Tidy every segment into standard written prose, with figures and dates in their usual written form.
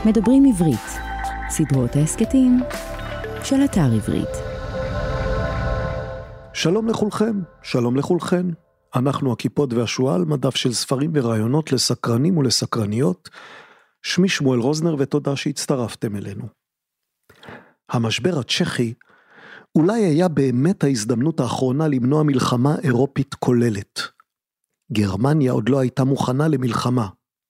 מדברים עברית, סדרות ההסקטים של אתר עברית. שלום לכולכם, שלום לכולכן. אנחנו הקיפוד והשואל, מדף של ספרים ורעיונות לסקרנים ולסקרניות. שמי שמואל רוזנר ותודה שהצטרפתם אלינו. המשבר הצ'כי אולי היה באמת ההזדמנות האחרונה למנוע מלחמה אירופית כוללת. גרמניה עוד לא הייתה מוכנה למלחמה.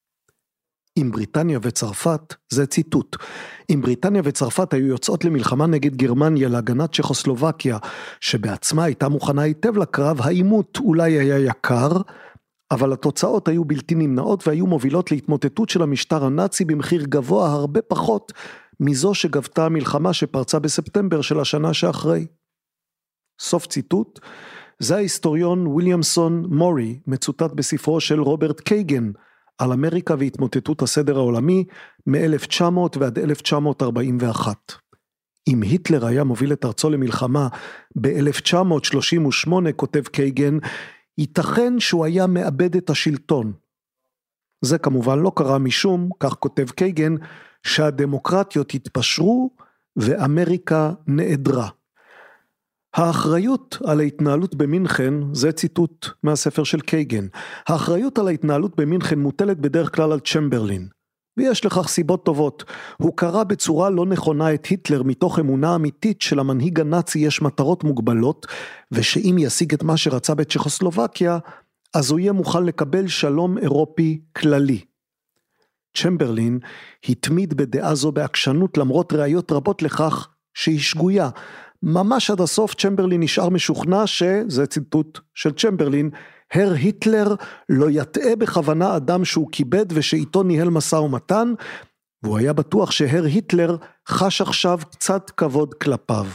עם בריטניה וצרפת, זה ציטוט, אם בריטניה וצרפת היו יוצאות למלחמה נגד גרמניה להגנת צ'כוסלובקיה, שבעצמה הייתה מוכנה היטב לקרב, העימות אולי היה יקר, אבל התוצאות היו בלתי נמנעות והיו מובילות להתמוטטות של המשטר הנאצי במחיר גבוה הרבה פחות מזו שגבתה המלחמה שפרצה בספטמבר של השנה שאחרי. סוף ציטוט, זה ההיסטוריון וויליאמסון מורי, מצוטט בספרו של רוברט קייגן, על אמריקה והתמוטטות הסדר העולמי מ-1900 ועד 1941. אם היטלר היה מוביל את ארצו למלחמה ב-1938, כותב קייגן, ייתכן שהוא היה מאבד את השלטון. זה כמובן לא קרה משום, כך כותב קייגן, שהדמוקרטיות התפשרו ואמריקה נעדרה. האחריות על ההתנהלות במינכן, זה ציטוט מהספר של קייגן, האחריות על ההתנהלות במינכן מוטלת בדרך כלל על צ'מברלין, ויש לכך סיבות טובות. הוא קרא בצורה לא נכונה את היטלר מתוך אמונה אמיתית שלמנהיג הנאצי יש מטרות מוגבלות, ושאם ישיג את מה שרצה בצ'כוסלובקיה, אז הוא יהיה מוכן לקבל שלום אירופי כללי. צ'מברלין התמיד בדעה זו בעקשנות למרות ראיות רבות לכך שהיא שגויה. ממש עד הסוף צ'מברלין נשאר משוכנע שזה ציטוט של צ'מברלין, הר היטלר לא יטעה בכוונה אדם שהוא כיבד ושאיתו ניהל משא ומתן, והוא היה בטוח שהר היטלר חש עכשיו קצת כבוד כלפיו.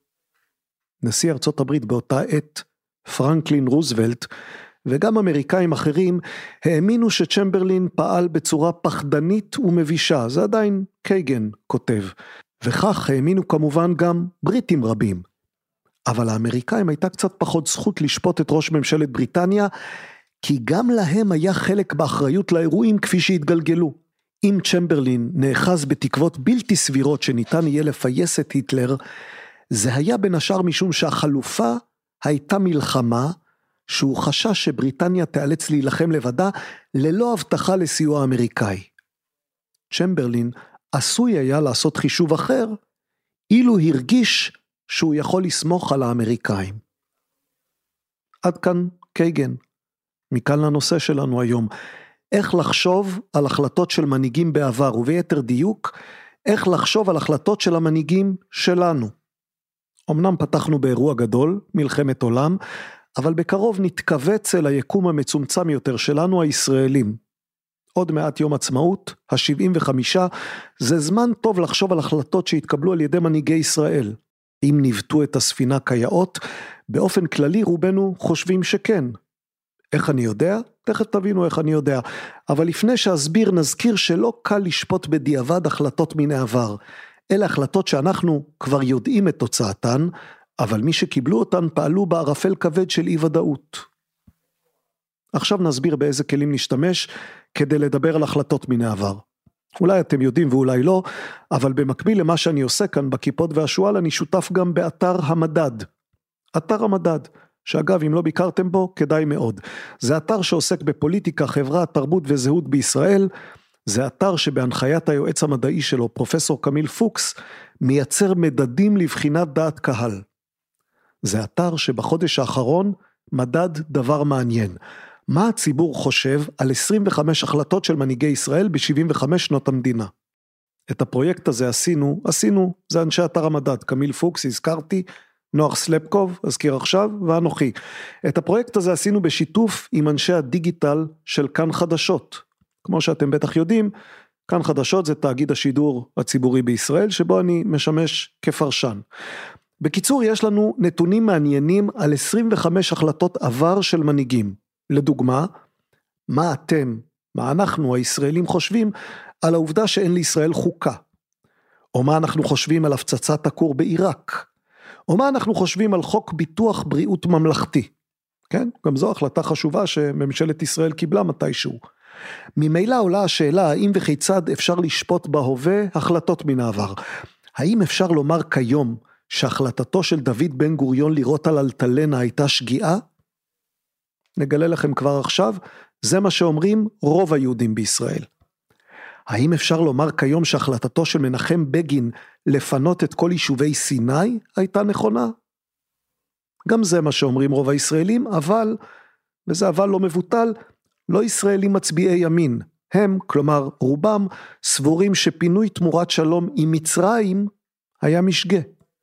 נשיא ארצות הברית באותה עת, פרנקלין רוזוולט, וגם אמריקאים אחרים האמינו שצ'מברלין פעל בצורה פחדנית ומבישה, זה עדיין קייגן כותב, וכך האמינו כמובן גם בריטים רבים. אבל האמריקאים הייתה קצת פחות זכות לשפוט את ראש ממשלת בריטניה, כי גם להם היה חלק באחריות לאירועים כפי שהתגלגלו. אם צ'מברלין נאחז בתקוות בלתי סבירות שניתן יהיה לפייס את היטלר, זה היה בין השאר משום שהחלופה הייתה מלחמה, שהוא חשש שבריטניה תיאלץ להילחם לבדה, ללא הבטחה לסיוע אמריקאי. צ'מברלין עשוי היה לעשות חישוב אחר, אילו הרגיש שהוא יכול לסמוך על האמריקאים. עד כאן קייגן. מכאן לנושא שלנו היום, איך לחשוב על החלטות של מנהיגים בעבר, וביתר דיוק, איך לחשוב על החלטות של המנהיגים שלנו. אמנם פתחנו באירוע גדול, מלחמת עולם, אבל בקרוב נתכווץ אל היקום המצומצם יותר שלנו הישראלים. עוד מעט יום עצמאות, ה-75, זה זמן טוב לחשוב על החלטות שהתקבלו על ידי מנהיגי ישראל. אם נבטו את הספינה כיאות, באופן כללי רובנו חושבים שכן. איך אני יודע? תכף תבינו איך אני יודע. אבל לפני שאסביר נזכיר שלא קל לשפוט בדיעבד החלטות מן העבר. אלה החלטות שאנחנו כבר יודעים את תוצאתן, אבל מי שקיבלו אותן פעלו בערפל כבד של אי ודאות. עכשיו נסביר באיזה כלים נשתמש כדי לדבר על החלטות מן העבר. אולי אתם יודעים ואולי לא, אבל במקביל למה שאני עושה כאן בקיפוד והשואל, אני שותף גם באתר המדד. אתר המדד, שאגב אם לא ביקרתם בו, כדאי מאוד. זה אתר שעוסק בפוליטיקה, חברה, תרבות וזהות בישראל. זה אתר שבהנחיית היועץ המדעי שלו, פרופסור קמיל פוקס, מייצר מדדים לבחינת דעת קהל. זה אתר שבחודש האחרון מדד דבר מעניין. מה הציבור חושב על 25 החלטות של מנהיגי ישראל ב-75 שנות המדינה? את הפרויקט הזה עשינו, זה אנשי אתר המדד, קמיל פוקס, הזכרתי, נוח סלפקוב, אזכיר עכשיו, ואנוכי. את הפרויקט הזה עשינו בשיתוף עם אנשי הדיגיטל של כאן חדשות. כמו שאתם בטח יודעים, כאן חדשות זה תאגיד השידור הציבורי בישראל, שבו אני משמש כפרשן. בקיצור, יש לנו נתונים מעניינים על 25 החלטות עבר של מנהיגים. לדוגמה, מה אנחנו הישראלים חושבים על העובדה שאין לישראל חוקה? או מה אנחנו חושבים על הפצצת הכור בעיראק? או מה אנחנו חושבים על חוק ביטוח בריאות ממלכתי? כן, גם זו החלטה חשובה שממשלת ישראל קיבלה מתישהו. ממילא עולה השאלה האם וכיצד אפשר לשפוט בהווה החלטות מן העבר. האם אפשר לומר כיום שהחלטתו של דוד בן גוריון לירות על אלטלנה הייתה שגיאה? נגלה לכם כבר עכשיו, זה מה שאומרים רוב היהודים בישראל. האם אפשר לומר כיום שהחלטתו של מנחם בגין לפנות את כל יישובי סיני הייתה נכונה? גם זה מה שאומרים רוב הישראלים, אבל, וזה אבל לא מבוטל, לא ישראלים מצביעי ימין. הם, כלומר רובם, סבורים שפינוי תמורת שלום עם מצרים היה משגה.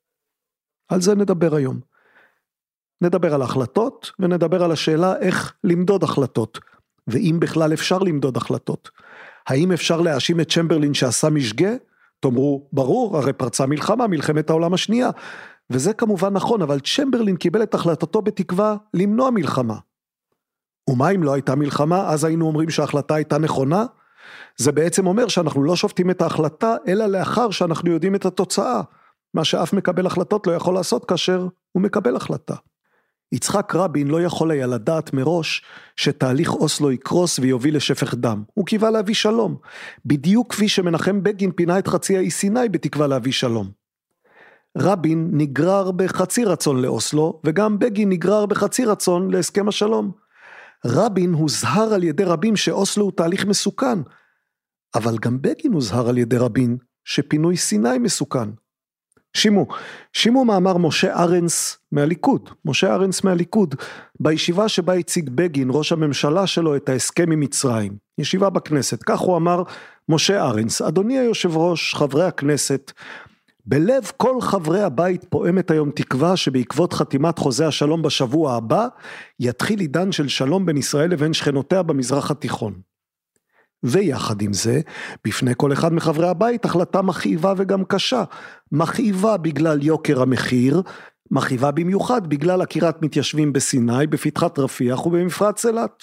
על זה נדבר היום. נדבר על החלטות ונדבר על השאלה איך למדוד החלטות, ואם בכלל אפשר למדוד החלטות. האם אפשר להאשים את צ'מברלין שעשה משגה? תאמרו, ברור, הרי פרצה מלחמה, מלחמת העולם השנייה, וזה כמובן נכון, אבל צ'מברלין קיבל את החלטתו בתקווה למנוע מלחמה. ומה אם לא הייתה מלחמה, אז היינו אומרים שההחלטה הייתה נכונה? זה בעצם אומר שאנחנו לא שופטים את ההחלטה, אלא לאחר שאנחנו יודעים את התוצאה, מה שאף מקבל החלטות לא יכול לעשות כאשר הוא מקבל החלטה. יצחק רבין לא יכול היה לדעת מראש שתהליך אוסלו יקרוס ויוביל לשפך דם. הוא קיווה להביא שלום, בדיוק כפי שמנחם בגין פינה את חצי האי סיני בתקווה להביא שלום. רבין נגרר בחצי רצון לאוסלו, וגם בגין נגרר בחצי רצון להסכם השלום. רבין הוזהר על ידי רבים שאוסלו הוא תהליך מסוכן, אבל גם בגין הוזהר על ידי רבים שפינוי סיני מסוכן. שימו מאמר משה ארנס מהליכוד, בישיבה שבה הציג בגין, ראש הממשלה שלו, את ההסכם עם מצרים, ישיבה בכנסת, כך הוא אמר משה ארנס, אדוני היושב ראש, חברי הכנסת, בלב כל חברי הבית פועמת היום תקווה שבעקבות חתימת חוזה השלום בשבוע הבא, יתחיל עידן של שלום בין ישראל לבין שכנותיה במזרח התיכון. ויחד עם זה, בפני כל אחד מחברי הבית, החלטה מכאיבה וגם קשה, מכאיבה בגלל יוקר המחיר, מכאיבה במיוחד בגלל עקירת מתיישבים בסיני, בפתחת רפיח ובמפרץ אילת.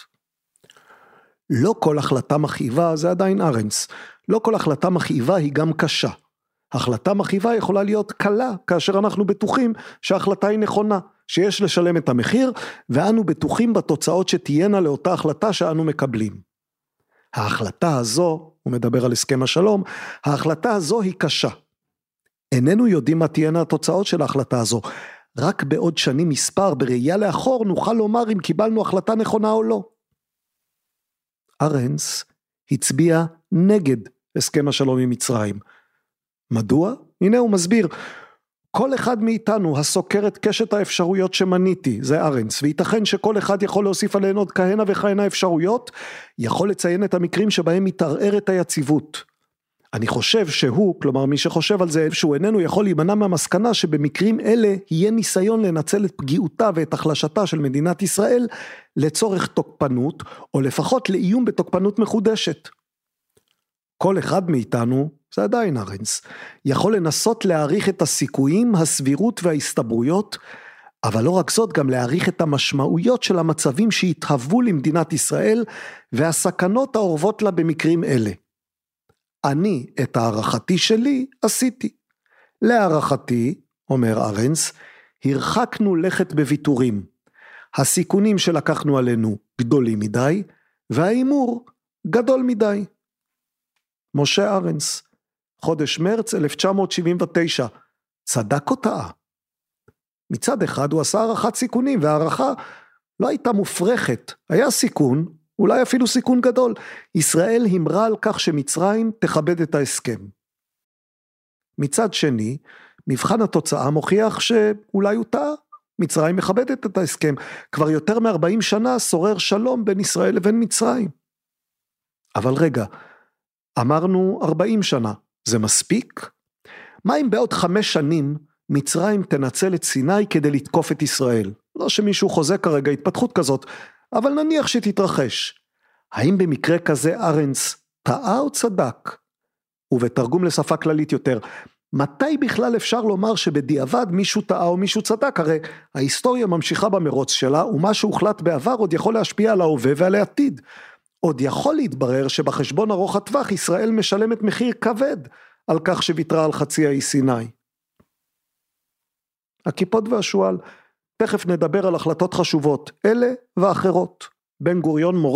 לא כל החלטה מכאיבה, זה עדיין ארנס, לא כל החלטה מכאיבה היא גם קשה. החלטה מכאיבה יכולה להיות קלה, כאשר אנחנו בטוחים שההחלטה היא נכונה, שיש לשלם את המחיר, ואנו בטוחים בתוצאות שתהיינה לאותה החלטה שאנו מקבלים. ההחלטה הזו, הוא מדבר על הסכם השלום, ההחלטה הזו היא קשה. איננו יודעים מה תהיינה התוצאות של ההחלטה הזו, רק בעוד שנים מספר בראייה לאחור נוכל לומר אם קיבלנו החלטה נכונה או לא. ארנס הצביע נגד הסכם השלום עם מצרים. מדוע? הנה הוא מסביר, כל אחד מאיתנו הסוקר את קשת האפשרויות שמניתי, זה ארנס, וייתכן שכל אחד יכול להוסיף עליהן עוד כהנה וכהנה אפשרויות, יכול לציין את המקרים שבהם מתערערת היציבות. אני חושב שהוא, כלומר מי שחושב על זה, שהוא איננו יכול להימנע מהמסקנה שבמקרים אלה יהיה ניסיון לנצל את פגיעותה ואת החלשתה של מדינת ישראל לצורך תוקפנות, או לפחות לאיום בתוקפנות מחודשת. כל אחד מאיתנו, זה עדיין ארנס, יכול לנסות להעריך את הסיכויים, הסבירות וההסתברויות, אבל לא רק זאת, גם להעריך את המשמעויות של המצבים שהתהוו למדינת ישראל, והסכנות האורבות לה במקרים אלה. אני את הערכתי שלי עשיתי. להערכתי, אומר ארנס, הרחקנו לכת בוויתורים. הסיכונים שלקחנו עלינו גדולים מדי, והאימור גדול מדי. משה ארנס, חודש מרץ 1979, צדק או טעה? מצד אחד הוא עשה הערכת סיכונים, והערכה לא הייתה מופרכת, היה סיכון, אולי אפילו סיכון גדול, ישראל המרה על כך שמצרים תכבד את ההסכם. מצד שני, מבחן התוצאה מוכיח שאולי הוא טעה, מצרים מכבדת את ההסכם, כבר יותר מ-40 שנה שורר שלום בין ישראל לבין מצרים. אבל רגע, אמרנו 40 שנה, זה מספיק? מה אם בעוד 5 שנים מצרים תנצל את סיני כדי לתקוף את ישראל? לא שמישהו חוזה כרגע התפתחות כזאת, אבל נניח שתתרחש. האם במקרה כזה ארנס טעה או צדק? ובתרגום לשפה כללית יותר, מתי בכלל אפשר לומר שבדיעבד מישהו טעה או מישהו צדק? הרי ההיסטוריה ממשיכה במרוץ שלה, ומה שהוחלט בעבר עוד יכול להשפיע על ההווה ועל העתיד. עוד יכול להתברר שבחשבון ארוך הטווח ישראל משלמת מחיר כבד על כך שוויתרה על חצי האי סיני. הכיפות והשואל, תכף נדבר על החלטות חשובות, אלה ואחרות. בן גוריון מורה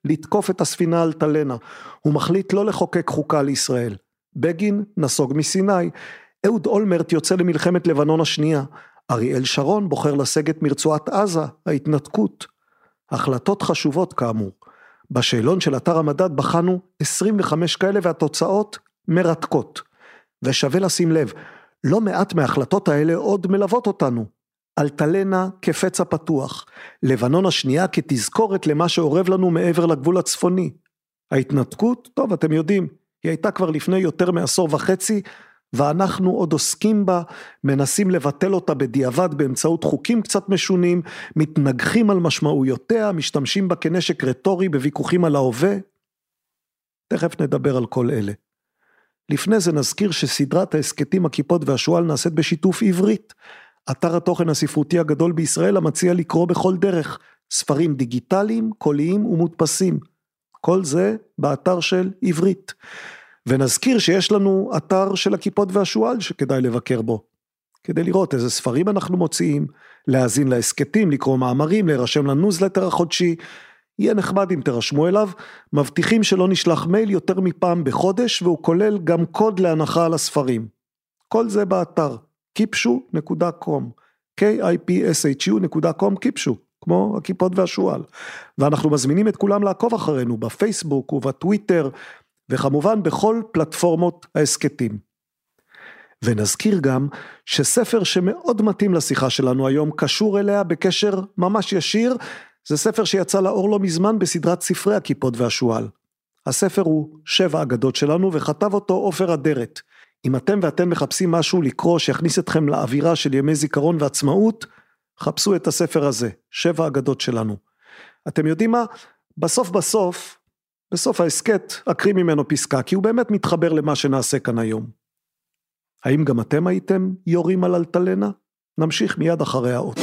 לתקוף את הספינה אלטלנה. הוא מחליט לא לחוקק חוקה לישראל. בגין נסוג מסיני. אהוד אולמרט יוצא למלחמת לבנון השנייה. אריאל שרון בוחר לסגת מרצועת עזה, ההתנתקות. החלטות חשובות כאמור. בשאלון של אתר המדד בחנו 25 כאלה והתוצאות מרתקות. ושווה לשים לב, לא מעט מההחלטות האלה עוד מלוות אותנו. אלטלנה כפצע פתוח, לבנון השנייה כתזכורת למה שעורב לנו מעבר לגבול הצפוני. ההתנתקות, טוב אתם יודעים, היא הייתה כבר לפני יותר מעשור וחצי, ואנחנו עוד עוסקים בה, מנסים לבטל אותה בדיעבד באמצעות חוקים קצת משונים, מתנגחים על משמעויותיה, משתמשים בה כנשק רטורי בוויכוחים על ההווה. תכף נדבר על כל אלה. לפני זה נזכיר שסדרת ההסקטים הכיפות והשואל נעשית בשיתוף עברית, אתר התוכן הספרותי הגדול בישראל המציע לקרוא בכל דרך, ספרים דיגיטליים, קוליים ומודפסים. כל זה באתר של עברית. ונזכיר שיש לנו אתר של הכיפות והשואל שכדאי לבקר בו. כדי לראות איזה ספרים אנחנו מוציאים, להאזין להסקטים, לקרוא מאמרים, להירשם לניוזלטר החודשי. יהיה נחמד אם תרשמו אליו, מבטיחים שלא נשלח מייל יותר מפעם בחודש, והוא כולל גם קוד להנחה על הספרים. כל זה באתר. kipshu.com, kipshu.com, קיפשו, כמו הכיפות והשואל. ואנחנו מזמינים את כולם לעקוב אחרינו בפייסבוק ובטוויטר, וכמובן בכל פלטפורמות ההסקטים. ונזכיר גם שספר שמאוד מתאים לשיחה שלנו היום, קשור אליה בקשר ממש ישיר, זה ספר שיצא לאור לא מזמן בסדרת ספרי הכיפות והשואל. הספר הוא 7 אגדות שלנו, וכתב אותו עופר אדרת. אם אתם ואתם מחפשים משהו לקרוא שיכניס אתכם לאווירה של ימי זיכרון ועצמאות, חפשו את הספר הזה, 7 אגדות שלנו. אתם יודעים מה? בסוף ההסקט אקריא ממנו פסקה, כי הוא באמת מתחבר למה שנעשה כאן היום. האם גם אתם הייתם יורים על אלטלנה? נמשיך מיד אחרי האות.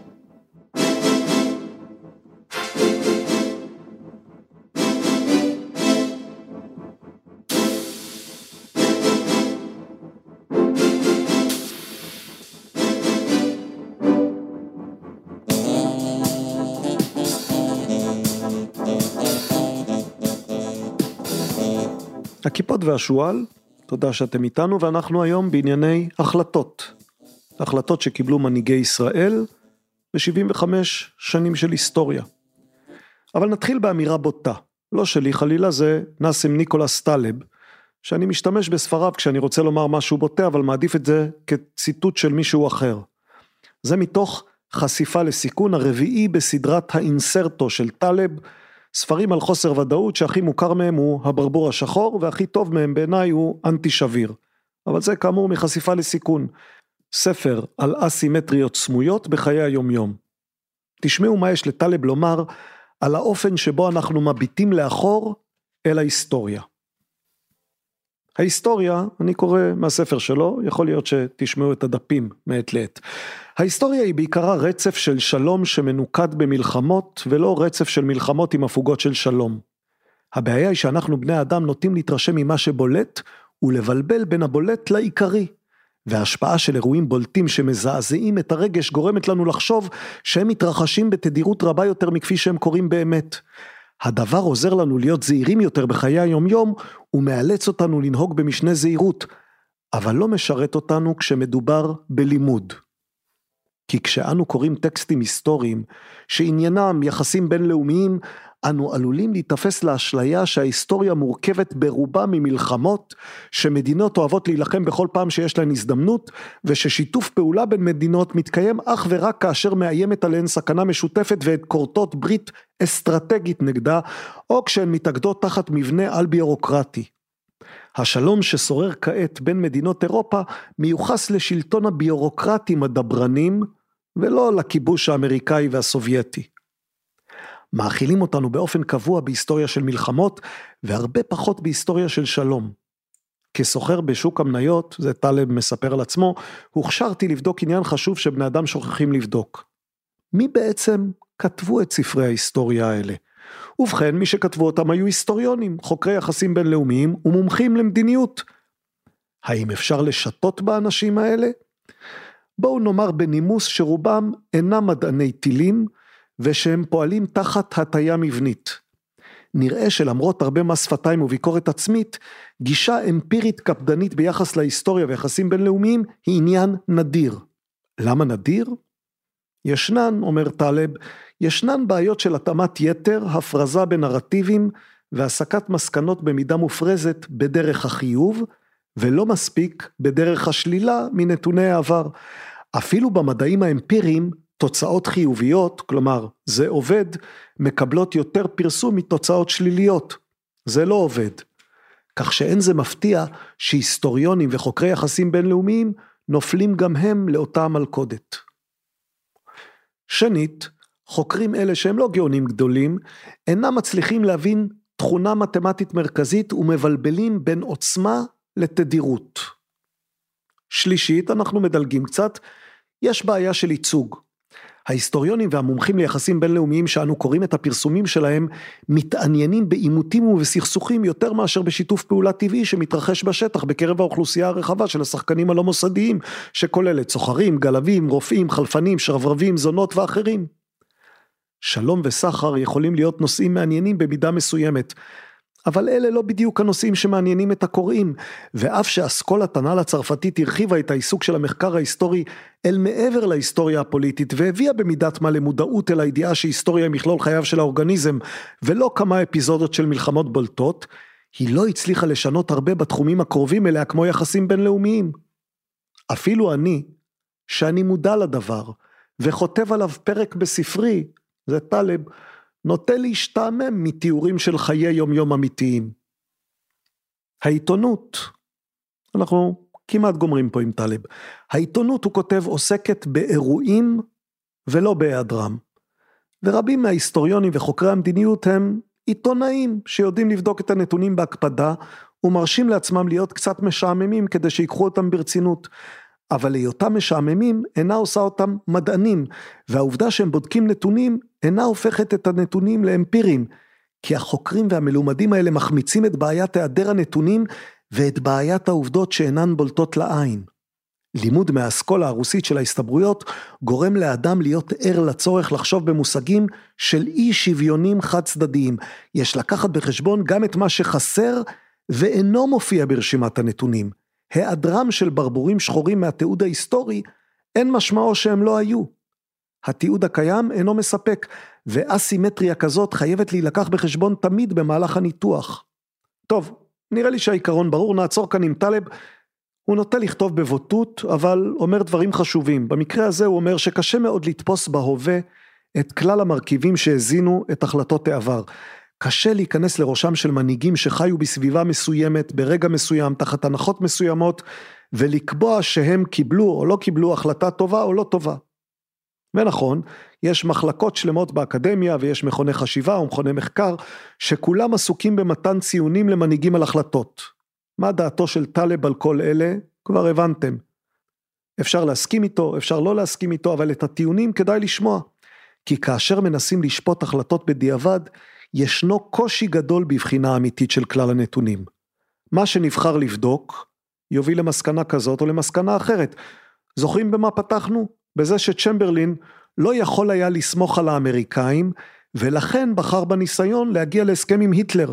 הכיפות והשואל, תודה שאתם איתנו, ואנחנו היום בענייני החלטות. החלטות שקיבלו מנהיגי ישראל ב-75 שנים של היסטוריה. אבל נתחיל באמירה בוטה, לא שלי חלילה, זה נסים ניקולס טלב, שאני משתמש בספריו כשאני רוצה לומר משהו בוטה, אבל מעדיף את זה כציטוט של מישהו אחר. זה מתוך חשיפה לסיכון הרביעי בסדרת האינסרטו של טלב, ספרים על חוסר ודאות שהכי מוכר מהם הוא הברבור השחור, והכי טוב מהם בעיניי הוא אנטי שביר. אבל זה כאמור מחשיפה לסיכון. ספר על אסימטריות סמויות בחיי היומיום. תשמעו מה יש לטלב לומר על האופן שבו אנחנו מביטים לאחור אל ההיסטוריה. ההיסטוריה, אני קורא מהספר שלו, יכול להיות שתשמעו את הדפים מעת לעת. ההיסטוריה היא בעיקרה רצף של שלום שמנוקד במלחמות, ולא רצף של מלחמות עם הפוגות של שלום. הבעיה היא שאנחנו בני אדם נוטים להתרשם ממה שבולט, ולבלבל בין הבולט לעיקרי. וההשפעה של אירועים בולטים שמזעזעים את הרגש גורמת לנו לחשוב שהם מתרחשים בתדירות רבה יותר מכפי שהם קורים באמת. הדבר עוזר לנו להיות זהירים יותר בחיי היום-יום, ומאלץ אותנו לנהוג במשנה זהירות, אבל לא משרת אותנו כשמדובר בלימוד. כי כשאנו קוראים טקסטים היסטוריים, שעניינם יחסים בינלאומיים, אנו עלולים להתאפס לאשליה שההיסטוריה מורכבת ברובה ממלחמות, שמדינות אוהבות להילחם בכל פעם שיש להן הזדמנות, וששיתוף פעולה בין מדינות מתקיים אך ורק כאשר מאיימת עליהן סכנה משותפת ואת קורטות ברית אסטרטגית נגדה, או כשהן מתאגדות תחת מבנה על ביורוקרטי. השלום ששורר כעת בין מדינות אירופה מיוחס לשלטון הביורוקרטים הדברנים, ולא לכיבוש האמריקאי והסובייטי. מאכילים אותנו באופן קבוע בהיסטוריה של מלחמות, והרבה פחות בהיסטוריה של שלום. כסוחר בשוק המניות, זה טלב מספר על עצמו, הוכשרתי לבדוק עניין חשוב שבני אדם שוכחים לבדוק. מי בעצם כתבו את ספרי ההיסטוריה האלה? ובכן, מי שכתבו אותם היו היסטוריונים, חוקרי יחסים בינלאומיים ומומחים למדיניות. האם אפשר לשתות באנשים האלה? בואו נאמר בנימוס שרובם אינם מדעני טילים, ושהם פועלים תחת הטיה מבנית. נראה שלמרות הרבה מס שפתיים וביקורת עצמית, גישה אמפירית קפדנית ביחס להיסטוריה ויחסים בינלאומיים היא עניין נדיר. למה נדיר? ישנן, אומר טלב, ישנן בעיות של התאמת יתר, הפרזה בנרטיבים והסקת מסקנות במידה מופרזת בדרך החיוב, ולא מספיק בדרך השלילה מנתוני העבר. אפילו במדעים האמפיריים, תוצאות חיוביות, כלומר זה עובד, מקבלות יותר פרסום מתוצאות שליליות. זה לא עובד. כך שאין זה מפתיע שהיסטוריונים וחוקרי יחסים בינלאומיים נופלים גם הם לאותה מלכודת. שנית, חוקרים אלה שהם לא גאונים גדולים, אינם מצליחים להבין תכונה מתמטית מרכזית ומבלבלים בין עוצמה לתדירות. שלישית, אנחנו מדלגים קצת, יש בעיה של ייצוג. ההיסטוריונים והמומחים ליחסים בינלאומיים שאנו קוראים את הפרסומים שלהם, מתעניינים בעימותים ובסכסוכים יותר מאשר בשיתוף פעולה טבעי שמתרחש בשטח בקרב האוכלוסייה הרחבה של השחקנים הלא מוסדיים, שכוללת סוחרים, גלבים, רופאים, חלפנים, שרברבים, זונות ואחרים. שלום וסחר יכולים להיות נושאים מעניינים במידה מסוימת, אבל אלה לא בדיוק הנושאים שמעניינים את הקוראים, ואף שאסכולת התנ"ל הצרפתית הרחיבה את העיסוק של המחקר ההיסטורי אל מעבר להיסטוריה הפוליטית, והביאה במידת מה למודעות אל הידיעה שהיסטוריה היא מכלול חייו של האורגניזם, ולא כמה אפיזודות של מלחמות בולטות, היא לא הצליחה לשנות הרבה בתחומים הקרובים אליה כמו יחסים בינלאומיים. אפילו אני, שאני מודע לדבר, וכותב עליו פרק בספרי, זה טלב, נוטה להשתעמם מתיאורים של חיי יום-יום אמיתיים. העיתונות, אנחנו כמעט גומרים פה עם טלב, העיתונות, הוא כותב, עוסקת באירועים ולא בהיעדרם. ורבים מההיסטוריונים וחוקרי המדיניות הם עיתונאים שיודעים לבדוק את הנתונים בהקפדה, ומרשים לעצמם להיות קצת משעממים כדי שיקחו אותם ברצינות. אבל להיותם משעממים אינה עושה אותם מדענים, והעובדה שהם בודקים נתונים אינה הופכת את הנתונים לאמפיריים, כי החוקרים והמלומדים האלה מחמיצים את בעיית היעדר הנתונים ואת בעיית העובדות שאינן בולטות לעין. לימוד מהאסכולה הרוסית של ההסתברויות גורם לאדם להיות ער לצורך לחשוב במושגים של אי שוויונים חד צדדיים. יש לקחת בחשבון גם את מה שחסר ואינו מופיע ברשימת הנתונים. היעדרם של ברבורים שחורים מהתיעוד ההיסטורי אין משמעו שהם לא היו. התיעוד הקיים אינו מספק, ואסימטריה כזאת חייבת להילקח בחשבון תמיד במהלך הניתוח. טוב, נראה לי שהעיקרון ברור, נעצור כאן עם טלב. הוא נוטה לכתוב בבוטות, אבל אומר דברים חשובים. במקרה הזה הוא אומר שקשה מאוד לתפוס בהווה את כלל המרכיבים שהזינו את החלטות העבר. קשה להיכנס לראשם של מנהיגים שחיו בסביבה מסוימת, ברגע מסוים, תחת הנחות מסוימות, ולקבוע שהם קיבלו או לא קיבלו החלטה טובה או לא טובה. ונכון, יש מחלקות שלמות באקדמיה, ויש מכוני חשיבה ומכוני מחקר, שכולם עסוקים במתן ציונים למנהיגים על החלטות. מה דעתו של טלב על כל אלה? כבר הבנתם. אפשר להסכים איתו, אפשר לא להסכים איתו, אבל את הטיעונים כדאי לשמוע. כי כאשר מנסים לשפוט החלטות בדיעבד, ישנו קושי גדול בבחינה אמיתית של כלל הנתונים. מה שנבחר לבדוק, יוביל למסקנה כזאת או למסקנה אחרת. זוכרים במה פתחנו? בזה שצ'מברלין לא יכול היה לסמוך על האמריקאים, ולכן בחר בניסיון להגיע להסכם עם היטלר.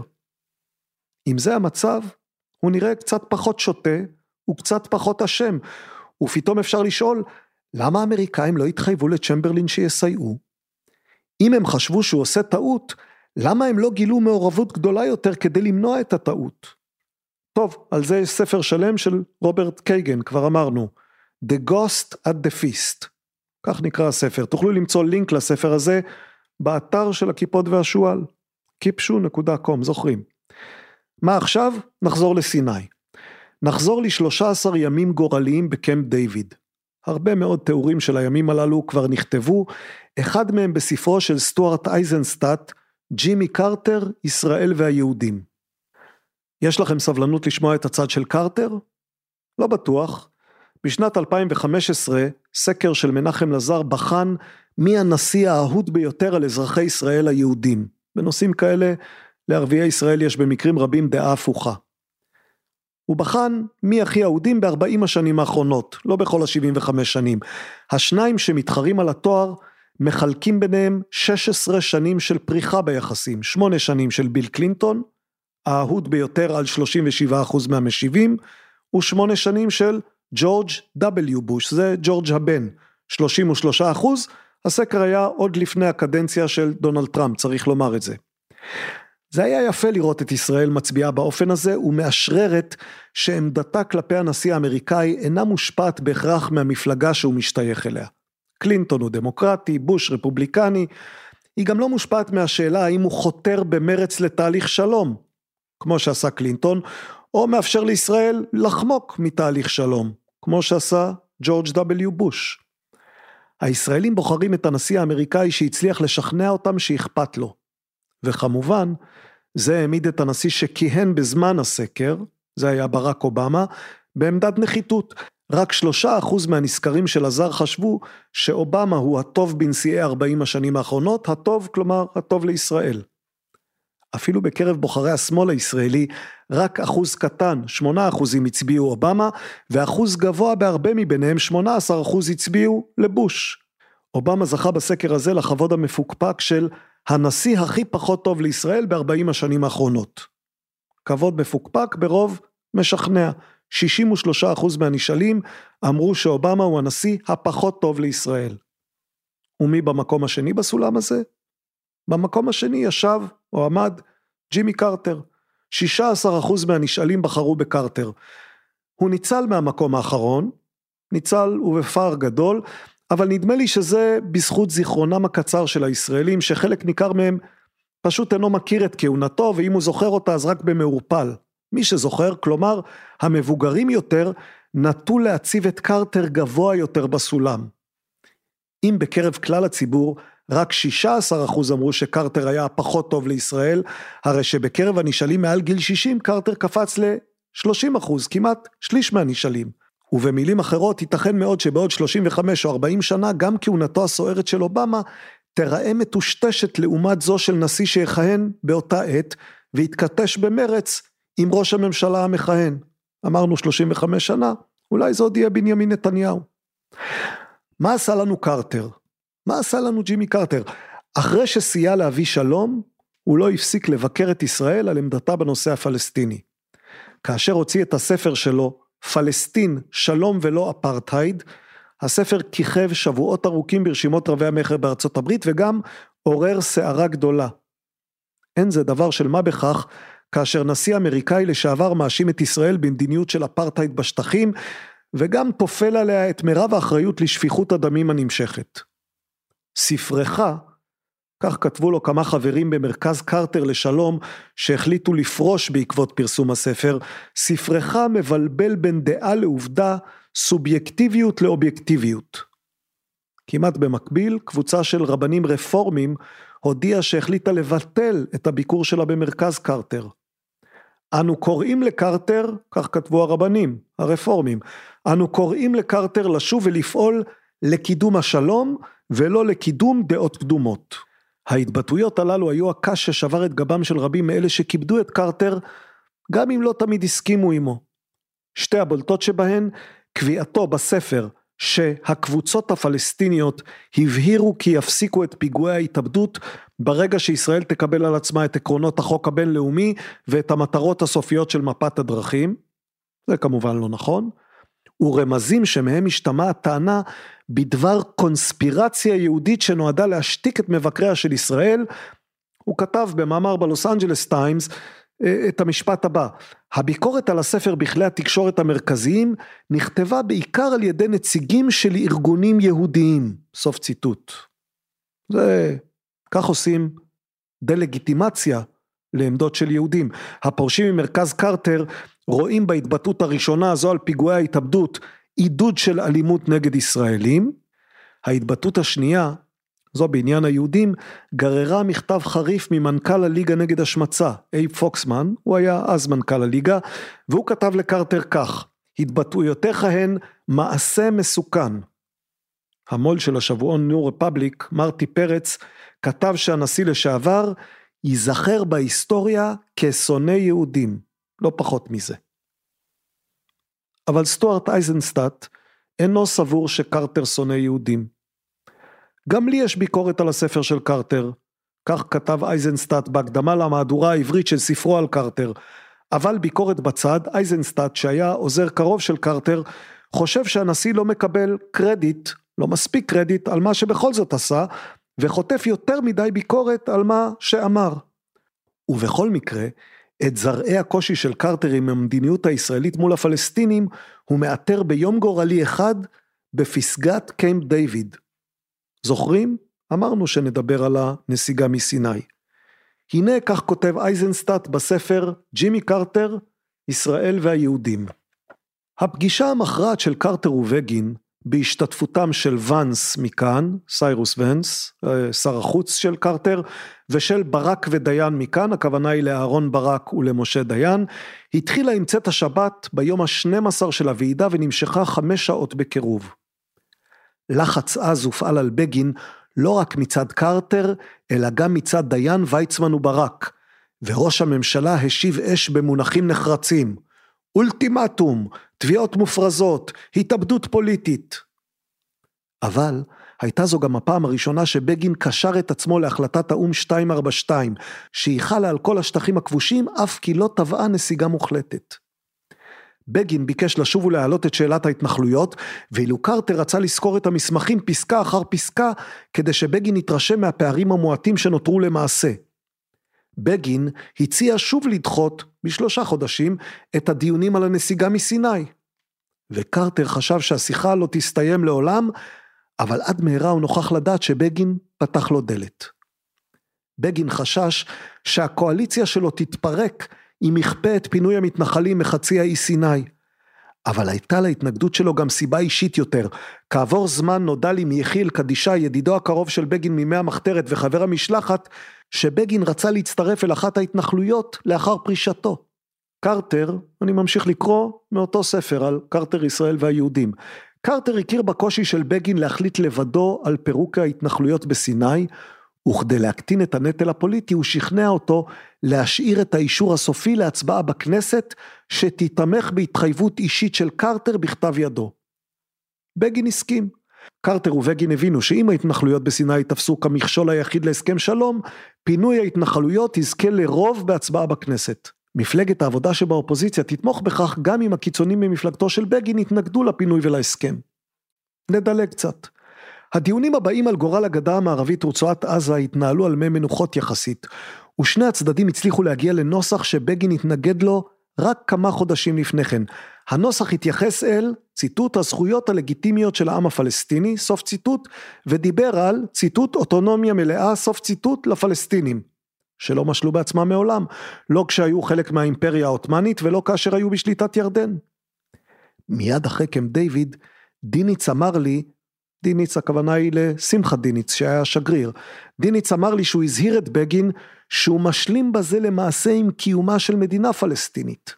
אם זה המצב, הוא נראה קצת פחות שוטה, וקצת פחות אשם, ופתאום אפשר לשאול, למה האמריקאים לא התחייבו לצ'מברלין שיסייעו? אם הם חשבו שהוא עושה טעות, למה הם לא גילו מעורבות גדולה יותר כדי למנוע את הטעות? טוב, על זה יש ספר שלם של רוברט קייגן, כבר אמרנו, The Ghost at the Feast, כך נקרא הספר. תוכלו למצוא לינק לספר הזה באתר של הכיפות והשואל, kipshu.com, זוכרים. מה עכשיו? נחזור לסיני. נחזור ל13 ימים גורליים בקמפ דיוויד. הרבה מאוד תיאורים של הימים הללו כבר נכתבו, אחד מהם בספרו של סטוארט אייזנסטאט, ג'ימי קרטר, ישראל והיהודים. יש לכם סבלנות לשמוע את הצד של קרטר? לא בטוח. בשנת 2015, סקר של מנחם לזר בחן מי הנשיא האהוד ביותר על אזרחי ישראל היהודים. בנושאים כאלה, לערביי ישראל יש במקרים רבים דעה הפוכה. הוא בחן מי הכי אהודים ב-40 השנים האחרונות, לא בכל ה-75 שנים. השניים שמתחרים על התואר מחלקים ביניהם 16 שנים של פריחה ביחסים, 8 שנים של ביל קלינטון, האהוד ביותר על 37% מהמשיבים, ו8 שנים של ג'ורג' W. בוש, זה ג'ורג' הבן, 33%, הסקר היה עוד לפני הקדנציה של דונלד טראמפ, צריך לומר את זה. זה היה יפה לראות את ישראל מצביעה באופן הזה, ומאשררת שעמדתה כלפי הנשיא האמריקאי אינה מושפעת בהכרח מהמפלגה שהוא משתייך אליה. קלינטון הוא דמוקרטי, בוש רפובליקני, היא גם לא מושפעת מהשאלה האם הוא חותר במרץ לתהליך שלום, כמו שעשה קלינטון, או מאפשר לישראל לחמוק מתהליך שלום, כמו שעשה ג'ורג' W. בוש. הישראלים בוחרים את הנשיא האמריקאי שהצליח לשכנע אותם שאכפת לו. וכמובן, זה העמיד את הנשיא שכיהן בזמן הסקר, זה היה ברק אובמה, בעמדת נחיתות. רק 3% מהנסקרים של הזר חשבו שאובמה הוא הטוב בנשיאי 40 השנים האחרונות, הטוב, כלומר הטוב לישראל. אפילו בקרב בוחרי השמאל הישראלי, רק אחוז קטן, 8% הצביעו אובמה, ואחוז גבוה בהרבה מביניהם, 18% הצביעו לבוש. אובמה זכה בסקר הזה לכבוד המפוקפק של הנשיא הכי פחות טוב לישראל ב-40 השנים האחרונות. כבוד מפוקפק ברוב משכנע. 63% מהנשאלים אמרו שאובמה הוא הנשיא הפחות טוב לישראל. ומי במקום השני בסולם הזה? במקום השני ישב או עמד ג'ימי קרטר. 16% מהנשאלים בחרו בקרטר. הוא ניצל מהמקום האחרון, ניצל ובפער גדול, אבל נדמה לי שזה בזכות זיכרונם הקצר של הישראלים, שחלק ניכר מהם פשוט אינו מכיר את כהונתו, ואם הוא זוכר אותה אז רק במעורפל. מי שזוכר, כלומר, המבוגרים יותר, נטו להציב את קרטר גבוה יותר בסולם. אם בקרב כלל הציבור, רק 16% אמרו שקרטר היה פחות טוב לישראל, הרי שבקרב הנשאלים מעל גיל 60, קרטר קפץ ל-30%, כמעט שליש מהנשאלים. ובמילים אחרות, ייתכן מאוד שבעוד 35 או 40 שנה, גם כהונתו הסוערת של אובמה, תראה מטושטשת לעומת זו של נשיא שיכהן באותה עת, והתכתש במרץ עם ראש הממשלה המכהן. אמרנו 35 שנה, אולי זו עוד יהיה בנימין נתניהו. מה עשה לנו קרטר? מה עשה לנו ג'ימי קרטר? אחרי שסייע להביא שלום, הוא לא הפסיק לבקר את ישראל על עמדתה בנושא הפלסטיני. כאשר הוציא את הספר שלו, פלסטין, שלום ולא אפרטהייד, הספר כיכב שבועות ארוכים ברשימות רבי המכר בארצות הברית, וגם עורר שערה גדולה. אין זה דבר של מה בכך, כאשר נשיא אמריקאי לשעבר מאשים את ישראל במדיניות של אפרטהייד בשטחים, וגם תופל עליה את מרב האחריות לשפיכות הדמים הנמשכת. ספרך, כך כתבו לו כמה חברים במרכז קרטר לשלום, שהחליטו לפרוש בעקבות פרסום הספר, ספרך מבלבל בין דעה לעובדה, סובייקטיביות לאובייקטיביות. כמעט במקביל, קבוצה של רבנים רפורמים, הודיעה שהחליטה לבטל את הביקור שלה במרכז קרטר. אנו קוראים לקרטר, כך כתבו הרבנים, הרפורמים, אנו קוראים לקרטר לשוב ולפעול לקידום השלום, ולא לקידום דעות קדומות. ההתבטאויות הללו היו הקש ששבר את גבם של רבים מאלה שכיבדו את קרטר, גם אם לא תמיד הסכימו עמו. שתי הבולטות שבהן, קביעתו בספר שהקבוצות הפלסטיניות הבהירו כי יפסיקו את פיגועי ההתאבדות ברגע שישראל תקבל על עצמה את עקרונות החוק הבינלאומי ואת המטרות הסופיות של מפת הדרכים. זה כמובן לא נכון. ורמזים שמהם משתמעת טענה בדבר קונספירציה יהודית שנועדה להשתיק את מבקריה של ישראל. הוא כתב במאמר בלוס אנג'לס טיימס את המשפט הבא: הביקורת על הספר בכלי התקשורת המרכזיים נכתבה בעיקר על ידי נציגים של ארגונים יהודיים. סוף ציטוט. זה, כך עושים דלגיטימציה לעמדות של יהודים. הפורשים ממרכז קרטר רואים בהתבטאות הראשונה הזו על פיגועי ההתאבדות עידוד של אלימות נגד ישראלים. ההתבטאות השנייה, זו בעניין היהודים, גררה מכתב חריף ממנכ"ל הליגה נגד השמצה, אייב פוקסמן, הוא היה אז מנכ"ל הליגה, והוא כתב לקרטר כך: התבטאויותיך הן מעשה מסוכן. המו"ל של השבועון ניו רפבליק, מרטי פרץ, כתב שהנשיא לשעבר ייזכר בהיסטוריה כשונא יהודים, לא פחות מזה. אבל סטוארט אייזנסטאט אינו סבור שקרטר שונא יהודים. גם לי יש ביקורת על הספר של קרטר, כך כתב אייזנסטאט בהקדמה למהדורה העברית של ספרו על קרטר, אבל ביקורת בצד, אייזנסטאט שהיה עוזר קרוב של קרטר, חושב שהנשיא לא מקבל קרדיט, לא מספיק קרדיט על מה שבכל זאת עשה, וחוטף יותר מדי ביקורת על מה שאמר. ובכל מקרה, את זרעי הקושי של קרטר עם המדיניות הישראלית מול הפלסטינים, הוא מאתר ביום גורלי אחד בפסגת קמפ דיוויד. זוכרים? אמרנו שנדבר על הנסיגה מסיני. הנה כך כותב אייזנסטאט בספר ג'ימי קרטר, ישראל והיהודים. הפגישה המכרעת של קרטר ובגין, בהשתתפותם של ונס מכאן, סיירוס ונס, שר החוץ של קרטר, ושל ברק ודיין מכאן, הכוונה היא לאהרון ברק ולמשה דיין, התחילה עם צאת השבת ביום ה-12 של הוועידה ונמשכה 5 שעות בקירוב. לחץ אז הופעל על בגין לא רק מצד קרטר, אלא גם מצד דיין, ויצמן וברק, וראש הממשלה השיב אש במונחים נחרצים, אולטימטום, תביעות מופרזות, התאבדות פוליטית. אבל הייתה זו גם הפעם הראשונה שבגין קשר את עצמו להחלטת האום 242, שהיא חלה על כל השטחים הכבושים, אף כי לא טבעה נסיגה מוחלטת. בגין ביקש לשוב ולהעלות את שאלת ההתנחלויות, ואילו קרטר רצה לזכור את המסמכים פסקה אחר פסקה, כדי שבגין יתרשם מהפערים המועטים שנותרו למעשה. בגין הציע שוב לדחות ב3 חודשים את הדיונים על הנסיגה מסיני, וקרטר חשב שהשיחה לא תסתיים לעולם, אבל עד מהרה הוא נוכח לדעת שבגין פתח לו דלת. בגין חשש שהקואליציה שלו תתפרק אם יכפה את פינוי המתנחלים מחצי האי סיני, אבל הייתה להתנגדות שלו גם סיבה אישית יותר. כעבור זמן נודע לי מיחיל קדישה, ידידו הקרוב של בגין מימי המחתרת וחבר המשלחת, שבגין רצה להצטרף אל אחת ההתנחלויות לאחר פרישתו. קרטר, אני ממשיך לקרוא מאותו ספר על קרטר ישראל והיהודים, קרטר הכיר בקושי של בגין להחליט לבדו על פירוק ההתנחלויות בסיני, וכדי להקטין את הנטל הפוליטי הוא שכנע אותו להשאיר את האישור הסופי להצבעה בכנסת שתתמך בהתחייבות אישית של קרטר בכתב ידו. בגין הסכים. קרטר ובגין הבינו שאם ההתנחלויות בסיני תפסו כמכשול היחיד להסכם שלום, פינוי ההתנחלויות יזכה לרוב בהצבעה בכנסת. מפלגת העבודה שבאופוזיציה תתמוך בכך גם אם הקיצונים ממפלגתו של בגין התנגדו לפינוי ולהסכם. נדלג קצת. הדיונים הבאים על גורל הגדה המערבית ורצועת עזה התנהלו על מי מנוחות יחסית, ושני הצדדים הצליחו להגיע לנוסח שבגין התנגד לו רק כמה חודשים לפני כן. הנוסח התייחס אל, ציטוט, הזכויות הלגיטימיות של העם הפלסטיני, סוף ציטוט, ודיבר על, ציטוט, אוטונומיה מלאה, סוף ציטוט, לפלסטינים, שלא משלו בעצמם מעולם, לא כשהיו חלק מהאימפריה העות'מאנית ולא כאשר היו בשליטת ירדן. מיד אחרי קמפ דיוויד, דיניץ אמר לי, דיניץ הכוונה היא לשמחה דיניץ שהיה שגריר, דיניץ אמר לי שהוא הזהיר את בגין שהוא משלים בזה למעשה עם קיומה של מדינה פלסטינית.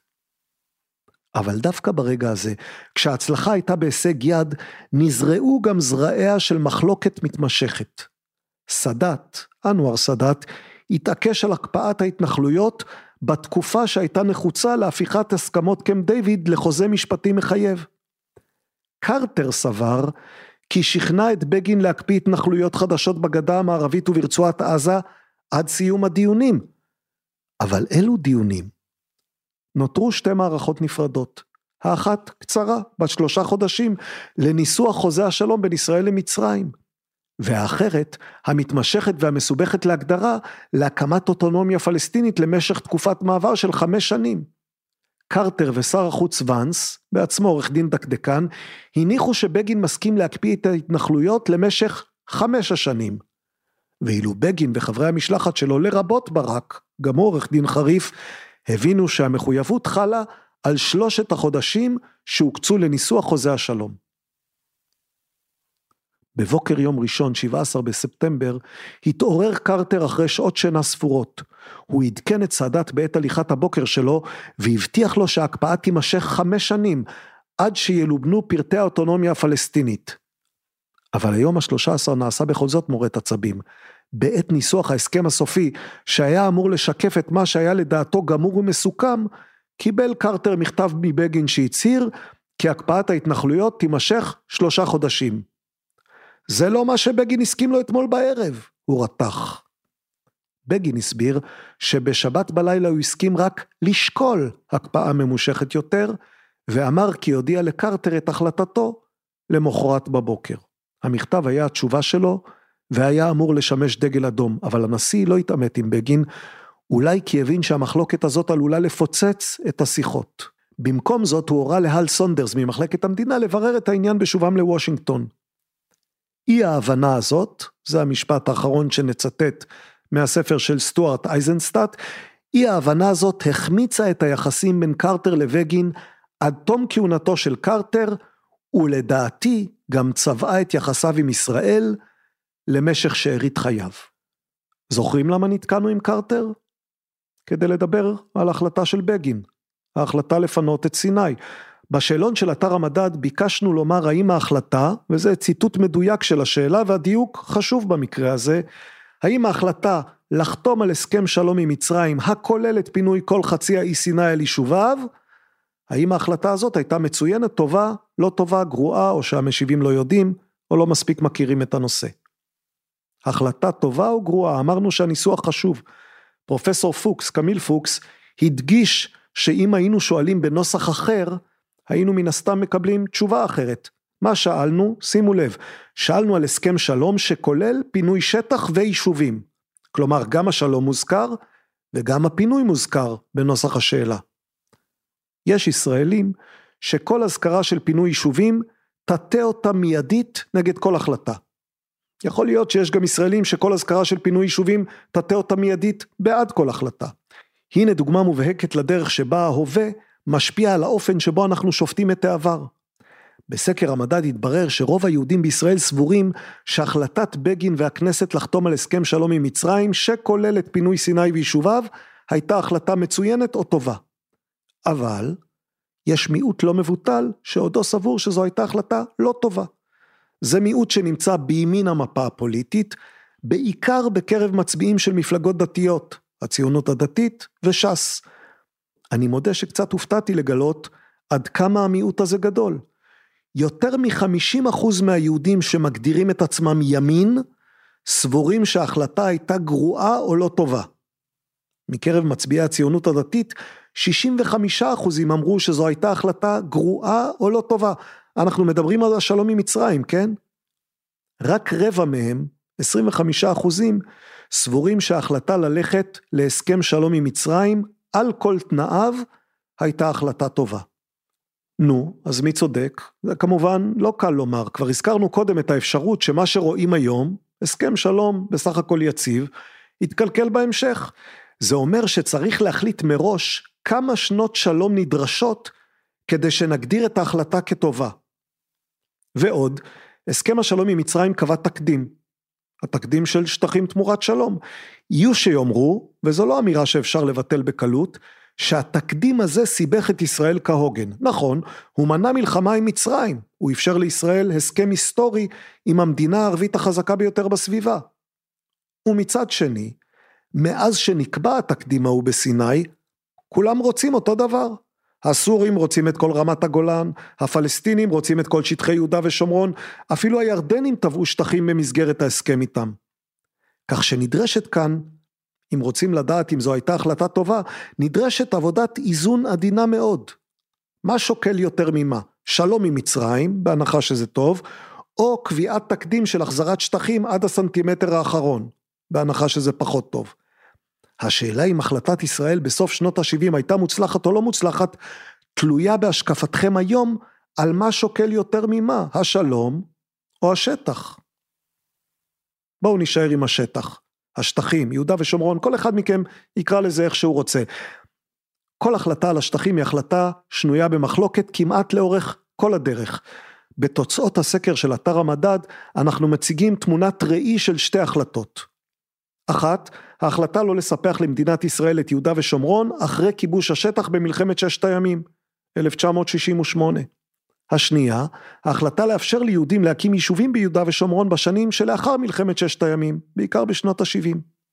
אבל דווקא ברגע הזה, כשההצלחה הייתה בהישג יד, נזרעו גם זרעיה של מחלוקת מתמשכת. סאדאת, אנואר סאדאת, התעקש על הקפאת ההתנחלויות בתקופה שהייתה נחוצה להפיכת הסכמות קמפ דיוויד לחוזה משפטי מחייב. קרטר סבר כי שכנע את בגין להקפיא התנחלויות חדשות בגדה המערבית וברצועת עזה עד סיום הדיונים. אבל אלו דיונים. נותרו 2 מערכות נפרדות. האחת קצרה, בת 3 חודשים, לניסוח חוזה השלום בין ישראל למצרים. והאחרת, המתמשכת והמסובכת להגדרה, להקמת אוטונומיה פלסטינית למשך תקופת מעבר של 5 שנים. קרטר ושר החוץ ונס, בעצמו עורך דין דקדקן, הניחו שבגין מסכים להקפיא את ההתנחלויות למשך 5 השנים. ואילו בגין וחברי המשלחת שלו לרבות ברק, גם עורך דין חריף, הבינו שהמחויבות חלה על 3 החודשים שהוקצו לניסוח חוזה השלום. בבוקר יום ראשון, 17 בספטמבר, התעורר קרטר אחרי שעות שינה ספורות. הוא עדכן את סאדאת בעת הליכת הבוקר שלו, והבטיח לו שההקפאה תימשך 5 שנים, עד שילובנו פרטי האוטונומיה הפלסטינית. אבל היום ה-13 נעשה בכל זאת מורת עצבים. בעת ניסוח ההסכם הסופי, שהיה אמור לשקף את מה שהיה לדעתו גמור ומסוכם, קיבל קרטר מכתב מבגין שהצהיר, כי הקפאת ההתנחלויות תימשך 3 חודשים. זה לא מה שבגין הסכים לו אתמול בערב, הוא רתח. בגין הסביר שבשבת בלילה הוא הסכים רק לשקול הקפאה ממושכת יותר, ואמר כי הודיע לקרטר את החלטתו למחרת בבוקר. המכתב היה התשובה שלו, והיה אמור לשמש דגל אדום, אבל הנשיא לא התעמת עם בגין, אולי כי הבין שהמחלוקת הזאת עלולה לפוצץ את השיחות. במקום זאת הוא הורה להל סונדרס ממחלקת המדינה לברר את העניין בשובם לוושינגטון. אי ההבנה הזאת, זה המשפט האחרון שנצטט מהספר של סטוארט אייזנסטאט, אי ההבנה הזאת החמיצה את היחסים בין קרטר לבגין עד תום כהונתו של קרטר, ולדעתי גם צבעה את יחסיו עם ישראל למשך שארית חייו. זוכרים למה נתקענו עם קרטר? כדי לדבר על ההחלטה של בגין, ההחלטה לפנות את סיני. בשאלון של אתר המדד ביקשנו לומר האם ההחלטה, וזה ציטוט מדויק של השאלה והדיוק חשוב במקרה הזה, האם ההחלטה לחתום על הסכם שלום עם מצרים הכולל את פינוי כל חצי האי סיני על יישוביו, האם ההחלטה הזאת הייתה מצוינת, טובה, לא טובה, גרועה, או שהמשיבים לא יודעים, או לא מספיק מכירים את הנושא. החלטה טובה או גרועה, אמרנו שהניסוח חשוב. פרופסור פוקס, קמיל פוקס, הדגיש שאם היינו שואלים בנוסח אחר, היינו מן הסתם מקבלים תשובה אחרת. מה שאלנו? שימו לב, שאלנו על הסכם שלום שכולל פינוי שטח ויישובים. כלומר, גם השלום מוזכר, וגם הפינוי מוזכר בנוסח השאלה. יש ישראלים שכל הזכרה של פינוי יישובים, תטה אותה מיידית נגד כל החלטה. יכול להיות שיש גם ישראלים שכל הזכרה של פינוי יישובים, תטה אותה מיידית בעד כל החלטה. הנה דוגמה מובהקת לדרך שבה ההווה משפיע על האופן שבו אנחנו שופטים את העבר. בסקר המדד התברר שרוב היהודים בישראל סבורים שהחלטת בגין והכנסת לחתום על הסכם שלום עם מצרים, שכולל את פינוי סיני ויישוביו, הייתה החלטה מצוינת או טובה. אבל יש מיעוט לא מבוטל שעודו סבור שזו הייתה החלטה לא טובה. זה מיעוט שנמצא בימין המפה הפוליטית, בעיקר בקרב מצביעים של מפלגות דתיות, הציונות הדתית וש"ס. אני מודה שקצת הופתעתי לגלות עד כמה המיעוט הזה גדול. יותר מ-50% מהיהודים שמגדירים את עצמם ימין, סבורים שההחלטה הייתה גרועה או לא טובה. מקרב מצביעי הציונות הדתית, 65% אמרו שזו הייתה החלטה גרועה או לא טובה. אנחנו מדברים על השלום עם מצרים, כן? רק רבע מהם, 25%, סבורים שההחלטה ללכת להסכם שלום עם מצרים, על כל תנאיו, הייתה החלטה טובה. נו, אז מי צודק? זה כמובן לא קל לומר, כבר הזכרנו קודם את האפשרות שמה שרואים היום, הסכם שלום בסך הכל יציב, יתקלקל בהמשך. זה אומר שצריך להחליט מראש כמה שנות שלום נדרשות, כדי שנגדיר את ההחלטה כטובה. ועוד, הסכם השלום עם מצרים קבע תקדים. התקדים של שטחים תמורת שלום. יהיו שיאמרו, וזו לא אמירה שאפשר לבטל בקלות, שהתקדים הזה סיבך את ישראל כהוגן. נכון, הוא מנע מלחמה עם מצרים, הוא אפשר לישראל הסכם היסטורי עם המדינה הערבית החזקה ביותר בסביבה. ומצד שני, מאז שנקבע התקדים ההוא בסיני, כולם רוצים אותו דבר. הסורים רוצים את כל רמת הגולן, הפלסטינים רוצים את כל שטחי יהודה ושומרון, אפילו הירדנים טבעו שטחים במסגרת ההסכם איתם. כך שנדרשת כאן, אם רוצים לדעת אם זו הייתה החלטה טובה, נדרשת עבודת איזון עדינה מאוד. מה שוקל יותר ממה? שלום עם מצרים, בהנחה שזה טוב, או קביעת תקדים של החזרת שטחים עד הסנטימטר האחרון, בהנחה שזה פחות טוב. השאלה אם החלטת ישראל בסוף שנות ה-70 הייתה מוצלחת או לא מוצלחת, תלויה בהשקפתכם היום על מה שוקל יותר ממה, השלום או השטח. בואו נשאר עם השטח, השטחים, יהודה ושומרון, כל אחד מכם יקרא לזה איך שהוא רוצה. כל החלטה על השטחים היא החלטה שנויה במחלוקת כמעט לאורך כל הדרך. בתוצאות הסקר של אתר המדד, אנחנו מציגים תמונת ראי של שתי החלטות. אחת, ההחלטה לא לספח למדינת ישראל את יהודה ושומרון, אחרי כיבוש השטח במלחמת ששת הימים, 1968. השנייה, ההחלטה לאפשר ליהודים להקים יישובים ביהודה ושומרון בשנים שלאחר מלחמת ששת הימים, בעיקר בשנות ה-70.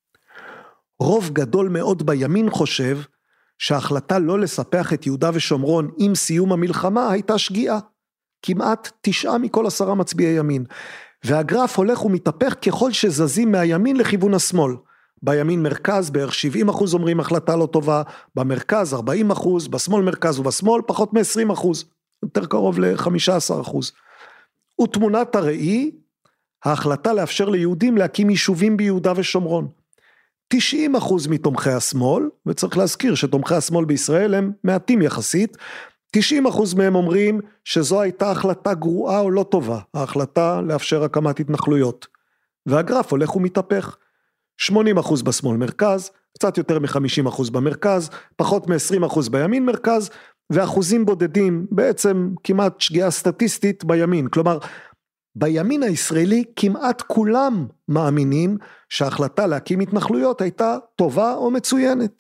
רוב גדול מאוד בימין חושב, שההחלטה לא לספח את יהודה ושומרון עם סיום המלחמה הייתה שגיאה. כמעט 9 מכל 10 מצביעי ימין. והגרף הולך ומתהפך ככל שזזים מהימין לכיוון השמאל. בימין מרכז בערך 70% אומרים החלטה לא טובה, במרכז 40%, בשמאל מרכז ובשמאל פחות מ-20%, יותר קרוב ל-15%. ותמונת הראי, ההחלטה לאפשר ליהודים להקים יישובים ביהודה ושומרון. 90% מתומכי השמאל, וצריך להזכיר שתומכי השמאל בישראל הם מעטים יחסית, 90% מהם אומרים שזו הייתה החלטה גרועה או לא טובה, ההחלטה לאפשר הקמת התנחלויות. והגרף הולך ומתהפך. 80% בשמאל מרכז, קצת יותר מ-50% במרכז, פחות מ-20% בימין מרכז, ואחוזים בודדים, בעצם כמעט שגיאה סטטיסטית בימין. כלומר, בימין הישראלי כמעט כולם מאמינים שההחלטה להקים התנחלויות הייתה טובה או מצוינת.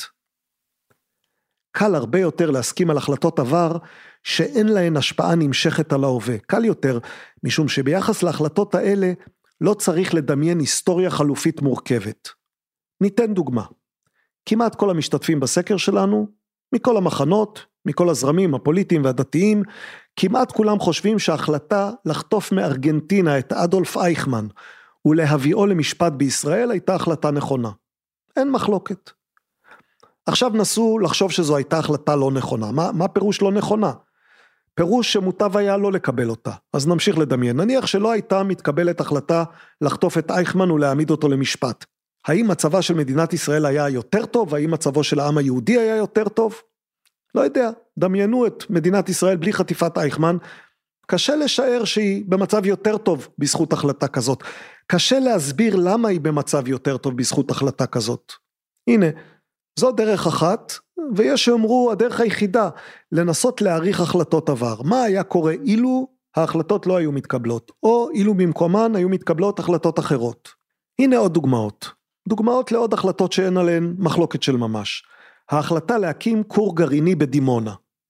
קל הרבה יותר להסכים על החלטות עבר שאין להן השפעה נמשכת על ההווה. קל יותר, משום שביחס להחלטות האלה לא צריך לדמיין היסטוריה חלופית מורכבת. ניתן דוגמה. כמעט כל המשתתפים בסקר שלנו, מכל המחנות, מכל הזרמים הפוליטיים והדתיים, כמעט כולם חושבים שההחלטה לחטוף מארגנטינה את אדולף אייכמן ולהביאו למשפט בישראל הייתה החלטה נכונה. אין מחלוקת. עכשיו נסו לחשוב שזו הייתה החלטה לא נכונה. מה פירוש לא נכונה? פירוש שמוטב היה לא לקבל אותה. אז נמשיך לדמיין. נניח שלא הייתה מתקבלת החלטה לחטוף את אייכמן ולהעמיד אותו למשפט. האם מצבה של מדינת ישראל היה יותר טוב? האם מצבו של העם היהודי היה יותר טוב? לא יודע. דמיינו את מדינת ישראל בלי חטיפת אייכמן. קשה לשער שהיא במצב יותר טוב בזכות החלטה כזאת. קשה להסביר למה היא במצב יותר טוב בזכות החלטה כזאת. הנה, זו דרך אחת, ויש שאומרו הדרך היחידה לנסות להעריך החלטות עבר. מה היה קורה אילו ההחלטות לא היו מתקבלות, או אילו במקומן היו מתקבלות החלטות אחרות. הנה עוד דוגמאות. דוגמאות לעוד החלטות שאין עליהן מחלוקת של ממש. ההחלטה להקים כור גרעיני בדימונה,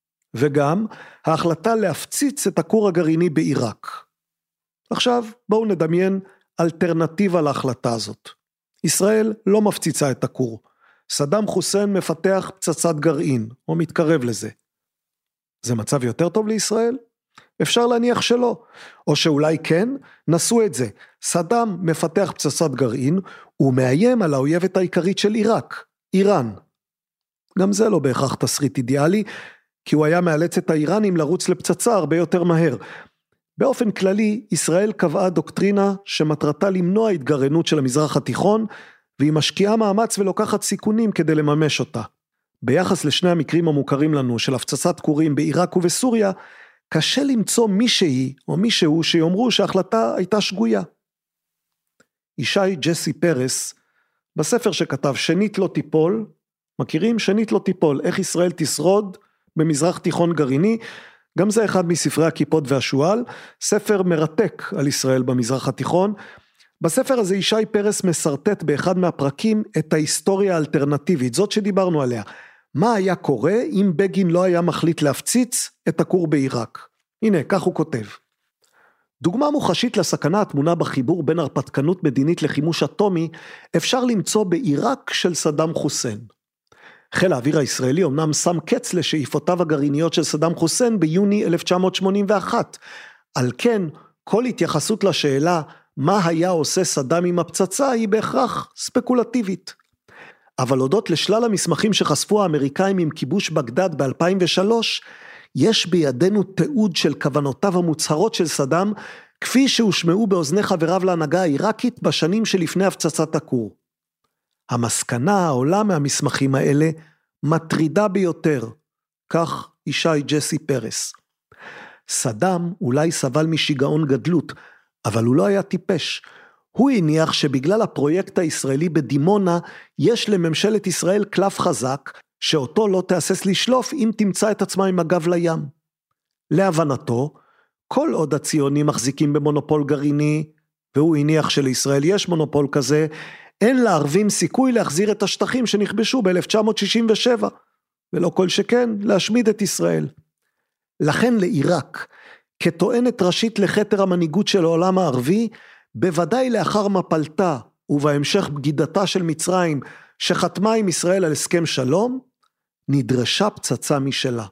וגם ההחלטה להפציץ את הכור הגרעיני בעיראק. עכשיו בואו נדמיין אלטרנטיבה להחלטה הזאת. ישראל לא מפציצה את הכור. סדאם חוסיין מפתח פצצת גרעין, או מתקרב לזה. זה מצב יותר טוב לישראל? אפשר להניח שלא. או שאולי כן, נסו את זה. סדאם מפתח פצצת גרעין, ומאיים על האויבת העיקרית של עיראק, איראן. גם זה לא בהכרח תסריט אידיאלי, כי הוא היה מאלץ את האיראנים לרוץ לפצצה הרבה יותר מהר. באופן כללי, ישראל קבעה דוקטרינה שמטרתה למנוע התגרענות של המזרח התיכון, והיא משקיעה מאמץ ולוקחת סיכונים כדי לממש אותה. ביחס לשני המקרים המוכרים לנו של הפצצת כורים בעיראק ובסוריה, קשה למצוא מישהי או מישהו שיאמרו שההחלטה הייתה שגויה. ישי ג'סי פרס, בספר שכתב שנית לא תיפול, מכירים? שנית לא תיפול, איך ישראל תשרוד במזרח תיכון גרעיני, גם זה אחד מספרי הכיפות והשואל, ספר מרתק על ישראל במזרח התיכון. בספר הזה ישי פרס מסרטט באחד מהפרקים את ההיסטוריה האלטרנטיבית, זאת שדיברנו עליה. מה היה קורה אם בגין לא היה מחליט להפציץ את הכור בעיראק? הנה, כך הוא כותב. דוגמה מוחשית לסכנה התמונה בחיבור בין הרפתקנות מדינית לחימוש אטומי, אפשר למצוא בעיראק של סדאם חוסיין. חיל האוויר הישראלי אמנם שם קץ לשאיפותיו הגרעיניות של סדאם חוסיין ביוני 1981. על כן, כל התייחסות לשאלה מה היה עושה סדאם עם הפצצה היא בהכרח ספקולטיבית. אבל הודות לשלל המסמכים שחשפו האמריקאים עם כיבוש בגדד ב-2003, יש בידינו תיעוד של כוונותיו המוצהרות של סדאם, כפי שהושמעו באוזני חבריו להנהגה העיראקית בשנים שלפני הפצצת הכור. המסקנה העולה מהמסמכים האלה מטרידה ביותר, כך ישי ג'סי פרס. סדאם אולי סבל משיגעון גדלות, אבל הוא לא היה טיפש. הוא הניח שבגלל הפרויקט הישראלי בדימונה, יש לממשלת ישראל קלף חזק, שאותו לא תאסס לשלוף אם תמצא את עצמה עם הגב לים. להבנתו, כל עוד הציונים מחזיקים במונופול גרעיני, והוא הניח שלישראל יש מונופול כזה, אין לערבים סיכוי להחזיר את השטחים שנכבשו ב-1967, ולא כל שכן להשמיד את ישראל. לכן לעיראק, כטוענת ראשית לחתר המנהיגות של העולם הערבי, בוודאי לאחר מפלתה ובהמשך בגידתה של מצרים שחתמה עם ישראל על הסכם שלום, נדרשה פצצה משלה.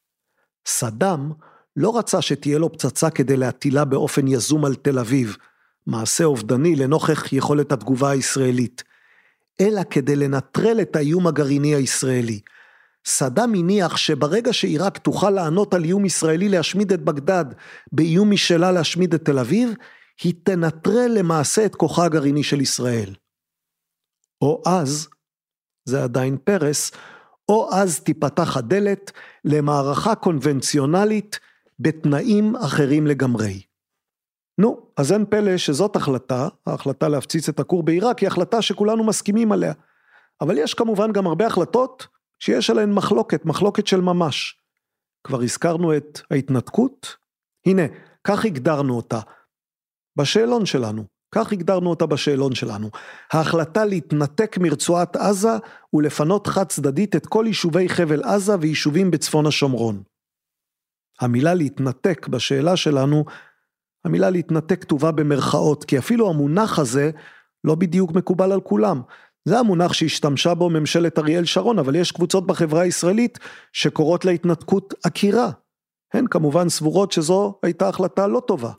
סדאם לא רצה שתהיה לו פצצה כדי להטילה באופן יזום על תל אביב, מעשה אובדני לנוכח יכולת התגובה הישראלית, אלא כדי לנטרל את האיום הגרעיני הישראלי. סדאם הניח שברגע שעיראק תוכל לענות על איום ישראלי להשמיד את בגדד, באיום משלה להשמיד את תל אביב, היא תנטרל למעשה את כוחה הגרעיני של ישראל. או אז, זה עדיין פרס, או אז תיפתח הדלת למערכה קונבנציונלית בתנאים אחרים לגמרי. נו, אז אין פלא שזאת ההחלטה להפציץ את הכור בעיראק, היא החלטה שכולנו מסכימים עליה. אבל יש כמובן גם הרבה החלטות שיש עליהן מחלוקת של ממש. כבר הזכרנו את ההתנתקות? הנה, כך הגדרנו אותה בשאלון שלנו. ההחלטה להתנתק מרצועת עזה ולפנות חד צדדית את כל יישובי חבל עזה ויישובים בצפון השומרון. המילה להתנתק בשאלה שלנו, המילה להתנתק כתובה במרכאות, כי אפילו המונח הזה לא בדיוק מקובל על כולם. זה המונח שהשתמשה בו ממשלת אריאל שרון, אבל יש קבוצות בחברה הישראלית שקוראות להתנתקות עקירה. הן כמובן סבורות שזו הייתה החלטה לא טובה.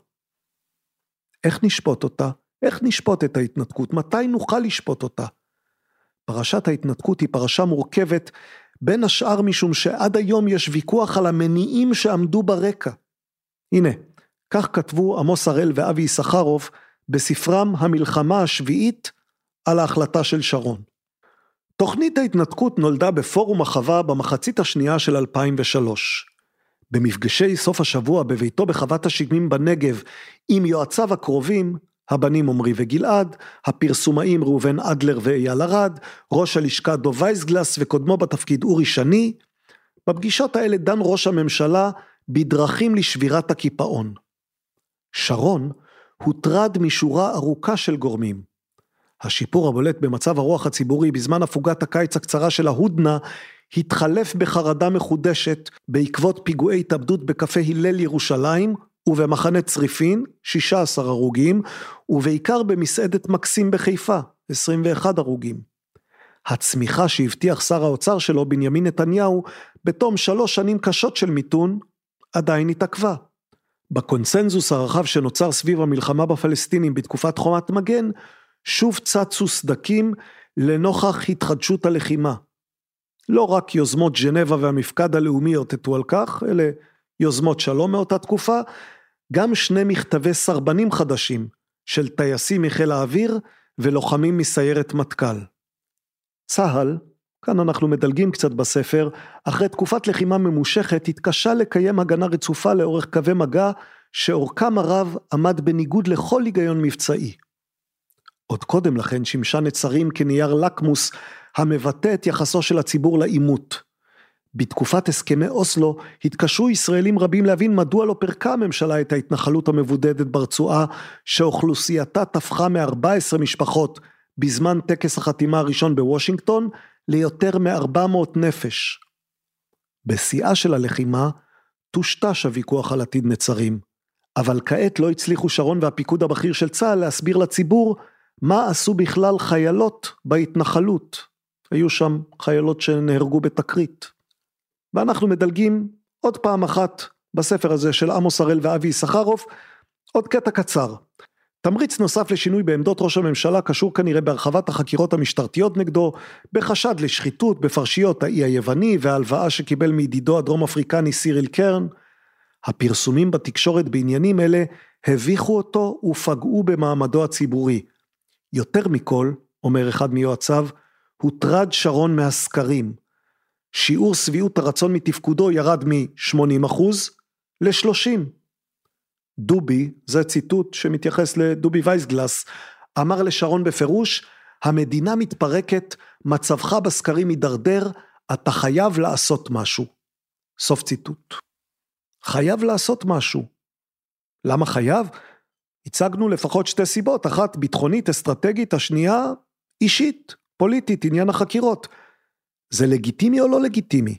איך נשפוט אותה? איך נשפוט את ההתנתקות? מתי נוכל לשפוט אותה? פרשת ההתנתקות היא פרשה מורכבת, בין השאר משום שעד היום יש ויכוח על המניעים שעמדו ברקע. הנה, כך כתבו עמוס הראל ואבי יששכרוב בספרם המלחמה השביעית על ההחלטה של שרון. תוכנית ההתנתקות נולדה בפורום החווה במחצית השנייה של 2003. במפגשי סוף השבוע בביתו בחוות השקמים בנגב עם יועציו הקרובים, הבנים עמרי וגלעד, הפרסומאים ראובן אדלר ואייל ארד, ראש הלשכה דוב וייסגלס וקודמו בתפקיד אורי שני, בפגישות האלה דן ראש הממשלה בדרכים לשבירת הקיפאון. שרון הוטרד משורה ארוכה של גורמים. השיפור הבולט במצב הרוח הציבורי בזמן הפוגת הקיץ הקצרה של ההודנה, התחלף בחרדה מחודשת בעקבות פיגועי התאבדות בקפה הלל ירושלים ובמחנה צריפין, 16 הרוגים, ובעיקר במסעדת מקסים בחיפה, 21 הרוגים. הצמיחה שהבטיח שר האוצר שלו בנימין נתניהו, בתום 3 שנים קשות של מיתון, עדיין התעכבה. בקונסנזוס הרחב שנוצר סביב המלחמה בפלסטינים בתקופת חומת מגן, שוב צצו סדקים לנוכח התחדשות הלחימה. לא רק יוזמות ז'נבה והמפקד הלאומי אותתו על כך, אלה יוזמות שלום מאותה תקופה, גם 2 מכתבי סרבנים חדשים של טייסים מחיל האוויר ולוחמים מסיירת מטכ"ל. צה"ל, כאן אנחנו מדלגים קצת בספר, אחרי תקופת לחימה ממושכת התקשה לקיים הגנה רצופה לאורך קווי מגע שאורכם הרב עמד בניגוד לכל היגיון מבצעי. עוד קודם לכן שימשה נצרים כנייר לקמוס המבטא את יחסו של הציבור לעימות. בתקופת הסכמי אוסלו התקשו ישראלים רבים להבין מדוע לא פרקה הממשלה את ההתנחלות המבודדת ברצועה שאוכלוסייתה תפחה מ-14 משפחות בזמן טקס החתימה הראשון בוושינגטון ליותר מ-400 נפש. בשיאה של הלחימה טושטש הוויכוח על עתיד נצרים, אבל כעת לא הצליחו שרון והפיקוד הבכיר של צה"ל להסביר לציבור מה עשו בכלל חיילות בהתנחלות. היו שם חיילות שנהרגו בתקרית. ואנחנו מדלגים עוד פעם אחת בספר הזה של עמוס הראל ואבי יששכרוב, עוד קטע קצר. תמריץ נוסף לשינוי בעמדות ראש הממשלה קשור כנראה בהרחבת החקירות המשטרתיות נגדו, בחשד לשחיתות בפרשיות האי היווני וההלוואה שקיבל מידידו הדרום אפריקני סיריל קרן. הפרסומים בתקשורת בעניינים אלה הביכו אותו ופגעו במעמדו הציבורי. יותר מכל, אומר אחד מיועציו, הוטרד שרון מהסקרים. שיעור שביעות הרצון מתפקודו ירד מ-80% ל-30%. דובי, זה ציטוט שמתייחס לדובי וייסגלס, אמר לשרון בפירוש, המדינה מתפרקת, מצבך בסקרים מדרדר, אתה חייב לעשות משהו. סוף ציטוט. חייב לעשות משהו. למה חייב? הצגנו לפחות 2 סיבות, אחת ביטחונית, אסטרטגית, השנייה אישית, פוליטית, עניין החקירות. זה לגיטימי או לא לגיטימי?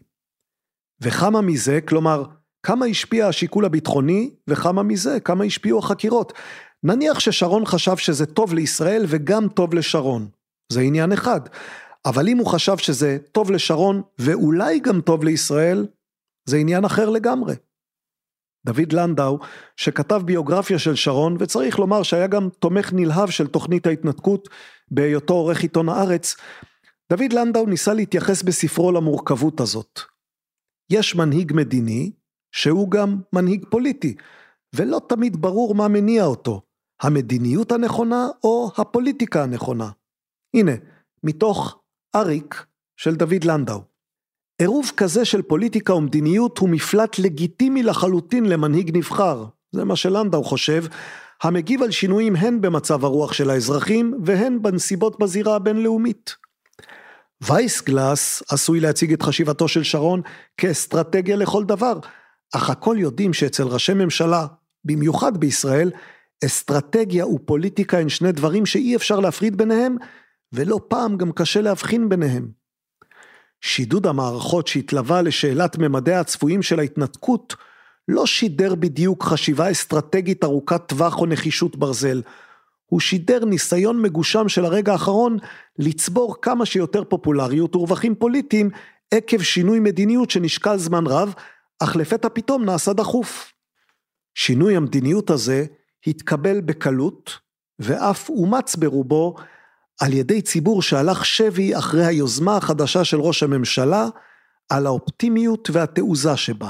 וכמה מזה, כלומר, כמה השפיע השיקול הביטחוני, וכמה מזה, כמה השפיעו החקירות? נניח ששרון חשב שזה טוב לישראל וגם טוב לשרון. זה עניין אחד. אבל אם הוא חשב שזה טוב לשרון ואולי גם טוב לישראל, זה עניין אחר לגמרי. דוד לנדאו, שכתב ביוגרפיה של שרון, וצריך לומר שהיה גם תומך נלהב של תוכנית ההתנתקות, בהיותו עורך עיתון הארץ, דוד לנדאו ניסה להתייחס בספרו למורכבות הזאת. יש מנהיג מדיני, שהוא גם מנהיג פוליטי, ולא תמיד ברור מה מניע אותו, המדיניות הנכונה או הפוליטיקה הנכונה. הנה, מתוך אריק של דוד לנדאו. עירוב כזה של פוליטיקה ומדיניות הוא מפלט לגיטימי לחלוטין למנהיג נבחר, זה מה שלנדאו חושב, המגיב על שינויים הן במצב הרוח של האזרחים והן בנסיבות בזירה הבינלאומית. וייסגלס עשוי להציג את חשיבתו של שרון כאסטרטגיה לכל דבר, אך הכל יודעים שאצל ראשי ממשלה, במיוחד בישראל, אסטרטגיה ופוליטיקה הן שני דברים שאי אפשר להפריד ביניהם, ולא פעם גם קשה להבחין ביניהם. שידוד המערכות שהתלווה לשאלת ממדי הצפויים של ההתנתקות, לא שידר בדיוק חשיבה אסטרטגית ארוכת טווח או נחישות ברזל, הוא שידר ניסיון מגושם של הרגע האחרון, לצבור כמה שיותר פופולריות ורווחים פוליטיים, עקב שינוי מדיניות שנשקל זמן רב, אך לפתע פתאום נעשה דחוף. שינוי המדיניות הזה התקבל בקלות, ואף אומץ ברובו, על ידי ציבור שהלך שבי אחרי היוזמה החדשה של ראש הממשלה, על האופטימיות והתעוזה שבה.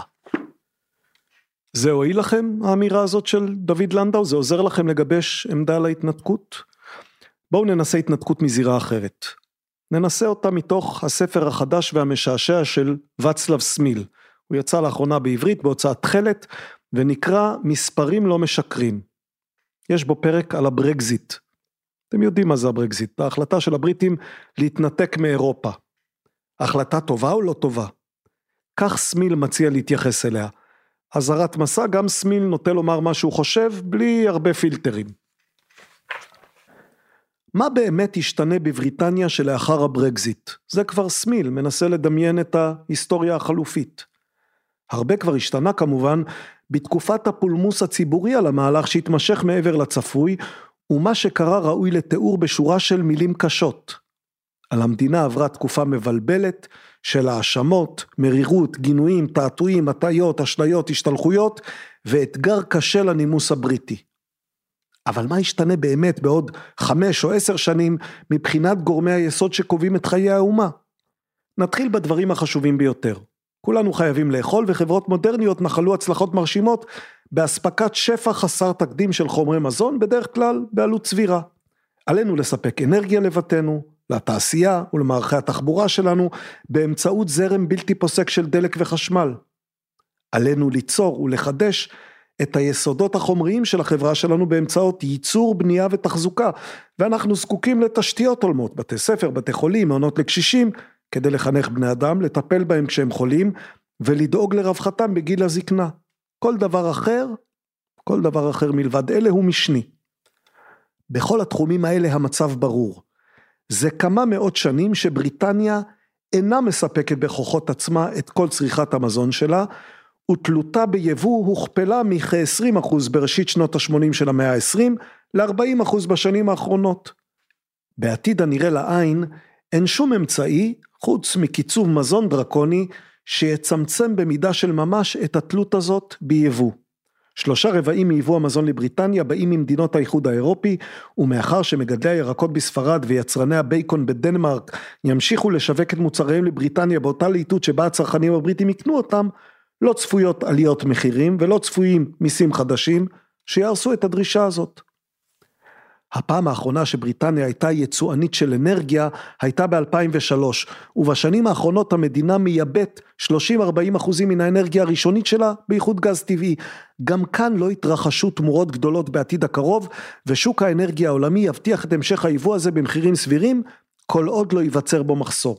זה הועיל לכם, האמירה הזאת של דוד לנדאו? זה עוזר לכם לגבש עמדה על ההתנתקות? בואו ננסה התנתקות מזירה אחרת. ננסה אותה מתוך הספר החדש והמשעשע של ואצלב סמיל. הוא יצא לאחרונה בעברית בהוצאת תחלת, ונקרא מספרים לא משקרים. יש בו פרק על הברקזיט. אתם יודעים מה זה הברקזיט, ההחלטה של הבריטים להתנתק מאירופה. החלטה טובה או לא טובה? כך סמיל מציע להתייחס אליה. הזרת מסע, גם סמיל נוטה לומר מה שהוא חושב, בלי הרבה פילטרים. מה באמת ישתנה בבריטניה שלאחר הברקזיט? זה כבר סמיל, מנסה לדמיין את ההיסטוריה החלופית. הרבה כבר השתנה כמובן, בתקופת הפולמוס הציבורי על המהלך שהתמשך מעבר לצפוי, ומה שקרה ראוי לתיאור בשורה של מילים קשות. על המדינה עברה תקופה מבלבלת של האשמות, מרירות, גינויים, תעתועים, הטעיות, אשליות, השתלחויות, ואתגר קשה לנימוס הבריטי. אבל מה ישתנה באמת בעוד 5 או 10 שנים מבחינת גורמי היסוד שקובעים את חיי האומה? נתחיל בדברים החשובים ביותר. כולנו חייבים לאכול, וחברות מודרניות נחלו הצלחות מרשימות בהספקת שפע חסר תקדים של חומרי מזון, בדרך כלל בעלות סבירה. עלינו לספק אנרגיה לבתינו, לתעשייה ולמערכי התחבורה שלנו, באמצעות זרם בלתי פוסק של דלק וחשמל. עלינו ליצור ולחדש את היסודות החומריים של החברה שלנו באמצעות ייצור, בנייה ותחזוקה, ואנחנו זקוקים לתשתיות הולמות, בתי ספר, בתי חולים, מעונות לקשישים, כדי לחנך בני אדם, לטפל בהם כשהם חולים, ולדאוג לרווחתם בגיל הזקנה. כל דבר אחר מלבד אלה הוא משני. בכל התחומים האלה המצב ברור. זה כמה מאות שנים שבריטניה אינה מספקת בכוחות עצמה את כל צריכת המזון שלה, ותלותה ביבוא הוכפלה מכ-20% בראשית שנות ה-80 של המאה ה-20, ל-40% בשנים האחרונות. בעתיד הנראה לעין, אין שום אמצעי, חוץ מקיצוב מזון דרקוני, שיצמצם במידה של ממש את התלות הזאת ביבוא. 3/4 מיבוא המזון לבריטניה באים ממדינות האיחוד האירופי, ומאחר שמגדלי הירקות בספרד ויצרני הבייקון בדנמרק ימשיכו לשווק את מוצריהם לבריטניה באותה לעיתות שבה הצרכנים הבריטים יקנו אותם, לא צפויות עליות מחירים ולא צפויים מיסים חדשים שיערסו את הדרישה הזאת. הפעם האחרונה שבריטניה הייתה יצואנית של אנרגיה הייתה ב-2003, ובשנים האחרונות המדינה מייבאת 30-40% מן האנרגיה הראשונית שלה בייחוד גז טבעי. גם כאן לא התרחשו תמורות גדולות בעתיד הקרוב, ושוק האנרגיה העולמי יבטיח את המשך היבוא הזה במחירים סבירים, כל עוד לא ייווצר בו מחסור.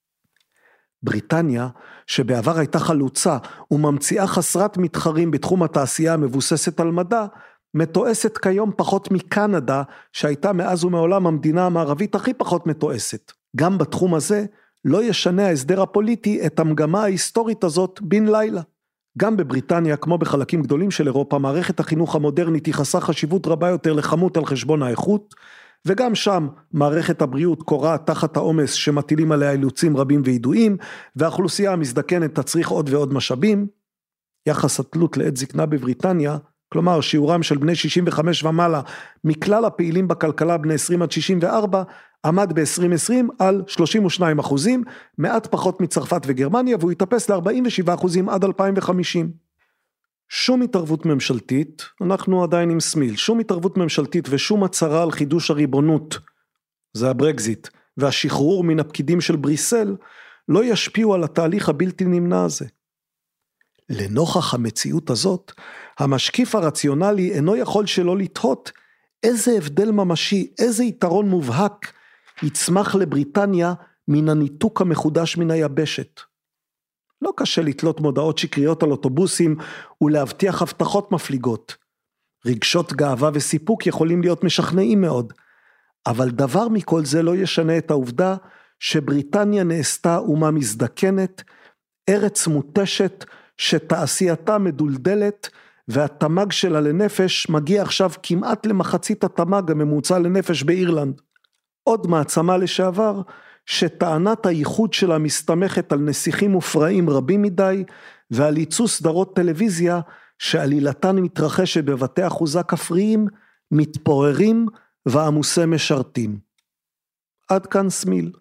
בריטניה, שבעבר הייתה חלוצה וממציאה חסרת מתחרים בתחום התעשייה המבוססת על מדע, מתועסת כיום פחות מקנדה, שהייתה מאז ומעולם המדינה המערבית הכי פחות מתועסת. גם בתחום הזה לא ישנה ההסדר הפוליטי את המגמה ההיסטורית הזאת בן לילה. גם בבריטניה, כמו בחלקים גדולים של אירופה, מערכת החינוך המודרנית ייחסה חשיבות רבה יותר לכמות על חשבון האיכות, וגם שם מערכת הבריאות קורעת תחת העומס שמטילים עליה אילוצים רבים וידועים, והאוכלוסייה המזדקנת תצריך עוד ועוד משאבים. יחס התלות לעת זקנה בבריטניה, כלומר שיעורם של בני 65 ומעלה מכלל הפעילים בכלכלה בני 20 עד 64, עמד ב-2020 על 32%, מעט פחות מצרפת וגרמניה, והוא יתאפס ל-47% עד 2050. שום התערבות ממשלתית, אנחנו עדיין עם סמיל, שום התערבות ממשלתית ושום הצהרה על חידוש הריבונות, זה הברקזיט, והשחרור מן הפקידים של בריסל, לא ישפיעו על התהליך הבלתי נמנע הזה. לנוכח המציאות הזאת, המשקיף הרציונלי אינו יכול שלא לתהות איזה הבדל ממשי, איזה יתרון מובהק יצמח לבריטניה מן הניתוק המחודש מן היבשת. לא קשה לתלות מודעות שקריות על אוטובוסים ולהבטיח הבטחות מפליגות. רגשות גאווה וסיפוק יכולים להיות משכנעים מאוד, אבל דבר מכל זה לא ישנה את העובדה שבריטניה נעשתה אומה מזדקנת, ארץ מוטשת שתעשייתה מדולדלת, והתמ"ג שלה לנפש מגיע עכשיו כמעט למחצית התמ"ג הממוצע לנפש באירלנד. עוד מעצמה לשעבר, שטענת הייחוד שלה מסתמכת על נסיכים מופרעים רבים מדי, ועל ייצוא סדרות טלוויזיה שעלילתן מתרחשת בבתי אחוזה כפריים, מתפוררים ועמוסי משרתים. עד כאן סמיל.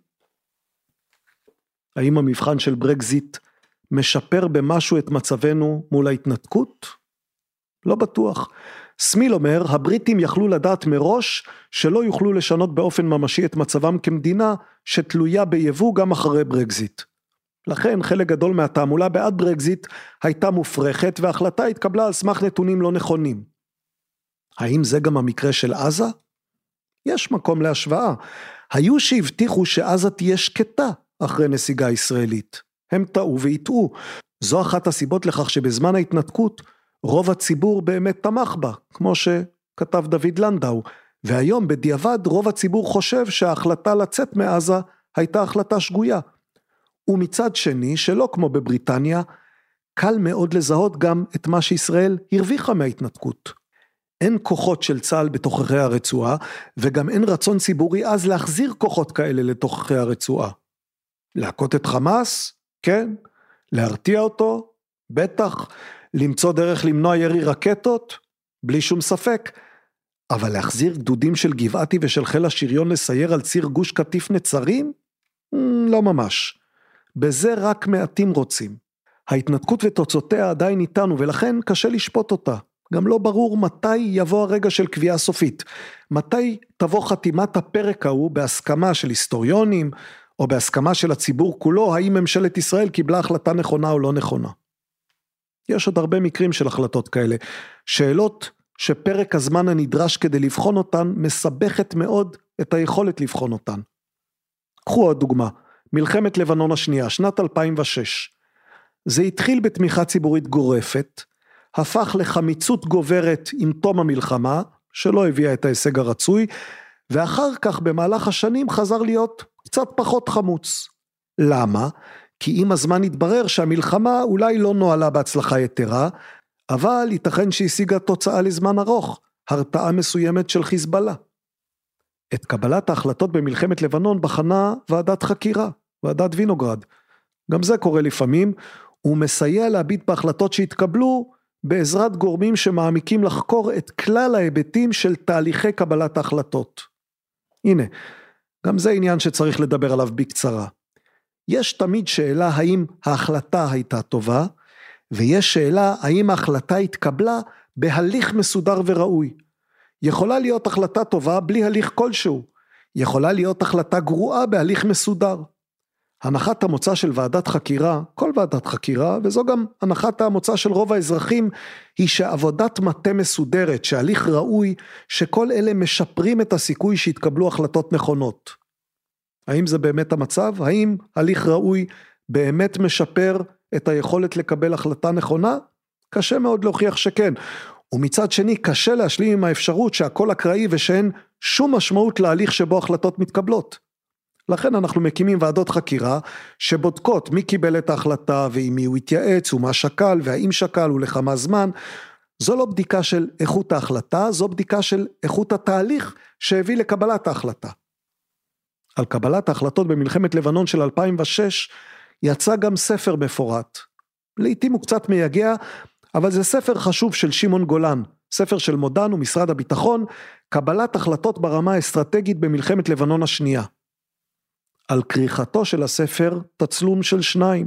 האם המבחן של ברקזיט משפר במשהו את מצבנו מול ההתנתקות? לא בטוח. סמיל אומר, הבריטים יכלו לדעת מראש שלא יוכלו לשנות באופן ממשי את מצבם כמדינה שתלויה ביבוא גם אחרי ברקזיט. לכן חלק גדול מהתעמולה בעד ברקזיט הייתה מופרכת וההחלטה התקבלה על סמך נתונים לא נכונים. האם זה גם המקרה של עזה? יש מקום להשוואה. היו שהבטיחו שעזה תהיה שקטה אחרי נסיגה ישראלית. הם טעו והטעו. זו אחת הסיבות לכך שבזמן ההתנתקות רוב הציבור באמת תמך בה, כמו שכתב דוד לנדאו, והיום בדיעבד רוב הציבור חושב שההחלטה לצאת מעזה הייתה החלטה שגויה. ומצד שני, שלא כמו בבריטניה, קל מאוד לזהות גם את מה שישראל הרוויחה מההתנתקות. אין כוחות של צה"ל בתוככי הרצועה, וגם אין רצון ציבורי אז להחזיר כוחות כאלה לתוככי הרצועה. להכות את חמאס? כן. להרתיע אותו? בטח. למצוא דרך למנוע ירי רקטות? בלי שום ספק. אבל להחזיר גדודים של גבעתי ושל חיל השריון לסייר על ציר גוש קטיף נצרים? לא ממש. בזה רק מעטים רוצים. ההתנתקות ותוצאותיה עדיין איתנו, ולכן קשה לשפוט אותה. גם לא ברור מתי יבוא הרגע של קביעה סופית. מתי תבוא חתימת הפרק ההוא בהסכמה של היסטוריונים, או בהסכמה של הציבור כולו, האם ממשלת ישראל קיבלה החלטה נכונה או לא נכונה. יש עוד הרבה מקרים של החלטות כאלה. שאלות שפרק הזמן הנדרש כדי לבחון אותן, מסבכת מאוד את היכולת לבחון אותן. קחו עוד דוגמה, מלחמת לבנון השנייה, שנת 2006. זה התחיל בתמיכה ציבורית גורפת, הפך לחמיצות גוברת עם תום המלחמה, שלא הביאה את ההישג הרצוי, ואחר כך במהלך השנים חזר להיות קצת פחות חמוץ. למה? כי עם הזמן התברר שהמלחמה אולי לא נועלה בהצלחה יתרה, אבל ייתכן שהשיגה תוצאה לזמן ארוך, הרתעה מסוימת של חיזבאללה. את קבלת ההחלטות במלחמת לבנון בחנה ועדת חקירה, ועדת וינוגרד. גם זה קורה לפעמים, ומסייע להביט בהחלטות שהתקבלו בעזרת גורמים שמעמיקים לחקור את כלל ההיבטים של תהליכי קבלת ההחלטות. הנה, גם זה עניין שצריך לדבר עליו בקצרה. יש תמיד שאלה האם ההחלטה הייתה טובה, ויש שאלה האם ההחלטה התקבלה בהליך מסודר וראוי. יכולה להיות החלטה טובה בלי הליך כלשהו, יכולה להיות החלטה גרועה בהליך מסודר. הנחת המוצא של ועדת חקירה, כל ועדת חקירה, וזו גם הנחת המוצא של רוב האזרחים, היא שעבודת מטה מסודרת, שהליך ראוי, שכל אלה משפרים את הסיכוי שהתקבלו החלטות נכונות. האם זה באמת המצב? האם הליך ראוי באמת משפר את היכולת לקבל החלטה נכונה? קשה מאוד להוכיח שכן. ומצד שני, קשה להשלים עם האפשרות שהכל אקראי ושאין שום משמעות להליך שבו החלטות מתקבלות. לכן אנחנו מקימים ועדות חקירה שבודקות מי קיבל את ההחלטה ועם מי הוא התייעץ ומה שקל והאם שקל ולכמה זמן. זו לא בדיקה של איכות ההחלטה, זו בדיקה של איכות התהליך שהביא לקבלת ההחלטה. על קבלת ההחלטות במלחמת לבנון של 2006 יצא גם ספר מפורט. לעתים הוא קצת מייגע, אבל זה ספר חשוב של שמעון גולן, ספר של מודן ומשרד הביטחון, קבלת החלטות ברמה האסטרטגית במלחמת לבנון השנייה. על כריכתו של הספר תצלום של שניים,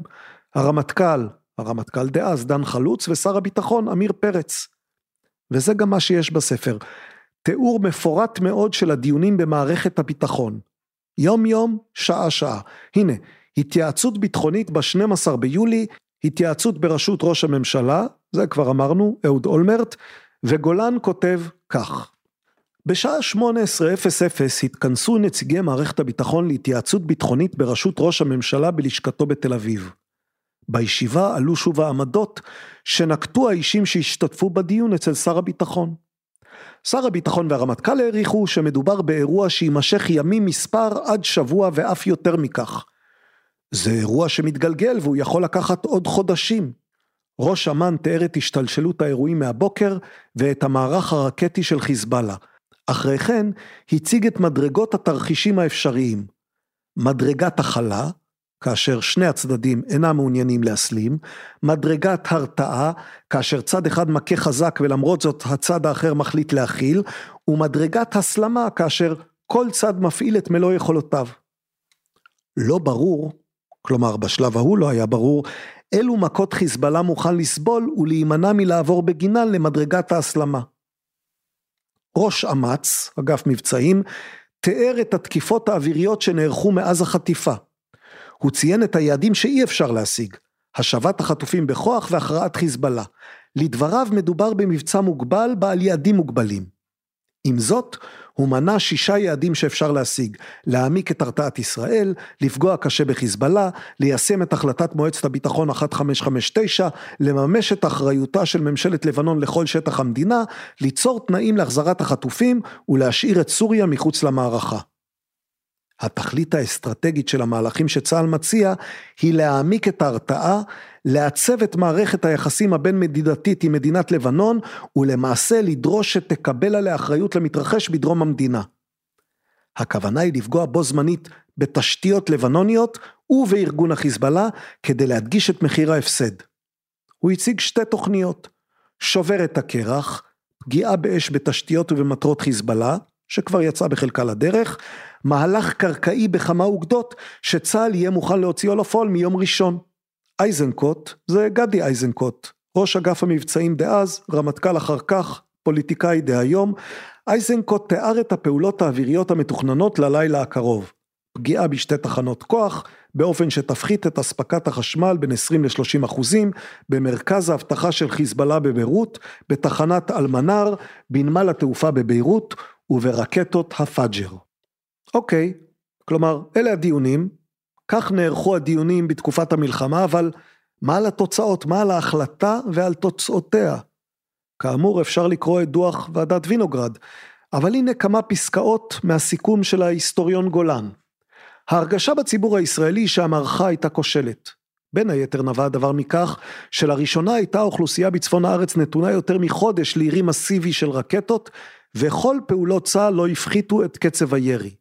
הרמטכ"ל דאז דן חלוץ ושר הביטחון אמיר פרץ. וזה גם מה שיש בספר, תיאור מפורט מאוד של הדיונים במערכת הביטחון. יום יום, שעה שעה. הנה, התייעצות ביטחונית ב-12 ביולי, התייעצות בראשות ראש הממשלה, זה כבר אמרנו, אהוד אולמרט, וגולן כותב כך. בשעה 18:00 התכנסו נציגי מערכת הביטחון להתייעצות ביטחונית בראשות ראש הממשלה בלשכתו בתל אביב. בישיבה עלו שוב העמדות שנקטו האישים שהשתתפו בדיון אצל שר הביטחון. שר הביטחון והרמטכ"ל העריכו שמדובר באירוע שימשך ימים מספר עד שבוע ואף יותר מכך. זה אירוע שמתגלגל והוא יכול לקחת עוד חודשים. ראש אמ"ן תיאר את השתלשלות האירועים מהבוקר ואת המערך הרקטי של חיזבאללה. אחרי כן הציג את מדרגות התרחישים האפשריים. מדרגת החלה, כאשר שני הצדדים אינם מעוניינים להסלים, מדרגת הרתעה, כאשר צד אחד מכה חזק ולמרות זאת הצד האחר מחליט להכיל, ומדרגת הסלמה, כאשר כל צד מפעיל את מלוא יכולותיו. לא ברור, כלומר בשלב ההוא לא היה ברור, אילו מכות חיזבאללה מוכן לסבול ולהימנע מלעבור בגינן למדרגת ההסלמה. ראש אמ"ץ, אגף מבצעים, תיאר את התקיפות האוויריות שנערכו מאז החטיפה. הוא ציין את היעדים שאי אפשר להשיג, השבת החטופים בכוח והכרעת חיזבאללה. לדבריו מדובר במבצע מוגבל בעל יעדים מוגבלים. עם זאת, הוא מנה 6 יעדים שאפשר להשיג, להעמיק את הרתעת ישראל, לפגוע קשה בחיזבאללה, ליישם את החלטת מועצת הביטחון 1559, לממש את אחריותה של ממשלת לבנון לכל שטח המדינה, ליצור תנאים להחזרת החטופים ולהשאיר את סוריה מחוץ למערכה. התכלית האסטרטגית של המהלכים שצה"ל מציע היא להעמיק את ההרתעה, לעצב את מערכת היחסים הבין-מדינתית עם מדינת לבנון, ולמעשה לדרוש שתקבל עליה אחריות למתרחש בדרום המדינה. הכוונה היא לפגוע בו זמנית בתשתיות לבנוניות ובארגון החיזבאללה, כדי להדגיש את מחיר ההפסד. הוא הציג 2 תוכניות, שובר את הקרח, פגיעה באש בתשתיות ובמטרות חיזבאללה, שכבר יצא בחלקה לדרך, מהלך קרקעי בכמה אוגדות, שצה"ל יהיה מוכן להוציאו לפועל מיום ראשון. אייזנקוט, זה גדי אייזנקוט, ראש אגף המבצעים דאז, רמטכ"ל אחר כך, פוליטיקאי דהיום. אייזנקוט תיאר את הפעולות האוויריות המתוכננות ללילה הקרוב. פגיעה ב2 תחנות כוח, באופן שתפחית את הספקת החשמל בין 20-30%, במרכז ההבטחה של חיזבאללה בביירות, בתחנת אלמנר, בנמל התעופה בביירות, וברקטות הפאג'ר. אוקיי, כלומר, אלה הדיונים, כך נערכו הדיונים בתקופת המלחמה, אבל מה על התוצאות, מה על ההחלטה ועל תוצאותיה? כאמור, אפשר לקרוא את דוח ועדת וינוגרד, אבל הנה כמה פסקאות מהסיכום של ההיסטוריון גולן. ההרגשה בציבור הישראלי שהמערכה הייתה כושלת. בין היתר נבע הדבר מכך שלראשונה הייתה האוכלוסייה בצפון הארץ נתונה יותר מחודש לירי מסיבי של רקטות, וכל פעולות צה"ל לא הפחיתו את קצב הירי.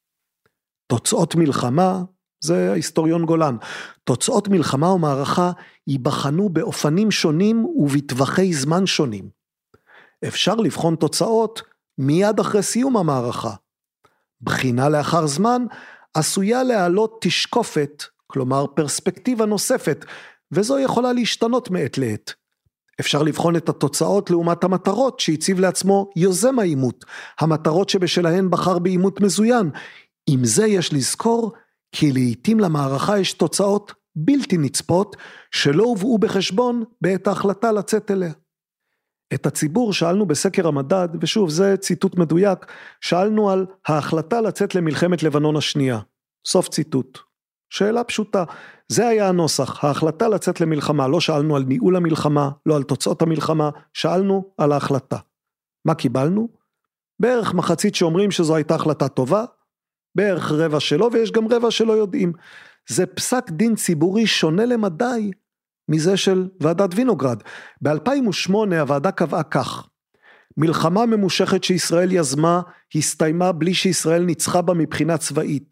תוצאות מלחמה, זה ההיסטוריון גולן, תוצאות מלחמה ומערכה ייבחנו באופנים שונים ובטווחי זמן שונים. אפשר לבחון תוצאות מיד אחרי סיום המערכה. בחינה לאחר זמן עשויה להעלות תשקופת, כלומר פרספקטיבה נוספת, וזו יכולה להשתנות מעת לעת. אפשר לבחון את התוצאות לעומת המטרות שהציב לעצמו יוזם האימות, המטרות שבשלהן בחר באימות מזוין. עם זה יש לזכור כי לעתים למערכה יש תוצאות בלתי נצפות שלא הובאו בחשבון בעת ההחלטה לצאת אליה. את הציבור שאלנו בסקר המדד, ושוב זה ציטוט מדויק, שאלנו על ההחלטה לצאת למלחמת לבנון השנייה. סוף ציטוט. שאלה פשוטה, זה היה הנוסח, ההחלטה לצאת למלחמה, לא שאלנו על ניהול המלחמה, לא על תוצאות המלחמה, שאלנו על ההחלטה. מה קיבלנו? בערך מחצית שאומרים שזו הייתה החלטה טובה, בערך רבע שלא, ויש גם רבע שלא יודעים. זה פסק דין ציבורי שונה למדי מזה של ועדת וינוגרד. ב-2008 הוועדה קבעה כך, מלחמה ממושכת שישראל יזמה, הסתיימה בלי שישראל ניצחה בה מבחינה צבאית.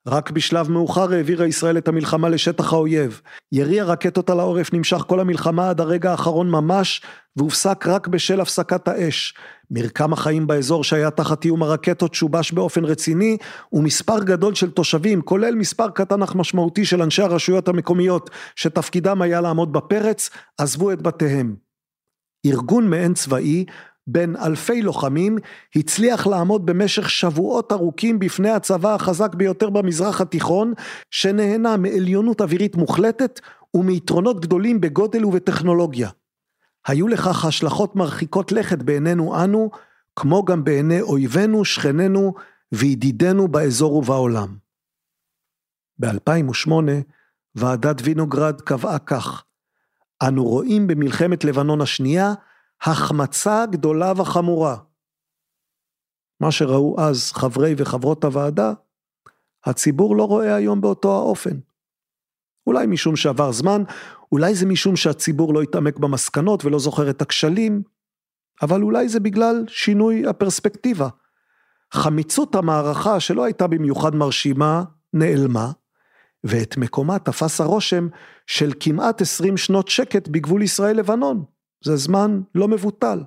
רק בשלב מאוחר העבירה ישראל את המלחמה לשטח האויב. ירי הרקטות על העורף נמשך כל המלחמה עד הרגע האחרון ממש, והופסק רק בשל הפסקת האש. מרקם החיים באזור שהיה תחת איום הרקטות שובש באופן רציני, ומספר גדול של תושבים, כולל מספר קטן אך משמעותי של אנשי הרשויות המקומיות, שתפקידם היה לעמוד בפרץ, עזבו את בתיהם. ארגון מעין צבאי, בין אלפי לוחמים, הצליח לעמוד במשך שבועות ארוכים בפני הצבא החזק ביותר במזרח התיכון, שנהנה מעליונות אווירית מוחלטת, ומיתרונות גדולים בגודל ובטכנולוגיה. היו לכך השלכות מרחיקות לכת בעינינו אנו, כמו גם בעיני אויבינו, שכנינו וידידינו באזור ובעולם. ב-2008, ועדת וינוגרד קבעה כך: אנו רואים במלחמת לבנון השנייה, החמצה גדולה וחמורה. מה שראו אז חברי וחברות הוועדה, הציבור לא רואה היום באותו האופן. אולי משום שעבר זמן, אולי זה משום שהציבור לא התעמק במסקנות ולא זוכר את הכשלים, אבל אולי זה בגלל שינוי הפרספקטיבה. חמיצות המערכה שלא הייתה במיוחד מרשימה, נעלמה, ואת מקומה תפס הרושם של כמעט 20 שנות שקט בגבול ישראל-לבנון. זה זמן לא מבוטל.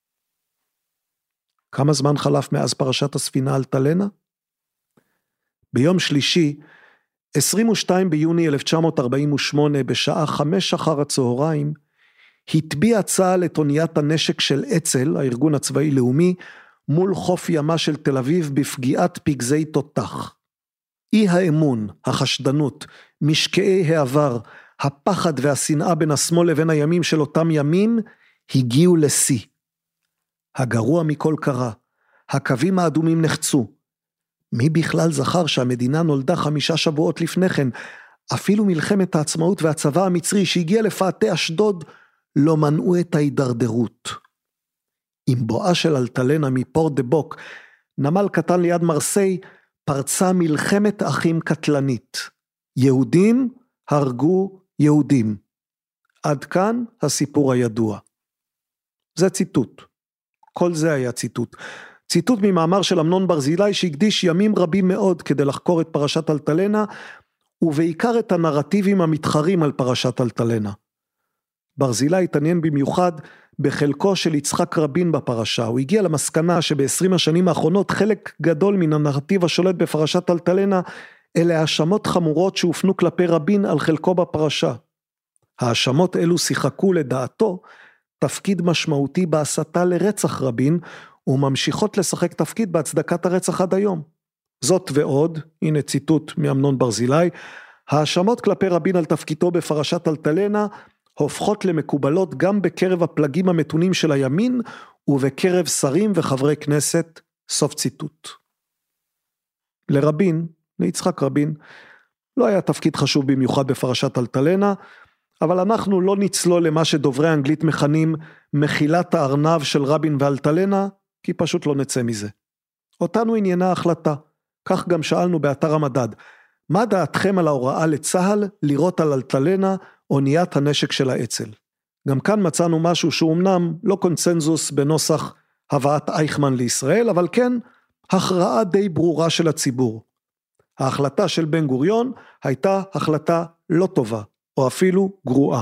כמה זמן חלף מאז פרשת הספינה אלטלנה? ביום שלישי, 22 ביוני 1948, בשעה 5 אחר הצהריים, הטביע צה"ל את אוניית הנשק של אצ"ל, הארגון הצבאי לאומי, מול חוף ימה של תל אביב בפגיעת פגזי תותח. אי האמון, החשדנות, משקעי העבר, הפחד והשנאה בין השמאל לבין הימים של אותם ימים, הגיעו לשיא. הגרוע מכל קרה, הקווים האדומים נחצו. מי בכלל זכר שהמדינה נולדה 5 שבועות לפני כן? אפילו מלחמת העצמאות והצבא המצרי שהגיע לפאתי אשדוד, לא מנעו את ההידרדרות. עם בואה של אלטלנה מפורט דה בוק, נמל קטן ליד מרסיי, פרצה מלחמת אחים קטלנית. יהודים הרגו יהודים. עד כאן הסיפור הידוע. זה ציטוט. כל זה היה ציטוט. ציטוט ממאמר של אמנון ברזילי שהקדיש ימים רבים מאוד כדי לחקור את פרשת אלטלנה, ובעיקר את הנרטיבים המתחרים על פרשת אלטלנה. ברזילי התעניין במיוחד בחלקו של יצחק רבין בפרשה. הוא הגיע למסקנה שב-20 השנים האחרונות חלק גדול מן הנרטיב השולט בפרשת אלטלנה אלה האשמות חמורות שהופנו כלפי רבין על חלקו בפרשה. האשמות אלו שיחקו לדעתו תפקיד משמעותי בהסתה לרצח רבין, וממשיכות לשחק תפקיד בהצדקת הרצח עד היום. זאת ועוד, הנה ציטוט מאמנון ברזילי, האשמות כלפי רבין על תפקידו בפרשת אלטלנה, הופכות למקובלות גם בקרב הפלגים המתונים של הימין, ובקרב שרים וחברי כנסת, סוף ציטוט. לרבין, ליצחק רבין, לא היה תפקיד חשוב במיוחד בפרשת אלטלנה, אבל אנחנו לא נצלול למה שדוברי האנגלית מכנים מחילת הארנב של רבין ואלטלנה, כי פשוט לא נצא מזה. אותנו עניינה ההחלטה, כך גם שאלנו באתר המדד, מה דעתכם על ההוראה לצהל לירות על אלטלנה אוניית הנשק של האצ"ל? גם כאן מצאנו משהו שהוא אמנם לא קונצנזוס בנוסח הבאת אייכמן לישראל, אבל כן הכרעה די ברורה של הציבור. ההחלטה של בן גוריון הייתה החלטה לא טובה, או אפילו גרועה.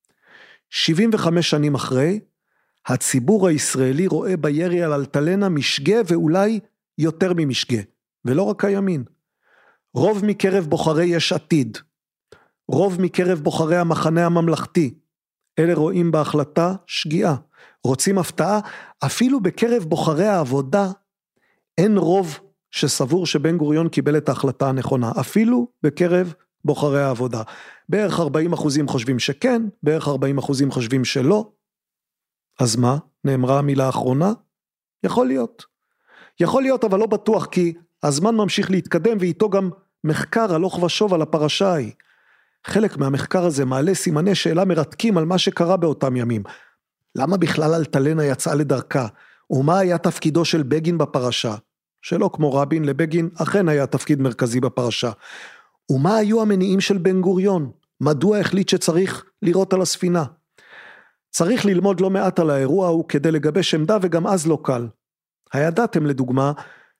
75 שנים אחרי, הציבור הישראלי רואה בירי על אלטלנה משגה ואולי יותר ממשגה, ולא רק הימין. רוב מקרב בוחרי יש עתיד, רוב מקרב בוחרי המחנה הממלכתי, אלה רואים בהחלטה שגיאה. רוצים הפתעה, אפילו בקרב בוחרי העבודה, אין רוב שסבור שבן גוריון קיבל את ההחלטה הנכונה, אפילו בקרב בוחרי העבודה. בערך 40% חושבים שכן, בערך 40% חושבים שלא. אז מה? נאמרה המילה האחרונה? יכול להיות. יכול להיות, אבל לא בטוח, כי הזמן ממשיך להתקדם, ואיתו גם מחקר הלוך ושוב על הפרשה ההיא. חלק מהמחקר הזה מעלה סימני שאלה מרתקים על מה שקרה באותם ימים. למה בכלל אלטלנה יצאה לדרכה? ומה היה תפקידו של בגין בפרשה? שלא כמו רבין, לבגין אכן היה תפקיד מרכזי בפרשה. ומה היו המניעים של בן גוריון? מדוע החליט שצריך לירות על הספינה? צריך ללמוד לא מעט על האירוע ההוא כדי לגבש עמדה, וגם אז לא קל. הידעתם לדוגמה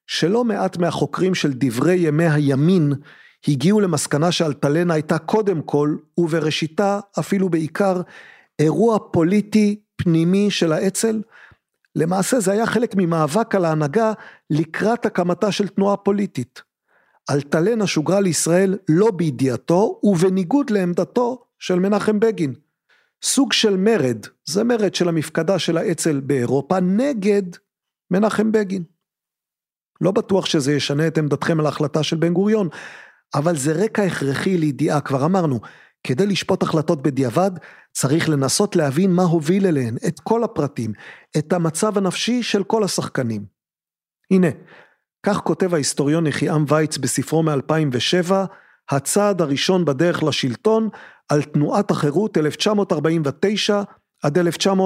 שלא מעט מהחוקרים של דברי ימי הימין הגיעו למסקנה שאלטלנה הייתה קודם כל ובראשיתה אפילו בעיקר אירוע פוליטי פנימי של האצ"ל. למעשה זה היה חלק ממאבק על ההנהגה לקראת הקמתה של תנועה פוליטית. אלטלנה שוגרה לישראל לא בידיעתו ובניגוד לעמדתו של מנחם בגין. סוג של מרד, זה מרד של המפקדה של האצ"ל באירופה נגד מנחם בגין. לא בטוח שזה ישנה את עמדתכם על ההחלטה של בן גוריון, אבל זה רקע הכרחי לידיעה, כבר אמרנו, כדי לשפוט החלטות בדיעבד, צריך לנסות להבין מה הוביל אליהן, את כל הפרטים, את המצב הנפשי של כל השחקנים. הנה, כך כותב ההיסטוריון יחיעם וייץ בספרו מ-2007, הצעד הראשון בדרך לשלטון, על תנועת החירות 1949 עד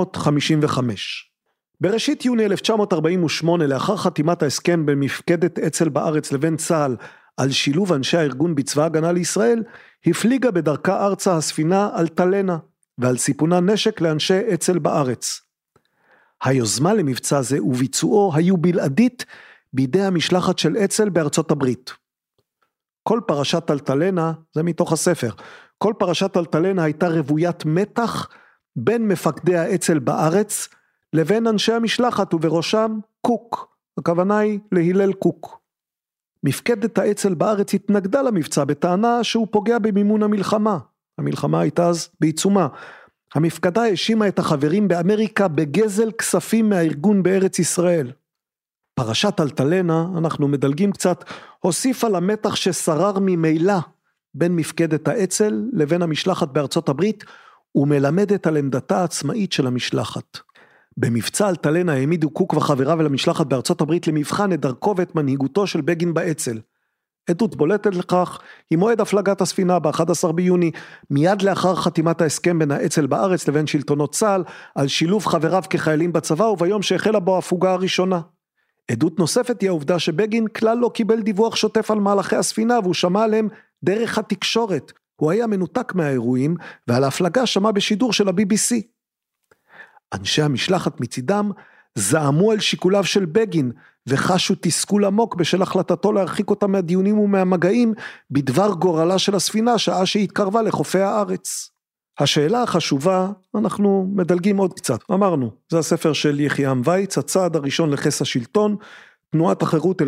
1955. בראשית יוני 1948, לאחר חתימת ההסכם בין מפקדת אצ"ל בארץ לבין צה"ל, על שילוב אנשי הארגון בצבא הגנה לישראל, הפליגה בדרכה ארצה הספינה אלטלנה, ועל סיפונה נשק לאנשי אצ"ל בארץ. היוזמה למבצע זה וביצועו היו בלעדית בידי המשלחת של אצ"ל בארצות הברית. כל פרשת אלטלנה, זה מתוך הספר, כל פרשת אלטלנה הייתה רוויית מתח בין מפקדי האצ"ל בארץ לבין אנשי המשלחת ובראשם קוק, הכוונה היא להילל קוק. מפקדת האצ"ל בארץ התנגדה למבצע בטענה שהוא פוגע במימון המלחמה. המלחמה הייתה אז בעיצומה. המפקדה האשימה את החברים באמריקה בגזל כספים מהארגון בארץ ישראל. פרשת אלטלנה, אנחנו מדלגים קצת, הוסיפה למתח ששרר ממילא בין מפקדת האצ"ל לבין המשלחת בארצות הברית, ומלמדת על עמדתה העצמאית של המשלחת. במבצע אלטלנה העמידו קוק וחבריו למשלחת בארצות הברית למבחן את דרכו ואת מנהיגותו של בגין באצ"ל. עדות בולטת לכך היא מועד הפלגת הספינה ב-11 ביוני, מיד לאחר חתימת ההסכם בין האצ"ל בארץ לבין שלטונות צה"ל, על שילוב חבריו כחיילים בצבא וביום שהחלה בו הפוגה הראשונה. עדות נוספת היא העובדה שבגין כלל לא קיבל דיווח שוטף על מהלכי הספינה, והוא שמע עליהם דרך התקשורת. הוא היה מנותק מהאירועים, ועל ההפלגה שמע בשידור של ה-BBC. אנשי המשלחת מצידם זעמו על שיקוליו של בגין, וחשו תסכול עמוק בשל החלטתו להרחיק אותם מהדיונים ומהמגעים, בדבר גורלה של הספינה, שעה שהתקרבה לחופי הארץ. השאלה החשובה, אנחנו מדלגים עוד קצת, אמרנו, זה הספר של יחיעם וייץ, הצעד הראשון לכס השלטון, תנועת החירות 1949-1955,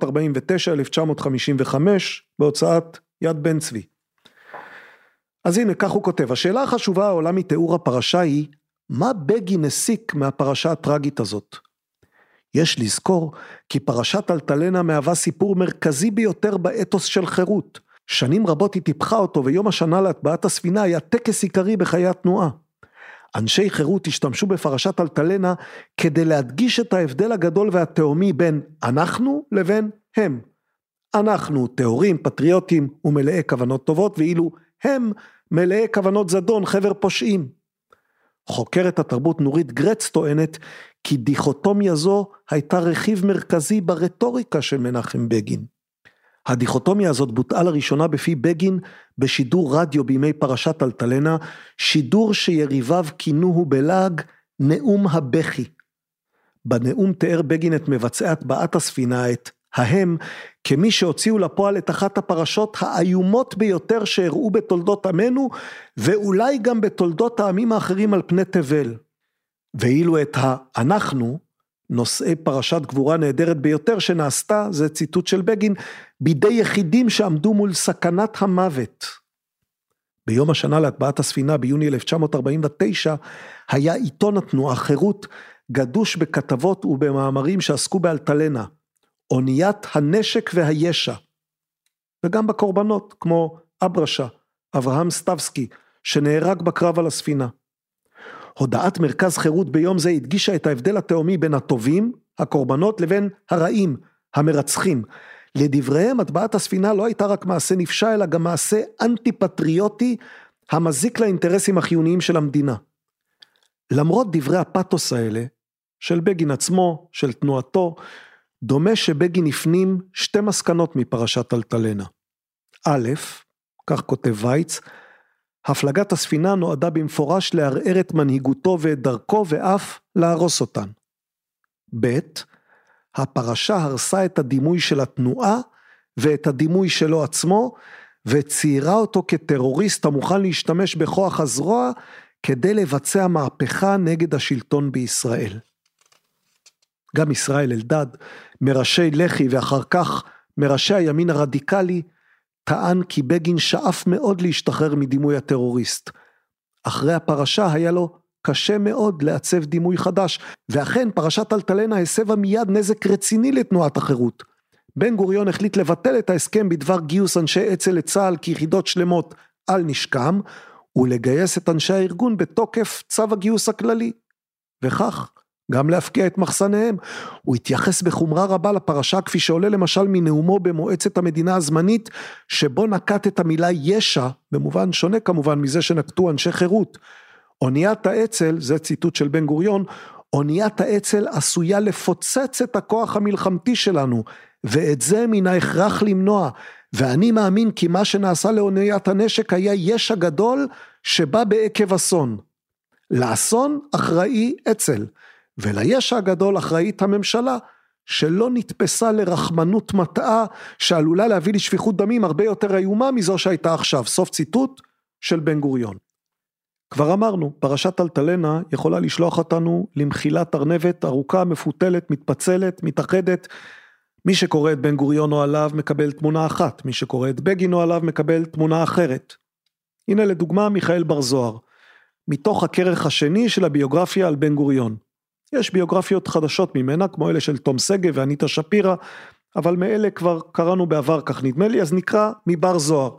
בהוצאת יד בן צבי. אז הנה, כך הוא כותב, השאלה החשובה העולה מתיאור הפרשה היא, מה בגין הסיק מהפרשה הטרגית הזאת? יש לזכור כי פרשת אלטלנה מהווה סיפור מרכזי ביותר באתוס של חירות. שנים רבות היא טיפחה אותו, ויום השנה להטבעת הספינה היה טקס עיקרי בחיי התנועה. אנשי חירות השתמשו בפרשת אלטלנה כדי להדגיש את ההבדל הגדול והתאומי בין אנחנו לבין הם. אנחנו טהורים, פטריוטים ומלאי כוונות טובות, ואילו הם מלאי כוונות זדון, חבר פושעים. חוקרת התרבות נורית גרץ טוענת כי דיכוטומיה זו הייתה רכיב מרכזי ברטוריקה של מנחם בגין. הדיכוטומיה הזאת בוטאה לראשונה בפי בגין בשידור רדיו בימי פרשת אלטלנה, שידור שיריביו כינוהו בלעג נאום הבכי. בנאום תיאר בגין את מבצעי הטבעת הספינה, את ההם, כמי שהוציאו לפועל את אחת הפרשות האיומות ביותר שהראו בתולדות עמנו, ואולי גם בתולדות העמים האחרים על פני תבל. ואילו את אנחנו, נושאי פרשת גבורה נהדרת ביותר שנעשתה, זה ציטוט של בגין, בידי יחידים שעמדו מול סכנת המוות. ביום השנה להטבעת הספינה ביוני 1949, היה עיתון התנועה חירות גדוש בכתבות ובמאמרים שעסקו באלטלנה, אוניית הנשק והישע, וגם בקורבנות כמו אברשה, אברהם סטבסקי, שנהרג בקרב על הספינה. הודעת מרכז חירות ביום זה הדגישה את ההבדל התאומי בין הטובים, הקורבנות, לבין הרעים, המרצחים. לדבריהם, הטבעת הספינה לא הייתה רק מעשה נפשע, אלא גם מעשה אנטי-פטריוטי, המזיק לאינטרסים החיוניים של המדינה. למרות דברי הפתוס האלה, של בגין עצמו, של תנועתו, דומה שבגין הפנים שתי מסקנות מפרשת אלטלנה. א', כך כותב וייץ, הפלגת הספינה נועדה במפורש לערער את מנהיגותו ואת דרכו ואף להרוס אותן. ב', הפרשה הרסה את הדימוי של התנועה, ואת הדימוי שלו עצמו, וציירה אותו כטרוריסט המוכן להשתמש בכוח הזרוע, כדי לבצע מהפכה נגד השלטון בישראל. גם ישראל אלדד, מראשי לח"י ואחר כך מראשי הימין הרדיקלי, טען כי בגין שאף מאוד להשתחרר מדימוי הטרוריסט. אחרי הפרשה היה לו קשה מאוד לעצב דימוי חדש, ואכן פרשת אלטלנה הסבה מיד נזק רציני לתנועת החירות. בן גוריון החליט לבטל את ההסכם בדבר גיוס אנשי אצ"ל לצה"ל כיחידות שלמות על נשקם, ולגייס את אנשי הארגון בתוקף צו הגיוס הכללי. וכך, גם להפקיע את מחסניהם. הוא התייחס בחומרה רבה לפרשה, כפי שעולה למשל מנאומו במועצת המדינה הזמנית, שבו נקט את המילה ישע, במובן שונה כמובן מזה שנקטו אנשי חירות. אוניית האצ"ל, זה ציטוט של בן גוריון, אוניית האצ"ל עשויה לפוצץ את הכוח המלחמתי שלנו, ואת זה מן ההכרח למנוע, ואני מאמין כי מה שנעשה לאוניית הנשק היה ישע גדול שבא בעקב אסון. לאסון אחראי אצ"ל, ולישע הגדול אחראית הממשלה, שלא נתפסה לרחמנות מטעה, שעלולה להביא לשפיכות דמים הרבה יותר איומה מזו שהייתה עכשיו. סוף ציטוט של בן גוריון. כבר אמרנו, פרשת אלטלנה יכולה לשלוח אותנו למחילת ארנבת ארוכה, מפותלת, מתפצלת, מתאחדת. מי שקורא את בן גוריון או עליו מקבל תמונה אחת, מי שקורא את בגין או עליו מקבל תמונה אחרת. הנה לדוגמה מיכאל בר זוהר, מתוך הכרך השני של הביוגרפיה על בן גוריון. יש ביוגרפיות חדשות ממנה, כמו אלה של תום שגב ואניטה שפירא, אבל מאלה כבר קראנו בעבר, כך נדמה לי, אז נקרא מבר זוהר.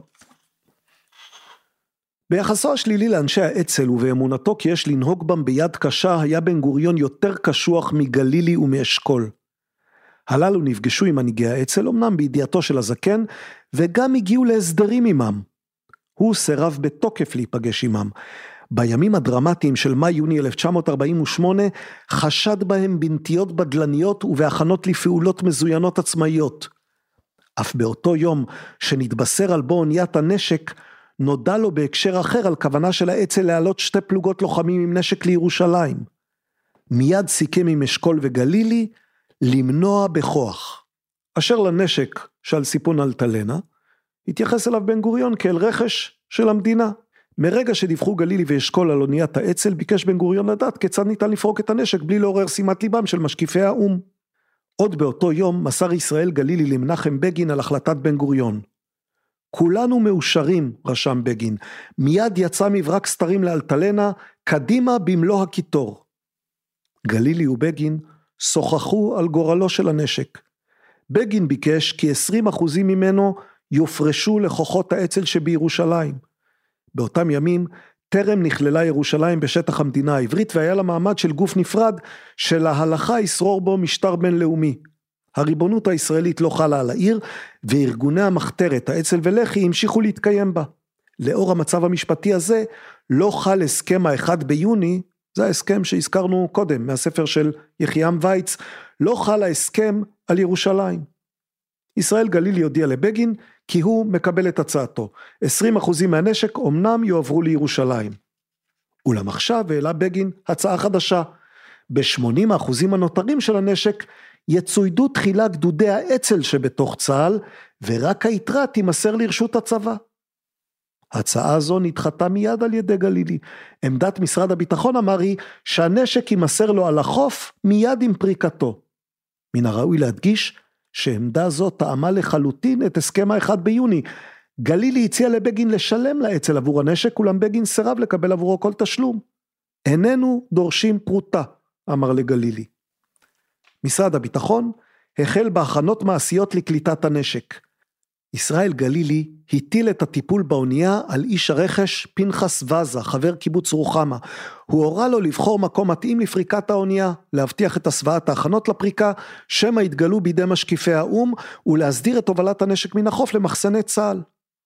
ביחסו השלילי לאנשי האצ"ל ובאמונתו כי יש לנהוג בם ביד קשה, היה בן גוריון יותר קשוח מגלילי ומאשכול. הללו נפגשו עם מנהיגי האצ"ל, אמנם בידיעתו של הזקן, וגם הגיעו להסדרים עמם. הוא סירב בתוקף להיפגש עמם. בימים הדרמטיים של מאי-יוני 1948, חשד בהם בנטיות בדלניות ובהכנות לפעולות מזוינות עצמאיות. אף באותו יום שנתבשר על בו אוניית הנשק, נודע לו בהקשר אחר על כוונה של האצ"ל להעלות 2 פלוגות לוחמים עם נשק לירושלים. מיד סיכם עם אשכול וגלילי למנוע בכוח. אשר לנשק שעל סיפון אלטלנה, התייחס אליו בן גוריון כאל רכש של המדינה. מרגע שדיווחו גלילי ואשכול על אוניית האצ"ל, ביקש בן גוריון לדעת כיצד ניתן לפרוק את הנשק בלי לעורר שימת ליבם של משקיפי האו"ם. עוד באותו יום מסר ישראל גלילי למנחם בגין על החלטת בן גוריון. כולנו מאושרים, רשם בגין, מיד יצא מברק סתרים לאלטלנה, קדימה במלוא הקיטור. גלילי ובגין שוחחו על גורלו של הנשק. בגין ביקש כי 20% ממנו יופרשו לכוחות האצ"ל שבירושלים. באותם ימים טרם נכללה ירושלים בשטח המדינה העברית, והיה לה מעמד של גוף נפרד שלהלכה ישרור בו משטר בינלאומי. הריבונות הישראלית לא חלה על העיר, וארגוני המחתרת, האצ"ל ולח"י, המשיכו להתקיים בה. לאור המצב המשפטי הזה, לא חל הסכם ה-1 ביוני, זה ההסכם שהזכרנו קודם, מהספר של יחיעם וייץ, לא חל ההסכם על ירושלים. ישראל גלילי הודיע לבגין, כי הוא מקבל את הצעתו. 20% מהנשק אומנם יועברו לירושלים. אולם עכשיו העלה בגין הצעה חדשה. ב-80% הנותרים של הנשק, יצוידו תחילה גדודי האצ"ל שבתוך צה"ל, ורק היתרה תימסר לרשות הצבא. ההצעה הזו נדחתה מיד על ידי גלילי. עמדת משרד הביטחון אמר היא, שהנשק יימסר לו על החוף מיד עם פריקתו. מן הראוי להדגיש, שעמדה זו טעמה לחלוטין את הסכם ה-1 ביוני. גלילי הציע לבגין לשלם לאצ"ל עבור הנשק, אולם בגין סירב לקבל עבורו כל תשלום. איננו דורשים פרוטה, אמר לגלילי. משרד הביטחון החל בהכנות מעשיות לקליטת הנשק. ישראל גלילי הטיל את הטיפול באונייה על איש הרכש פנחס וזה, חבר קיבוץ רוחמה. הוא הורה לו לבחור מקום מתאים לפריקת האונייה, להבטיח את הסוואת ההכנות לפריקה, שמא יתגלו בידי משקיפי האו"ם, ולהסדיר את הובלת הנשק מן החוף למחסני צה"ל.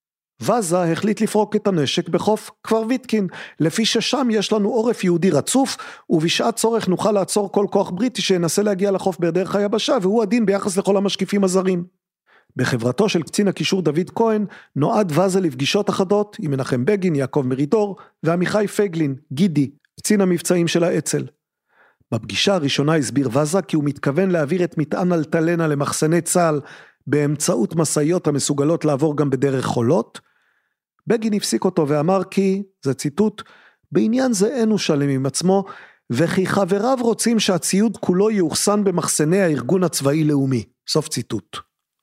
וזה החליט לפרוק את הנשק בחוף כפר ויתקין, לפי ששם יש לנו עורף יהודי רצוף, ובשעת צורך נוכל לעצור כל כוח בריטי שינסה להגיע לחוף בדרך היבשה, והוא הדין ביחס לכל המשקיפים הזרים. בחברתו של קצין הקישור דוד כהן, נועד וזה לפגישות אחדות עם מנחם בגין, יעקב מרידור, ועמיחי פייגלין, גידי, קצין המבצעים של האצ"ל. בפגישה הראשונה הסביר וזה כי הוא מתכוון להעביר את מטען אלטלנה למחסני צה"ל באמצעות מסעיות המסוגלות לעבור גם בדרך חולות. בגין הפסיק אותו ואמר כי, זה ציטוט, בעניין זה אין הוא שלם עם עצמו, וכי חבריו רוצים שהציוד כולו יאוחסן במחסני הארגון הצבאי לאומי. סוף ציטוט.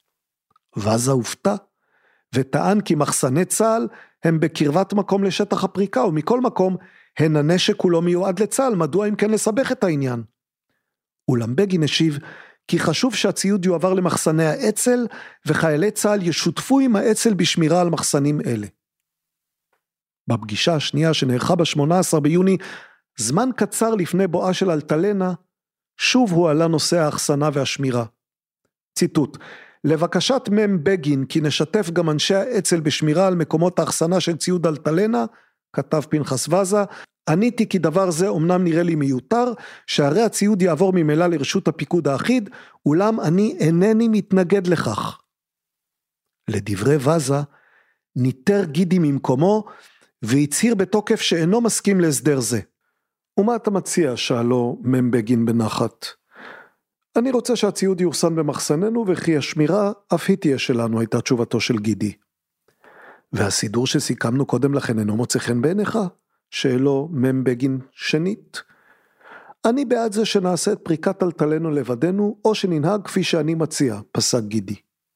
וזה הופתע, וטען כי מחסני צה"ל הם בקרבת מקום לשטח הפריקה, ומכל מקום הן הנשק כולו מיועד לצה"ל, מדוע אם כן לסבך את העניין? אולם בגין השיב, כי חשוב שהציוד יועבר למחסני האצ"ל, וחיילי צה"ל ישותפו עם האצ"ל בשמירה על מחסנים אלה. בפגישה השנייה שנערכה ב-18 ביוני, זמן קצר לפני בואה של אלטלנה, שוב הועלה נושא האחסנה והשמירה. ציטוט, לבקשת מ"ם בגין כי נשתף גם אנשי האצ"ל בשמירה על מקומות האחסנה של ציוד אלטלנה, כתב פנחס וזה, עניתי כי דבר זה אומנם נראה לי מיותר, שהרי הציוד יעבור ממילא לרשות הפיקוד האחיד, אולם אני אינני מתנגד לכך. לדברי וזה, ניתר גידי ממקומו, והצהיר בתוקף שאינו מסכים להסדר זה. ומה אתה מציע? שאלו מ"ם בגין בנחת. אני רוצה שהציוד יאוחסן במחסננו, וכי השמירה אף היא תהיה שלנו, הייתה תשובתו של גידי. והסידור שסיכמנו קודם לכן אינו מוצא חן בעיניך? שאלו מ"ם בגין שנית. אני בעד זה שנעשה את פריקת אלטלנו לבדנו, או שננהג כפי שאני מציע, פסק גידי.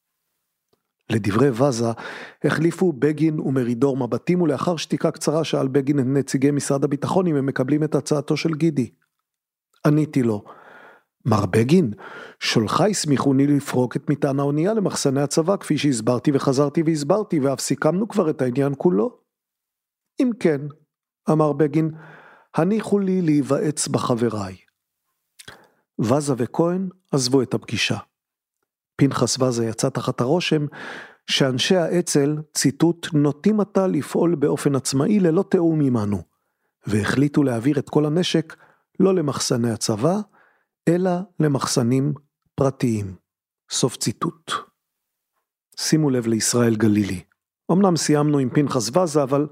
לדברי וזה, החליפו בגין ומרידור מבטים, ולאחר שתיקה קצרה שאל בגין את נציגי משרד הביטחון אם הם מקבלים את הצעתו של גידי. עניתי לו, מר בגין, שולחי הסמיכוני לפרוק את מטען האונייה למחסני הצבא, כפי שהסברתי וחזרתי והסברתי, ואף סיכמנו כבר את העניין כולו. אם כן, אמר בגין, הניחו לי להיוועץ בחבריי. וזה וכהן עזבו את הפגישה. פנחס וזה יצא תחת הרושם שאנשי האצ"ל, ציטוט, נוטים עתה לפעול באופן עצמאי ללא תיאום עמנו, והחליטו להעביר את כל הנשק לא למחסני הצבא, אלא למחסנים פרטיים. סוף ציטוט. שימו לב לישראל גלילי. אמנם סיימנו עם פנחס וזה, אבל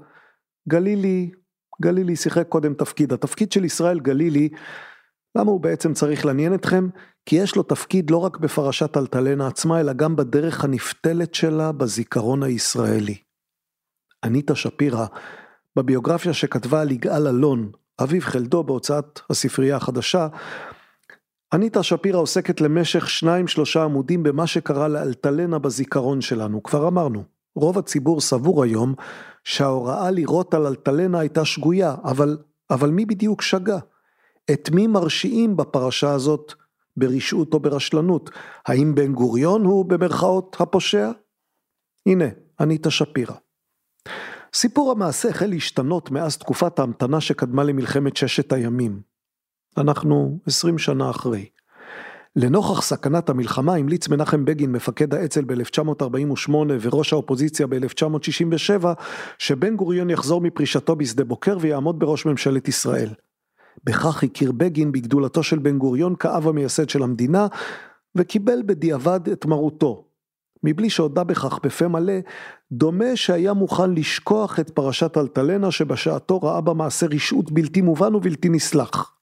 גלילי שיחק קודם תפקיד. התפקיד של ישראל גלילי, למה הוא בעצם צריך לעניין אתכם? כי יש לו תפקיד לא רק בפרשת אלטלנה עצמה, אלא גם בדרך הנפתלת שלה בזיכרון הישראלי. אניטה שפירא, בביוגרפיה שכתבה על יגאל אלון, אביב חלדו בהוצאת הספרייה החדשה, אניטה שפירא עוסקת למשך 2-3 עמודים במה שקרה לאלטלנה בזיכרון שלנו. כבר אמרנו, רוב הציבור סבור היום שההוראה לירות על אלטלנה הייתה שגויה, אבל מי בדיוק שגה? את מי מרשיעים בפרשה הזאת ברשעות או ברשלנות? האם בן גוריון הוא במרכאות הפושע? הנה, אניטה שפירא. סיפור המעשה החל להשתנות מאז תקופת ההמתנה שקדמה למלחמת 6 הימים. אנחנו 20 שנה אחרי. לנוכח סכנת המלחמה המליץ מנחם בגין מפקד האצ"ל ב-1948 וראש האופוזיציה ב-1967 שבן גוריון יחזור מפרישתו בשדה בוקר ויעמוד בראש ממשלת ישראל. בכך הכיר בגין בגדולתו של בן גוריון כאב המייסד של המדינה וקיבל בדיעבד את מרותו. מבלי שהודע בכך בפה מלא, דומה שהיה מוכן לשכוח את פרשת אלטלנה שבשעתו ראה במעשה רשעות בלתי מובן ובלתי נסלח.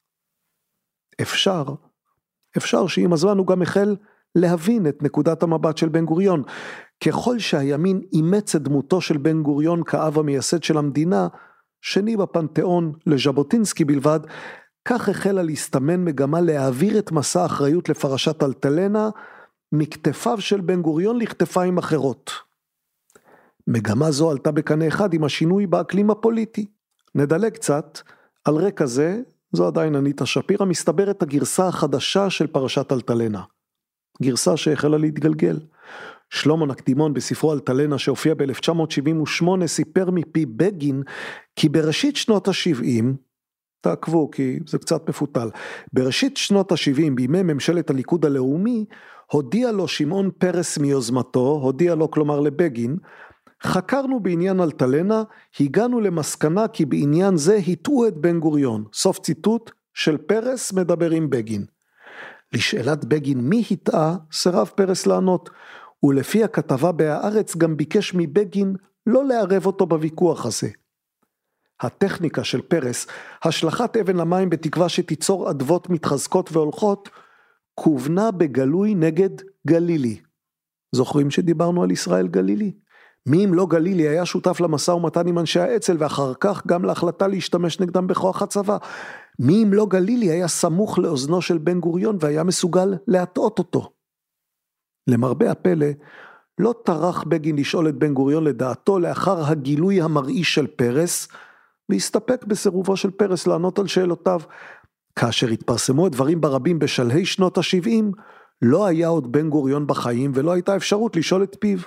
אפשר שעם הזמן הוא גם החל להבין את נקודת המבט של בן גוריון. ככל שהימין אימץ את דמותו של בן גוריון כאב המייסד של המדינה, שני בפנתיאון לז'בוטינסקי בלבד, כך החלה להסתמן מגמה להעביר את מסע האחריות לפרשת אלטלנה מכתפיו של בן גוריון לכתפיים אחרות. מגמה זו עלתה בקנה אחד עם השינוי באקלים הפוליטי. נדלג קצת, על רקע זה, זו עדיין אניטה שפירא, מסתברת הגרסה החדשה של פרשת אלטלנה. גרסה שהחלה להתגלגל. שלמה נקדימון בספרו אלטלנה שהופיע ב-1978 סיפר מפי בגין כי בראשית שנות ה-70, תעקבו כי זה קצת מפותל, בראשית שנות ה-70 בימי ממשלת הליכוד הלאומי, הודיע לו שמעון פרס מיוזמתו, הודיע לו כלומר לבגין, חקרנו בעניין אלטלנה, הגענו למסקנה כי בעניין זה הטעו את בן גוריון. סוף ציטוט של פרס מדבר עם בגין. לשאלת בגין מי הטעה, סירב פרס לענות, ולפי הכתבה בהארץ גם ביקש מבגין לא לערב אותו בוויכוח הזה. הטכניקה של פרס, השלכת אבן למים בתקווה שתיצור אדוות מתחזקות והולכות, כוונה בגלוי נגד גלילי. זוכרים שדיברנו על ישראל גלילי? מי אם לא גלילי היה שותף למשא ומתן עם אנשי האצ"ל, ואחר כך גם להחלטה להשתמש נגדם בכוח הצבא? מי אם לא גלילי היה סמוך לאוזנו של בן גוריון והיה מסוגל להטעות אותו? למרבה הפלא, לא טרח בגין לשאול את בן גוריון לדעתו לאחר הגילוי המרעיש של פרס, והסתפק בסירובו של פרס לענות על שאלותיו. כאשר התפרסמו הדברים ברבים בשלהי שנות ה-70, לא היה עוד בן גוריון בחיים ולא הייתה אפשרות לשאול את פיו.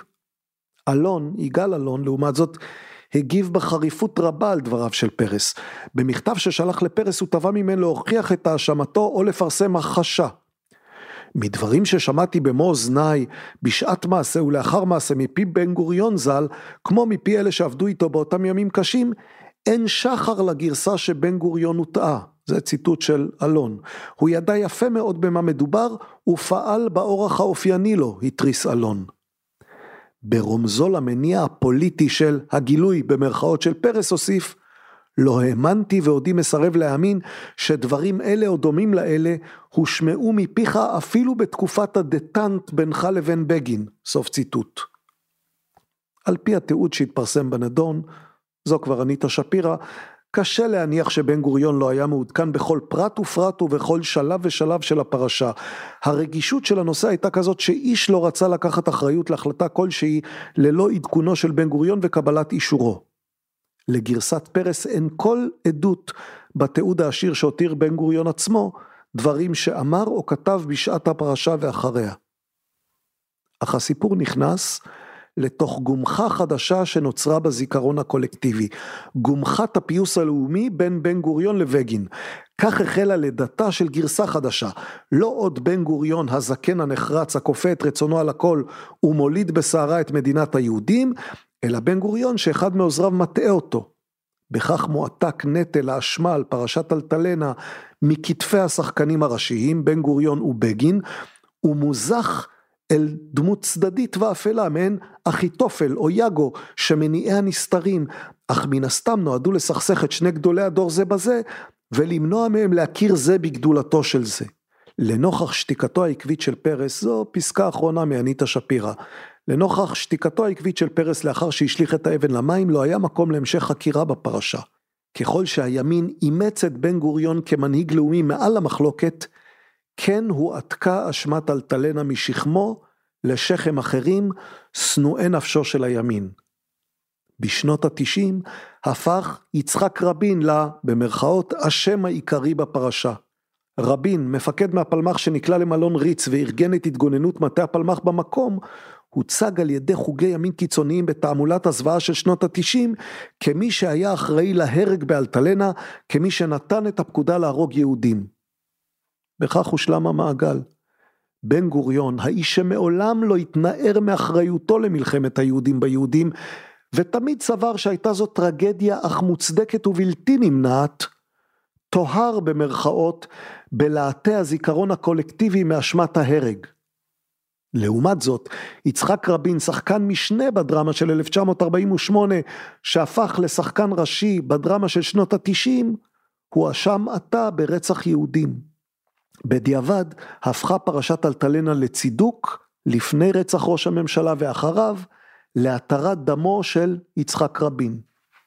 יגאל אלון, לעומת זאת, הגיב בחריפות רבה על דבריו של פרס. במכתב ששלח לפרס הוא תבע ממנו להוכיח את האשמתו או לפרסם הכחשה. מדברים ששמעתי במו אוזניי בשעת מעשה ולאחר מעשה מפי בן גוריון ז"ל, כמו מפי אלה שעבדו איתו באותם ימים קשים, אין שחר לגרסה שבן גוריון הוטעה. זה ציטוט של אלון. הוא ידע יפה מאוד במה מדובר, ופעל באורח האופייני לו, התריס אלון. ברומזו למניע הפוליטי של הגילוי במרכאות של פרס הוסיף, לא האמנתי ועודי מסרב להאמין שדברים אלה או דומים לאלה הושמעו מפיך אפילו בתקופת הדטנט בינך לבין בגין. סוף ציטוט. על פי התיעוד שהתפרסם בנדון, זו כבר אניטה שפירא, קשה להניח שבן גוריון לא היה מעודכן בכל פרט ופרט ובכל שלב ושלב של הפרשה. הרגישות של הנושא הייתה כזאת שאיש לא רצה לקחת אחריות להחלטה כלשהי ללא עדכונו של בן גוריון וקבלת אישורו. לגרסת פרס אין כל עדות בתיעוד העשיר שהותיר בן גוריון עצמו, דברים שאמר או כתב בשעת הפרשה ואחריה. אך הסיפור נכנס לתוך גומחה חדשה שנוצרה בזיכרון הקולקטיבי, גומחת הפיוס הלאומי בין בן גוריון לבגין. כך החלה לידתה של גרסה חדשה, לא עוד בן גוריון הזקן הנחרץ הכופה את רצונו על הכל ומוליד בשערה את מדינת היהודים, אלא בן גוריון שאחד מעוזריו מטעה אותו. בכך מועתק נטל האשמה על פרשת אלטלנה מכתפי השחקנים הראשיים, בן גוריון ובגין, ומוזח אל דמות צדדית ואפלה, מעין אחיתופל או יגו שמניעי הנסתרים, אך מן הסתם נועדו לסכסך את שני גדולי הדור זה בזה, ולמנוע מהם להכיר זה בגדולתו של זה. לנוכח שתיקתו העקבית של פרס, זו פסקה אחרונה מאניטה שפירא, לנוכח שתיקתו העקבית של פרס לאחר שהשליך את האבן למים, לא היה מקום להמשך חקירה בפרשה. ככל שהימין אימץ את בן גוריון כמנהיג לאומי מעל המחלוקת, כן הוא עתקה אשמת אלטלנה משכמו לשכם אחרים, שנואי נפשו של הימין. בשנות ה-90 הפך יצחק רבין במרכאות השם העיקרי בפרשה. רבין, מפקד מהפלמ"ח שנקלע למלון ריץ וארגן את התגוננות מטה הפלמ"ח במקום, הוצג על ידי חוגי ימין קיצוניים בתעמולת הזוועה של שנות ה-90, כמי שהיה אחראי להרג באלטלנה, כמי שנתן את הפקודה להרוג יהודים. בכך הושלם המעגל. בן גוריון, האיש שמעולם לא התנער מאחריותו למלחמת היהודים ביהודים, ותמיד סבר שהייתה זו טרגדיה אך מוצדקת ובלתי נמנעת, תוהר במרכאות בלהטי הזיכרון הקולקטיבי מאשמת ההרג. לעומת זאת, יצחק רבין, שחקן משנה בדרמה של 1948, שהפך לשחקן ראשי בדרמה של שנות ה-90, הוא אשם עתה ברצח יהודים. בדיעבד הפכה פרשת אלטלנה לצידוק לפני רצח ראש הממשלה ואחריו, להתרת דמו של יצחק רבין.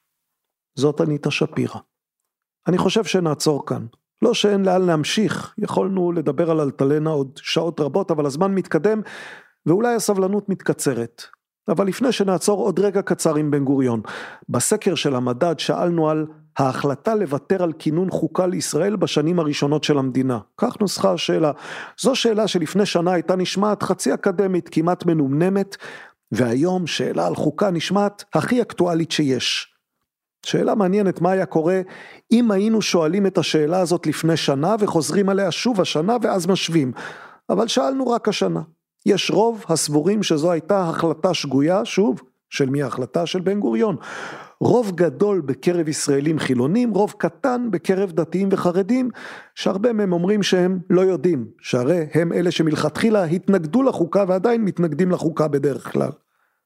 זאת אניטה שפירא. אני חושב שנעצור כאן. לא שאין לאן להמשיך, יכולנו לדבר על אלטלנה עוד שעות רבות, אבל הזמן מתקדם, ואולי הסבלנות מתקצרת. אבל לפני שנעצור עוד רגע קצר עם בן גוריון. בסקר של המדד שאלנו על ההחלטה לוותר על כינון חוקה לישראל בשנים הראשונות של המדינה. כך נוסחה השאלה. זו שאלה שלפני שנה הייתה נשמעת חצי אקדמית, כמעט מנומנמת, והיום שאלה על חוקה נשמעת הכי אקטואלית שיש. שאלה מעניינת מה היה קורה אם היינו שואלים את השאלה הזאת לפני שנה וחוזרים עליה שוב השנה ואז משווים. אבל שאלנו רק השנה. יש רוב הסבורים שזו הייתה החלטה שגויה, שוב, של מי ההחלטה? של בן גוריון. רוב גדול בקרב ישראלים חילונים, רוב קטן בקרב דתיים וחרדים, שהרבה מהם אומרים שהם לא יודעים, שהרי הם אלה שמלכתחילה התנגדו לחוקה ועדיין מתנגדים לחוקה בדרך כלל.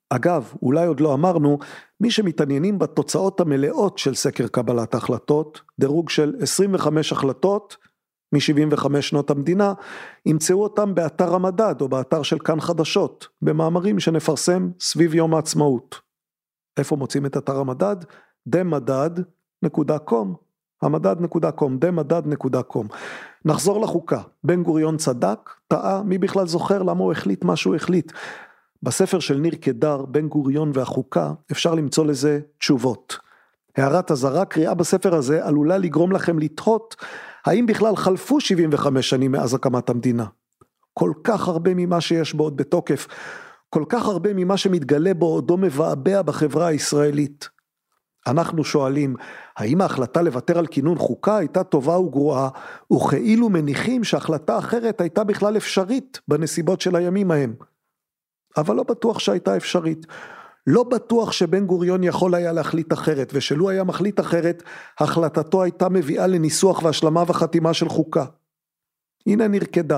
אגב, אולי עוד לא אמרנו, מי שמתעניינים בתוצאות המלאות של סקר קבלת ההחלטות, דירוג של 25 החלטות מ-75 שנות המדינה, ימצאו אותם באתר המדד או באתר של כאן חדשות, במאמרים שנפרסם סביב יום העצמאות. איפה מוצאים את אתר המדד? demadad.com, המדד.com, demadad.com. נחזור לחוקה, בן גוריון צדק, טעה, מי בכלל זוכר למה הוא החליט מה שהוא החליט? בספר של ניר קדר, בן גוריון והחוקה, אפשר למצוא לזה תשובות. הערת הזרה, קריאה בספר הזה עלולה לגרום לכם לתהות, האם בכלל חלפו 75 שנים מאז הקמת המדינה? כל כך הרבה ממה שיש בו עוד בתוקף, כל כך הרבה ממה שמתגלה בו עודו מבעבע בחברה הישראלית. אנחנו שואלים, האם ההחלטה לוותר על כינון חוקה הייתה טובה וגרועה, וכאילו מניחים שהחלטה אחרת הייתה בכלל אפשרית בנסיבות של הימים ההם? אבל לא בטוח שהייתה אפשרית. לא בטוח שבן גוריון יכול היה להחליט אחרת, ושלו היה מחליט אחרת, החלטתו הייתה מביאה לניסוח והשלמה וחתימה של חוקה. הנה ניר קדר.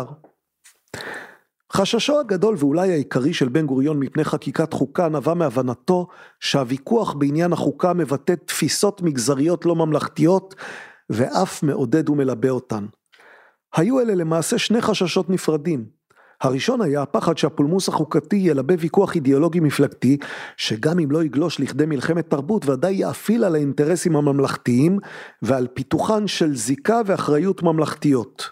חששו הגדול ואולי העיקרי של בן גוריון מפני חקיקת חוקה נבע מהבנתו שהוויכוח בעניין החוקה מבטא תפיסות מגזריות לא ממלכתיות ואף מעודד ומלבה אותן. היו אלה למעשה שני חששות נפרדים. הראשון היה הפחד שהפולמוס החוקתי ילבה ויכוח אידיאולוגי מפלגתי שגם אם לא יגלוש לכדי מלחמת תרבות ודאי יאפיל על האינטרסים הממלכתיים ועל פיתוחן של זיקה ואחריות ממלכתיות.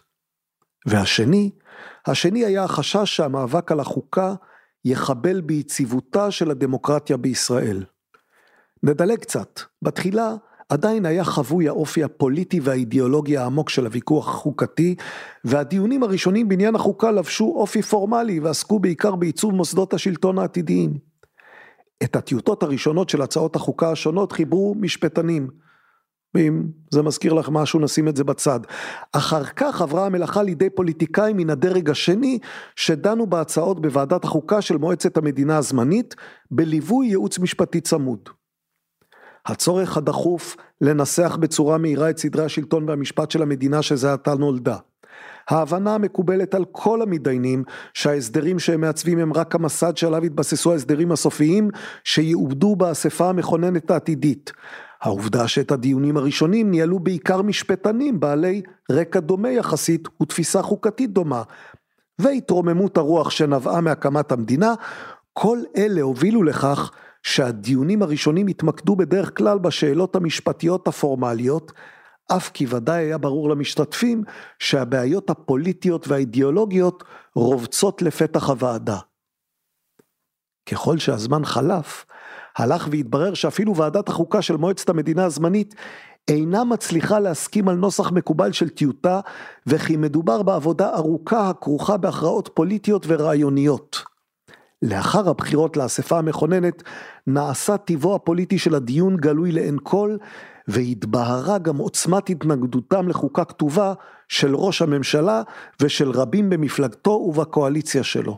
השני היה החשש שהמאבק על החוקה יחבל ביציבותה של הדמוקרטיה בישראל. נדלג קצת, בתחילה עדיין היה חבוי האופי הפוליטי והאידיאולוגי העמוק של הוויכוח החוקתי, והדיונים הראשונים בעניין החוקה לבשו אופי פורמלי ועסקו בעיקר בעיצוב מוסדות השלטון העתידיים. את הטיוטות הראשונות של הצעות החוקה השונות חיברו משפטנים, ואם זה מזכיר לך משהו נשים את זה בצד. אחר כך עברה המלאכה לידי פוליטיקאים מן הדרג השני, שדנו בהצעות בוועדת החוקה של מועצת המדינה הזמנית, בליווי ייעוץ משפטי צמוד. הצורך הדחוף לנסח בצורה מהירה את סדרי השלטון והמשפט של המדינה שזה עתה נולדה. ההבנה המקובלת על כל המתדיינים שההסדרים שהם מעצבים הם רק המסד שעליו התבססו ההסדרים הסופיים שיעובדו באספה המכוננת העתידית. העובדה שאת הדיונים הראשונים ניהלו בעיקר משפטנים בעלי רקע דומה יחסית ותפיסה חוקתית דומה, והתרוממות הרוח שנבעה מהקמת המדינה, כל אלה הובילו לכך שהדיונים הראשונים התמקדו בדרך כלל בשאלות המשפטיות הפורמליות, אף כי ודאי היה ברור למשתתפים שהבעיות הפוליטיות והאידיאולוגיות רובצות לפתח הוועדה. ככל שהזמן חלף, הלך והתברר שאפילו ועדת החוקה של מועצת המדינה הזמנית אינה מצליחה להסכים על נוסח מקובל של טיוטה, וכי מדובר בעבודה ארוכה הכרוכה בהכרעות פוליטיות ורעיוניות. לאחר הבחירות לאספה המכוננת, נעשה טבעו הפוליטי של הדיון גלוי לעין כל, והתבהרה גם עוצמת התנגדותם לחוקה כתובה של ראש הממשלה ושל רבים במפלגתו ובקואליציה שלו.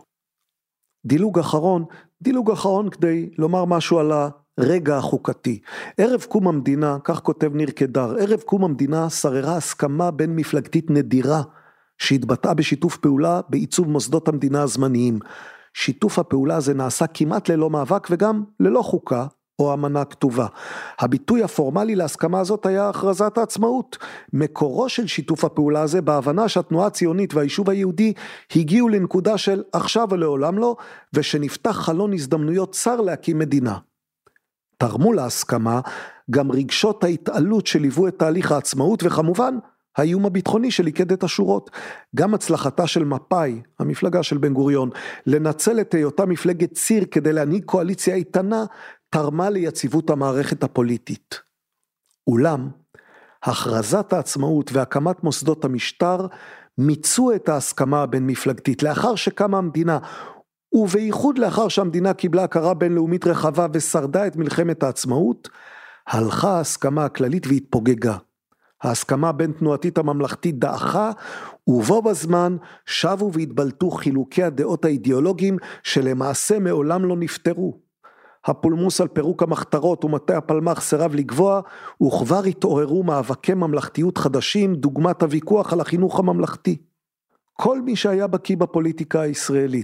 דילוג אחרון כדי לומר משהו על הרגע החוקתי. ערב קום המדינה, כך כותב ניר קדר, ערב קום המדינה שררה הסכמה בין מפלגתית נדירה, שהתבטאה בשיתוף פעולה בעיצוב מוסדות המדינה הזמניים. שיתוף הפעולה הזה נעשה כמעט ללא מאבק וגם ללא חוקה או אמנה כתובה. הביטוי הפורמלי להסכמה הזאת היה הכרזת העצמאות. מקורו של שיתוף הפעולה הזה בהבנה שהתנועה הציונית והיישוב היהודי הגיעו לנקודה של עכשיו ולעולם לא, ושנפתח חלון הזדמנויות צר להקים מדינה. תרמו להסכמה גם רגשות ההתעלות שליוו את תהליך העצמאות, וכמובן האיום הביטחוני שליקד את השורות. גם הצלחתה של מפא"י, המפלגה של בן גוריון, לנצל את היותה מפלגת ציר כדי להנהיג קואליציה איתנה, תרמה ליציבות המערכת הפוליטית. אולם, הכרזת העצמאות והקמת מוסדות המשטר מיצו את ההסכמה הבין מפלגתית. לאחר שקמה המדינה, ובייחוד לאחר שהמדינה קיבלה הכרה בינלאומית רחבה ושרדה את מלחמת העצמאות, הלכה ההסכמה הכללית והתפוגגה. ההסכמה בין תנועתית הממלכתית דעכה, ובו בזמן שבו והתבלטו חילוקי הדעות האידיאולוגיים שלמעשה מעולם לא נפטרו. הפולמוס על פירוק המחתרות ומטה הפלמ"ח סירב לגבוה, וכבר התעוררו מאבקי ממלכתיות חדשים דוגמת הוויכוח על החינוך הממלכתי. כל מי שהיה בקיא בפוליטיקה הישראלית,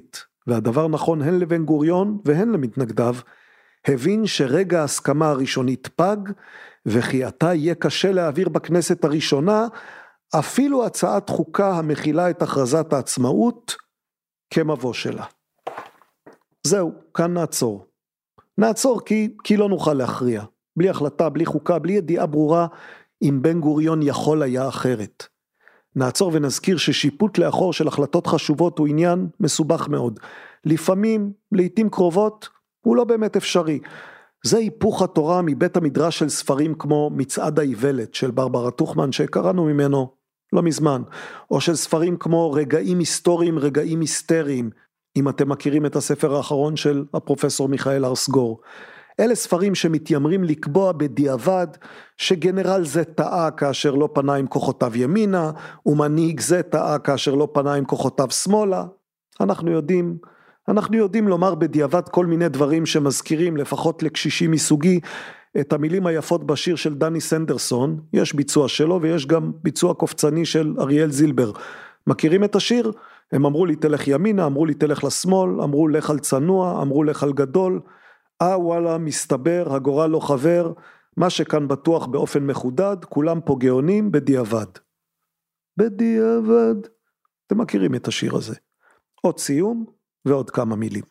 והדבר נכון הן לבן גוריון והן למתנגדיו, הבין שרגע ההסכמה הראשונית פג, וכי עתה יהיה קשה להעביר בכנסת הראשונה, אפילו הצעת חוקה המכילה את הכרזת העצמאות, כמבוא שלה. זהו, כאן נעצור. נעצור כי לא נוכל להכריע. בלי החלטה, בלי חוקה, בלי ידיעה ברורה, אם בן גוריון יכול היה אחרת. נעצור ונזכיר ששיפוט לאחור של החלטות חשובות הוא עניין מסובך מאוד. לפעמים, לעתים קרובות, הוא לא באמת אפשרי. זה היפוך התורה מבית המדרש של ספרים כמו מצעד האיוולת של ברברה טוכמן שקראנו ממנו לא מזמן, או של ספרים כמו רגעים היסטוריים, רגעים היסטריים, אם אתם מכירים את הספר האחרון של הפרופסור מיכאל ארסגור. אלה ספרים שמתיימרים לקבוע בדיעבד שגנרל זה טעה כאשר לא פנה עם כוחותיו ימינה, ומנהיג זה טעה כאשר לא פנה עם כוחותיו שמאלה. אנחנו יודעים לומר בדיעבד כל מיני דברים שמזכירים לפחות לקשישים מסוגי את המילים היפות בשיר של דני סנדרסון, יש ביצוע שלו ויש גם ביצוע קופצני של אריאל זילבר. מכירים את השיר? הם אמרו לי תלך ימינה, אמרו לי תלך לשמאל, אמרו לך על צנוע, אמרו לך על גדול, וואלה מסתבר, הגורל לא חבר, מה שכאן בטוח באופן מחודד, כולם פה גאונים בדיעבד. בדיעבד. אתם מכירים את השיר הזה. עוד סיום ועוד כמה מילים.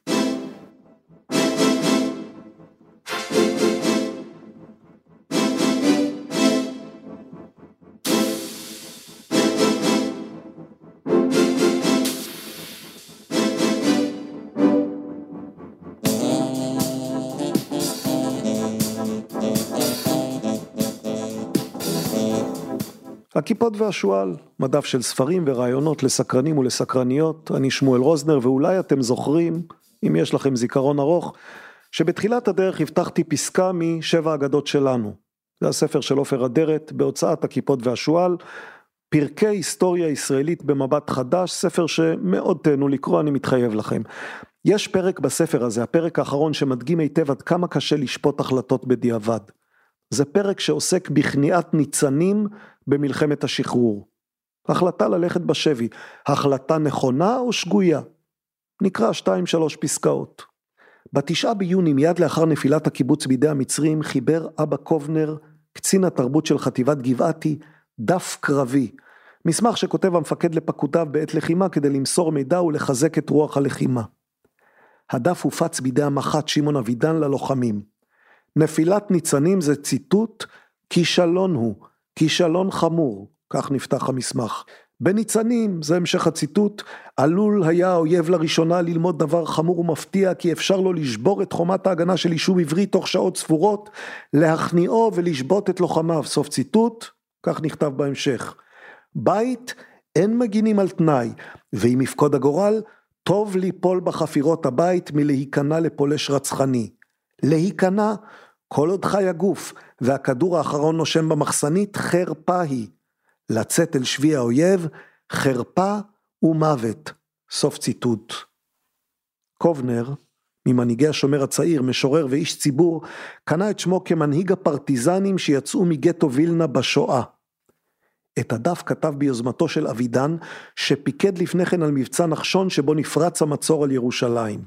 הכיפות והשואל, מדף של ספרים ורעיונות לסקרנים ולסקרניות, אני שמואל רוזנר, ואולי אתם זוכרים, אם יש לכם זיכרון ארוך, שבתחילת הדרך הבטחתי פסקה משבע אגדות שלנו. זה הספר של עופר אדרת, בהוצאת הכיפות והשואל, פרקי היסטוריה ישראלית במבט חדש, ספר שמאוד תהנו לקרוא, אני מתחייב לכם. יש פרק בספר הזה, הפרק האחרון שמדגים היטב עד כמה קשה לשפוט החלטות בדיעבד. זה פרק שעוסק בכניעת ניצנים במלחמת השחרור. החלטה ללכת בשבי, החלטה נכונה או שגויה? נקרא 2-3 פסקאות. ב9 ביוני, מיד לאחר נפילת הקיבוץ בידי המצרים, חיבר אבא קובנר, קצין התרבות של חטיבת גבעתי, דף קרבי, מסמך שכותב המפקד לפקודיו בעת לחימה כדי למסור מידע ולחזק את רוח הלחימה. הדף הופץ בידי המח"ט שמעון אבידן ללוחמים. נפילת ניצנים זה ציטוט, כישלון הוא, כישלון חמור, כך נפתח המסמך. בניצנים, זה המשך הציטוט, עלול היה האויב לראשונה ללמוד דבר חמור ומפתיע, כי אפשר לו לשבור את חומת ההגנה של יישוב עברי תוך שעות ספורות, להכניעו ולשבות את לוחמיו, סוף ציטוט, כך נכתב בהמשך. בית אין מגינים על תנאי, ואם יפקוד הגורל, טוב ליפול בחפירות הבית מלהיכנע לפולש רצחני. להיכנע, כל עוד חי הגוף, והכדור האחרון נושם במחסנית, חרפה היא. לצאת אל שבי האויב, חרפה ומוות. סוף ציטוט. קובנר, ממנהיגי השומר הצעיר, משורר ואיש ציבור, קנה את שמו כמנהיג הפרטיזנים שיצאו מגטו וילנה בשואה. את הדף כתב ביוזמתו של אבידן, שפיקד לפני כן על מבצע נחשון שבו נפרץ המצור על ירושלים.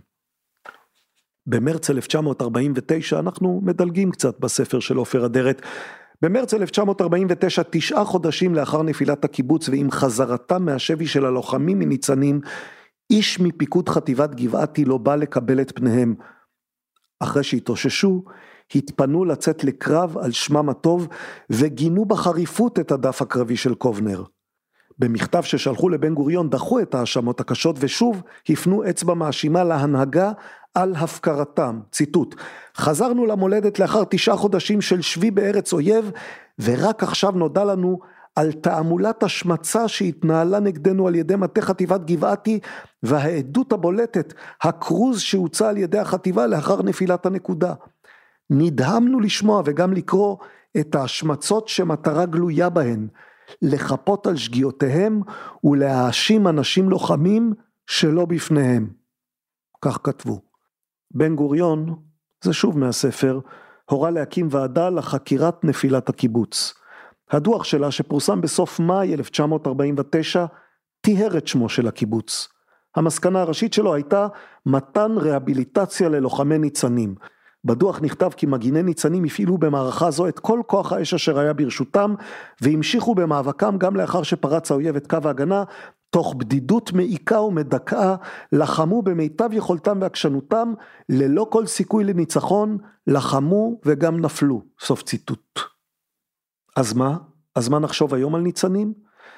במרץ 1949, אנחנו מדלגים קצת בספר של עופר אדרת, במרץ 1949, 9 חודשים לאחר נפילת הקיבוץ ועם חזרתם מהשבי של הלוחמים מניצנים, איש מפיקוד חטיבת גבעתי לא בא לקבל את פניהם. אחרי שהתאוששו, התפנו לצאת לקרב על שמם הטוב, וגינו בחריפות את הדף הקרבי של קובנר. במכתב ששלחו לבן גוריון דחו את האשמות הקשות, ושוב הפנו אצבע מאשימה להנהגה על הפקרתם. ציטוט, חזרנו למולדת לאחר 9 חודשים של שבי בארץ אויב, ורק עכשיו נודע לנו על תעמולת השמצה שהתנהלה נגדנו על ידי מטה חטיבת גבעתי, והעדות הבולטת, הקרוז שהוצא על ידי החטיבה לאחר נפילת הנקודה. נדהמנו לשמוע וגם לקרוא את ההשמצות שמטרה גלויה בהן, לחפות על שגיאותיהם ולהאשים אנשים לוחמים שלא בפניהם. כך כתבו. בן גוריון, זה שוב מהספר, הורה להקים ועדה לחקירת נפילת הקיבוץ. הדוח שלה שפורסם בסוף מאי 1949, תיאר את שמו של הקיבוץ. המסקנה הראשית שלו הייתה מתן רהביליטציה ללוחמי ניצנים. בדוח נכתב כי מגיני ניצנים הפעילו במערכה זו את כל כוח האש אשר היה ברשותם, והמשיכו במאבקם גם לאחר שפרץ האויב את קו ההגנה, תוך בדידות מעיקה ומדכאה, לחמו במיטב יכולתם ועקשנותם, ללא כל סיכוי לניצחון, לחמו וגם נפלו. סוף ציטוט. אז מה? אז מה נחשוב היום על ניצנים?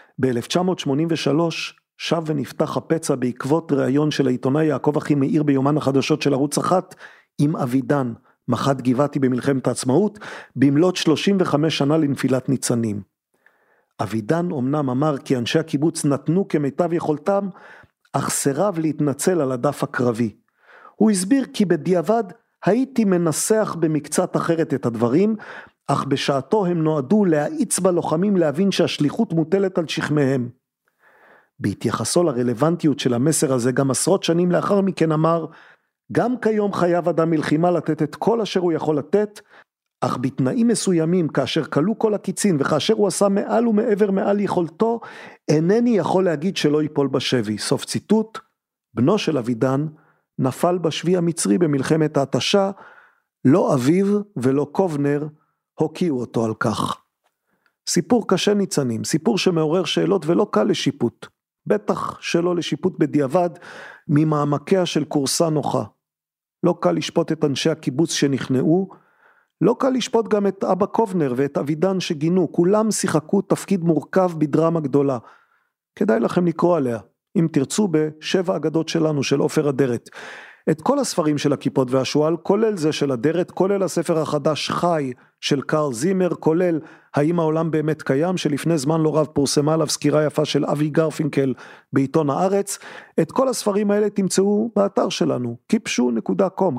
ב-1983 שב ונפתח הפצע בעקבות ראיון של העיתונאי יעקב אחימאיר ביומן החדשות של ערוץ 1 עם אבידן, מח"ט גבעתי במלחמת העצמאות, במלאת 35 שנה לנפילת ניצנים. אבידן אמנם אמר כי אנשי הקיבוץ נתנו כמיטב יכולתם, אך סירב להתנצל על הדף הקרבי. הוא הסביר כי בדיעבד הייתי מנסח במקצת אחרת את הדברים, אך בשעתו הם נועדו להאיץ בלוחמים להבין שהשליחות מוטלת על שכמיהם. בהתייחסו לרלוונטיות של המסר הזה גם עשרות שנים לאחר מכן אמר, גם כיום חייב אדם מלחימה לתת את כל אשר הוא יכול לתת, אך בתנאים מסוימים כאשר קלו כל הקיצין וכאשר הוא עשה מעל ומעבר מעל יכולתו, אינני יכול להגיד שלא ייפול בשבי. סוף ציטוט. בנו של אבידן נפל בשבי המצרי במלחמת ההתשה, לא אביו ולא קובנר הוקיעו אותו על כך. סיפור קשה ניצנים, סיפור שמעורר שאלות ולא קל לשיפוט, בטח שלא לשיפוט בדיעבד ממעמקיה של קורסה נוחה. לא קל לשפוט את אנשי הקיבוץ שנכנעו, לא קל לשפוט גם את אבא קובנר ואת אבידן שגינו, כולם שיחקו תפקיד מורכב בדרמה גדולה. כדאי לכם לקרוא עליה, אם תרצו בשבע אגדות שלנו, של עופר אדרת. את כל הספרים של הכיפות והשועל, כולל זה של אדרת, כולל הספר החדש חי של קרל זימר, כולל האם העולם באמת קיים, שלפני זמן לא רב פורסמה עליו סקירה יפה של אבי גרפינקל בעיתון הארץ. את כל הספרים האלה תמצאו באתר שלנו, kipshu.com,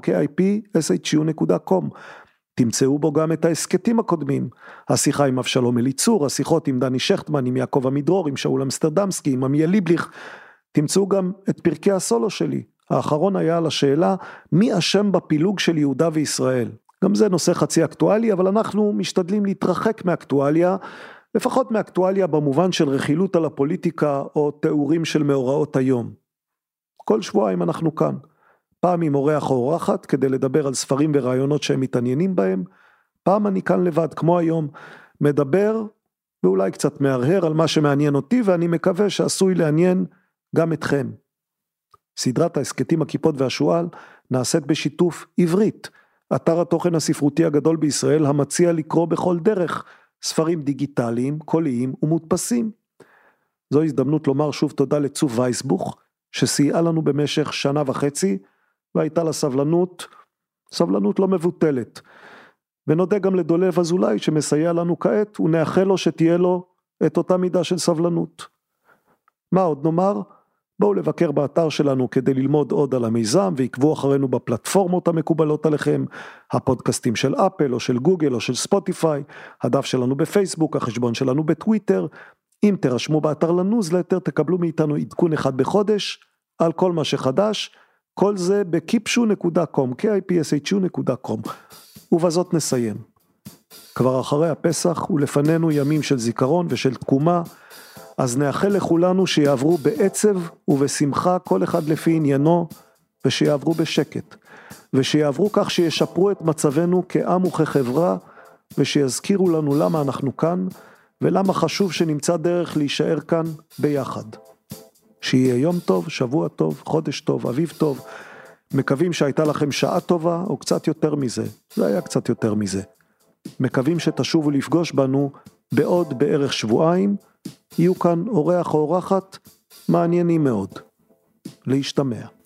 kipshu.com. תמצאו בו גם את העסקטים הקודמים, השיחה עם אבשלום אליצור, השיחות עם דני שכטמן, עם יעקב עמידרור, עם שאול אמסטרדמסקי, עם עמיה ליבליך. תמצאו גם את פרקי הסולו שלי. האחרון היה על השאלה, מי אשם בפילוג של יהודה וישראל? גם זה נושא חצי אקטואלי, אבל אנחנו משתדלים להתרחק מאקטואליה, לפחות מאקטואליה במובן של רכילות על הפוליטיקה, או תיאורים של מאורעות היום. כל שבועיים אנחנו כאן. פעם עם אורח או אורחת, כדי לדבר על ספרים ורעיונות שהם מתעניינים בהם, פעם אני כאן לבד, כמו היום, מדבר, ואולי קצת מהרהר על מה שמעניין אותי, ואני מקווה שעשוי לעניין גם אתכם. סדרת העסקטים הכיפות והשועל נעשית בשיתוף עברית, אתר התוכן הספרותי הגדול בישראל המציע לקרוא בכל דרך ספרים דיגיטליים, קוליים ומודפסים. זו הזדמנות לומר שוב תודה לצוף וייסבוך, שסייעה לנו במשך 1.5 שנה, והייתה לה סבלנות לא מבוטלת. ונודה גם לדולב אזולאי שמסייע לנו כעת, ונאחל לו שתהיה לו את אותה מידה של סבלנות. מה עוד נאמר? בואו לבקר באתר שלנו כדי ללמוד עוד על המיזם, ועקבו אחרינו בפלטפורמות המקובלות עליכם, הפודקאסטים של אפל או של גוגל או של ספוטיפיי, הדף שלנו בפייסבוק, החשבון שלנו בטוויטר. אם תרשמו באתר לניוזלטר, תקבלו מאיתנו עדכון אחד בחודש, על כל מה שחדש, כל זה ב-kipshu.com, kipshu.com. ובזאת נסיים. כבר אחרי הפסח ולפנינו ימים של זיכרון ושל תקומה, אז נאחל לכולנו שיעברו בעצב ובשמחה כל אחד לפי עניינו, ושיעברו בשקט, ושיעברו כך שישפרו את מצבנו כעם וכחברה, ושיזכירו לנו למה אנחנו כאן, ולמה חשוב שנמצא דרך להישאר כאן ביחד. שיהיה יום טוב, שבוע טוב, חודש טוב, אביב טוב. מקווים שהייתה לכם שעה טובה, או קצת יותר מזה. זה היה קצת יותר מזה. מקווים שתשובו לפגוש בנו בעוד בערך שבועיים. יהיו כאן אורח או אורחת מעניינים מאוד. להשתמע.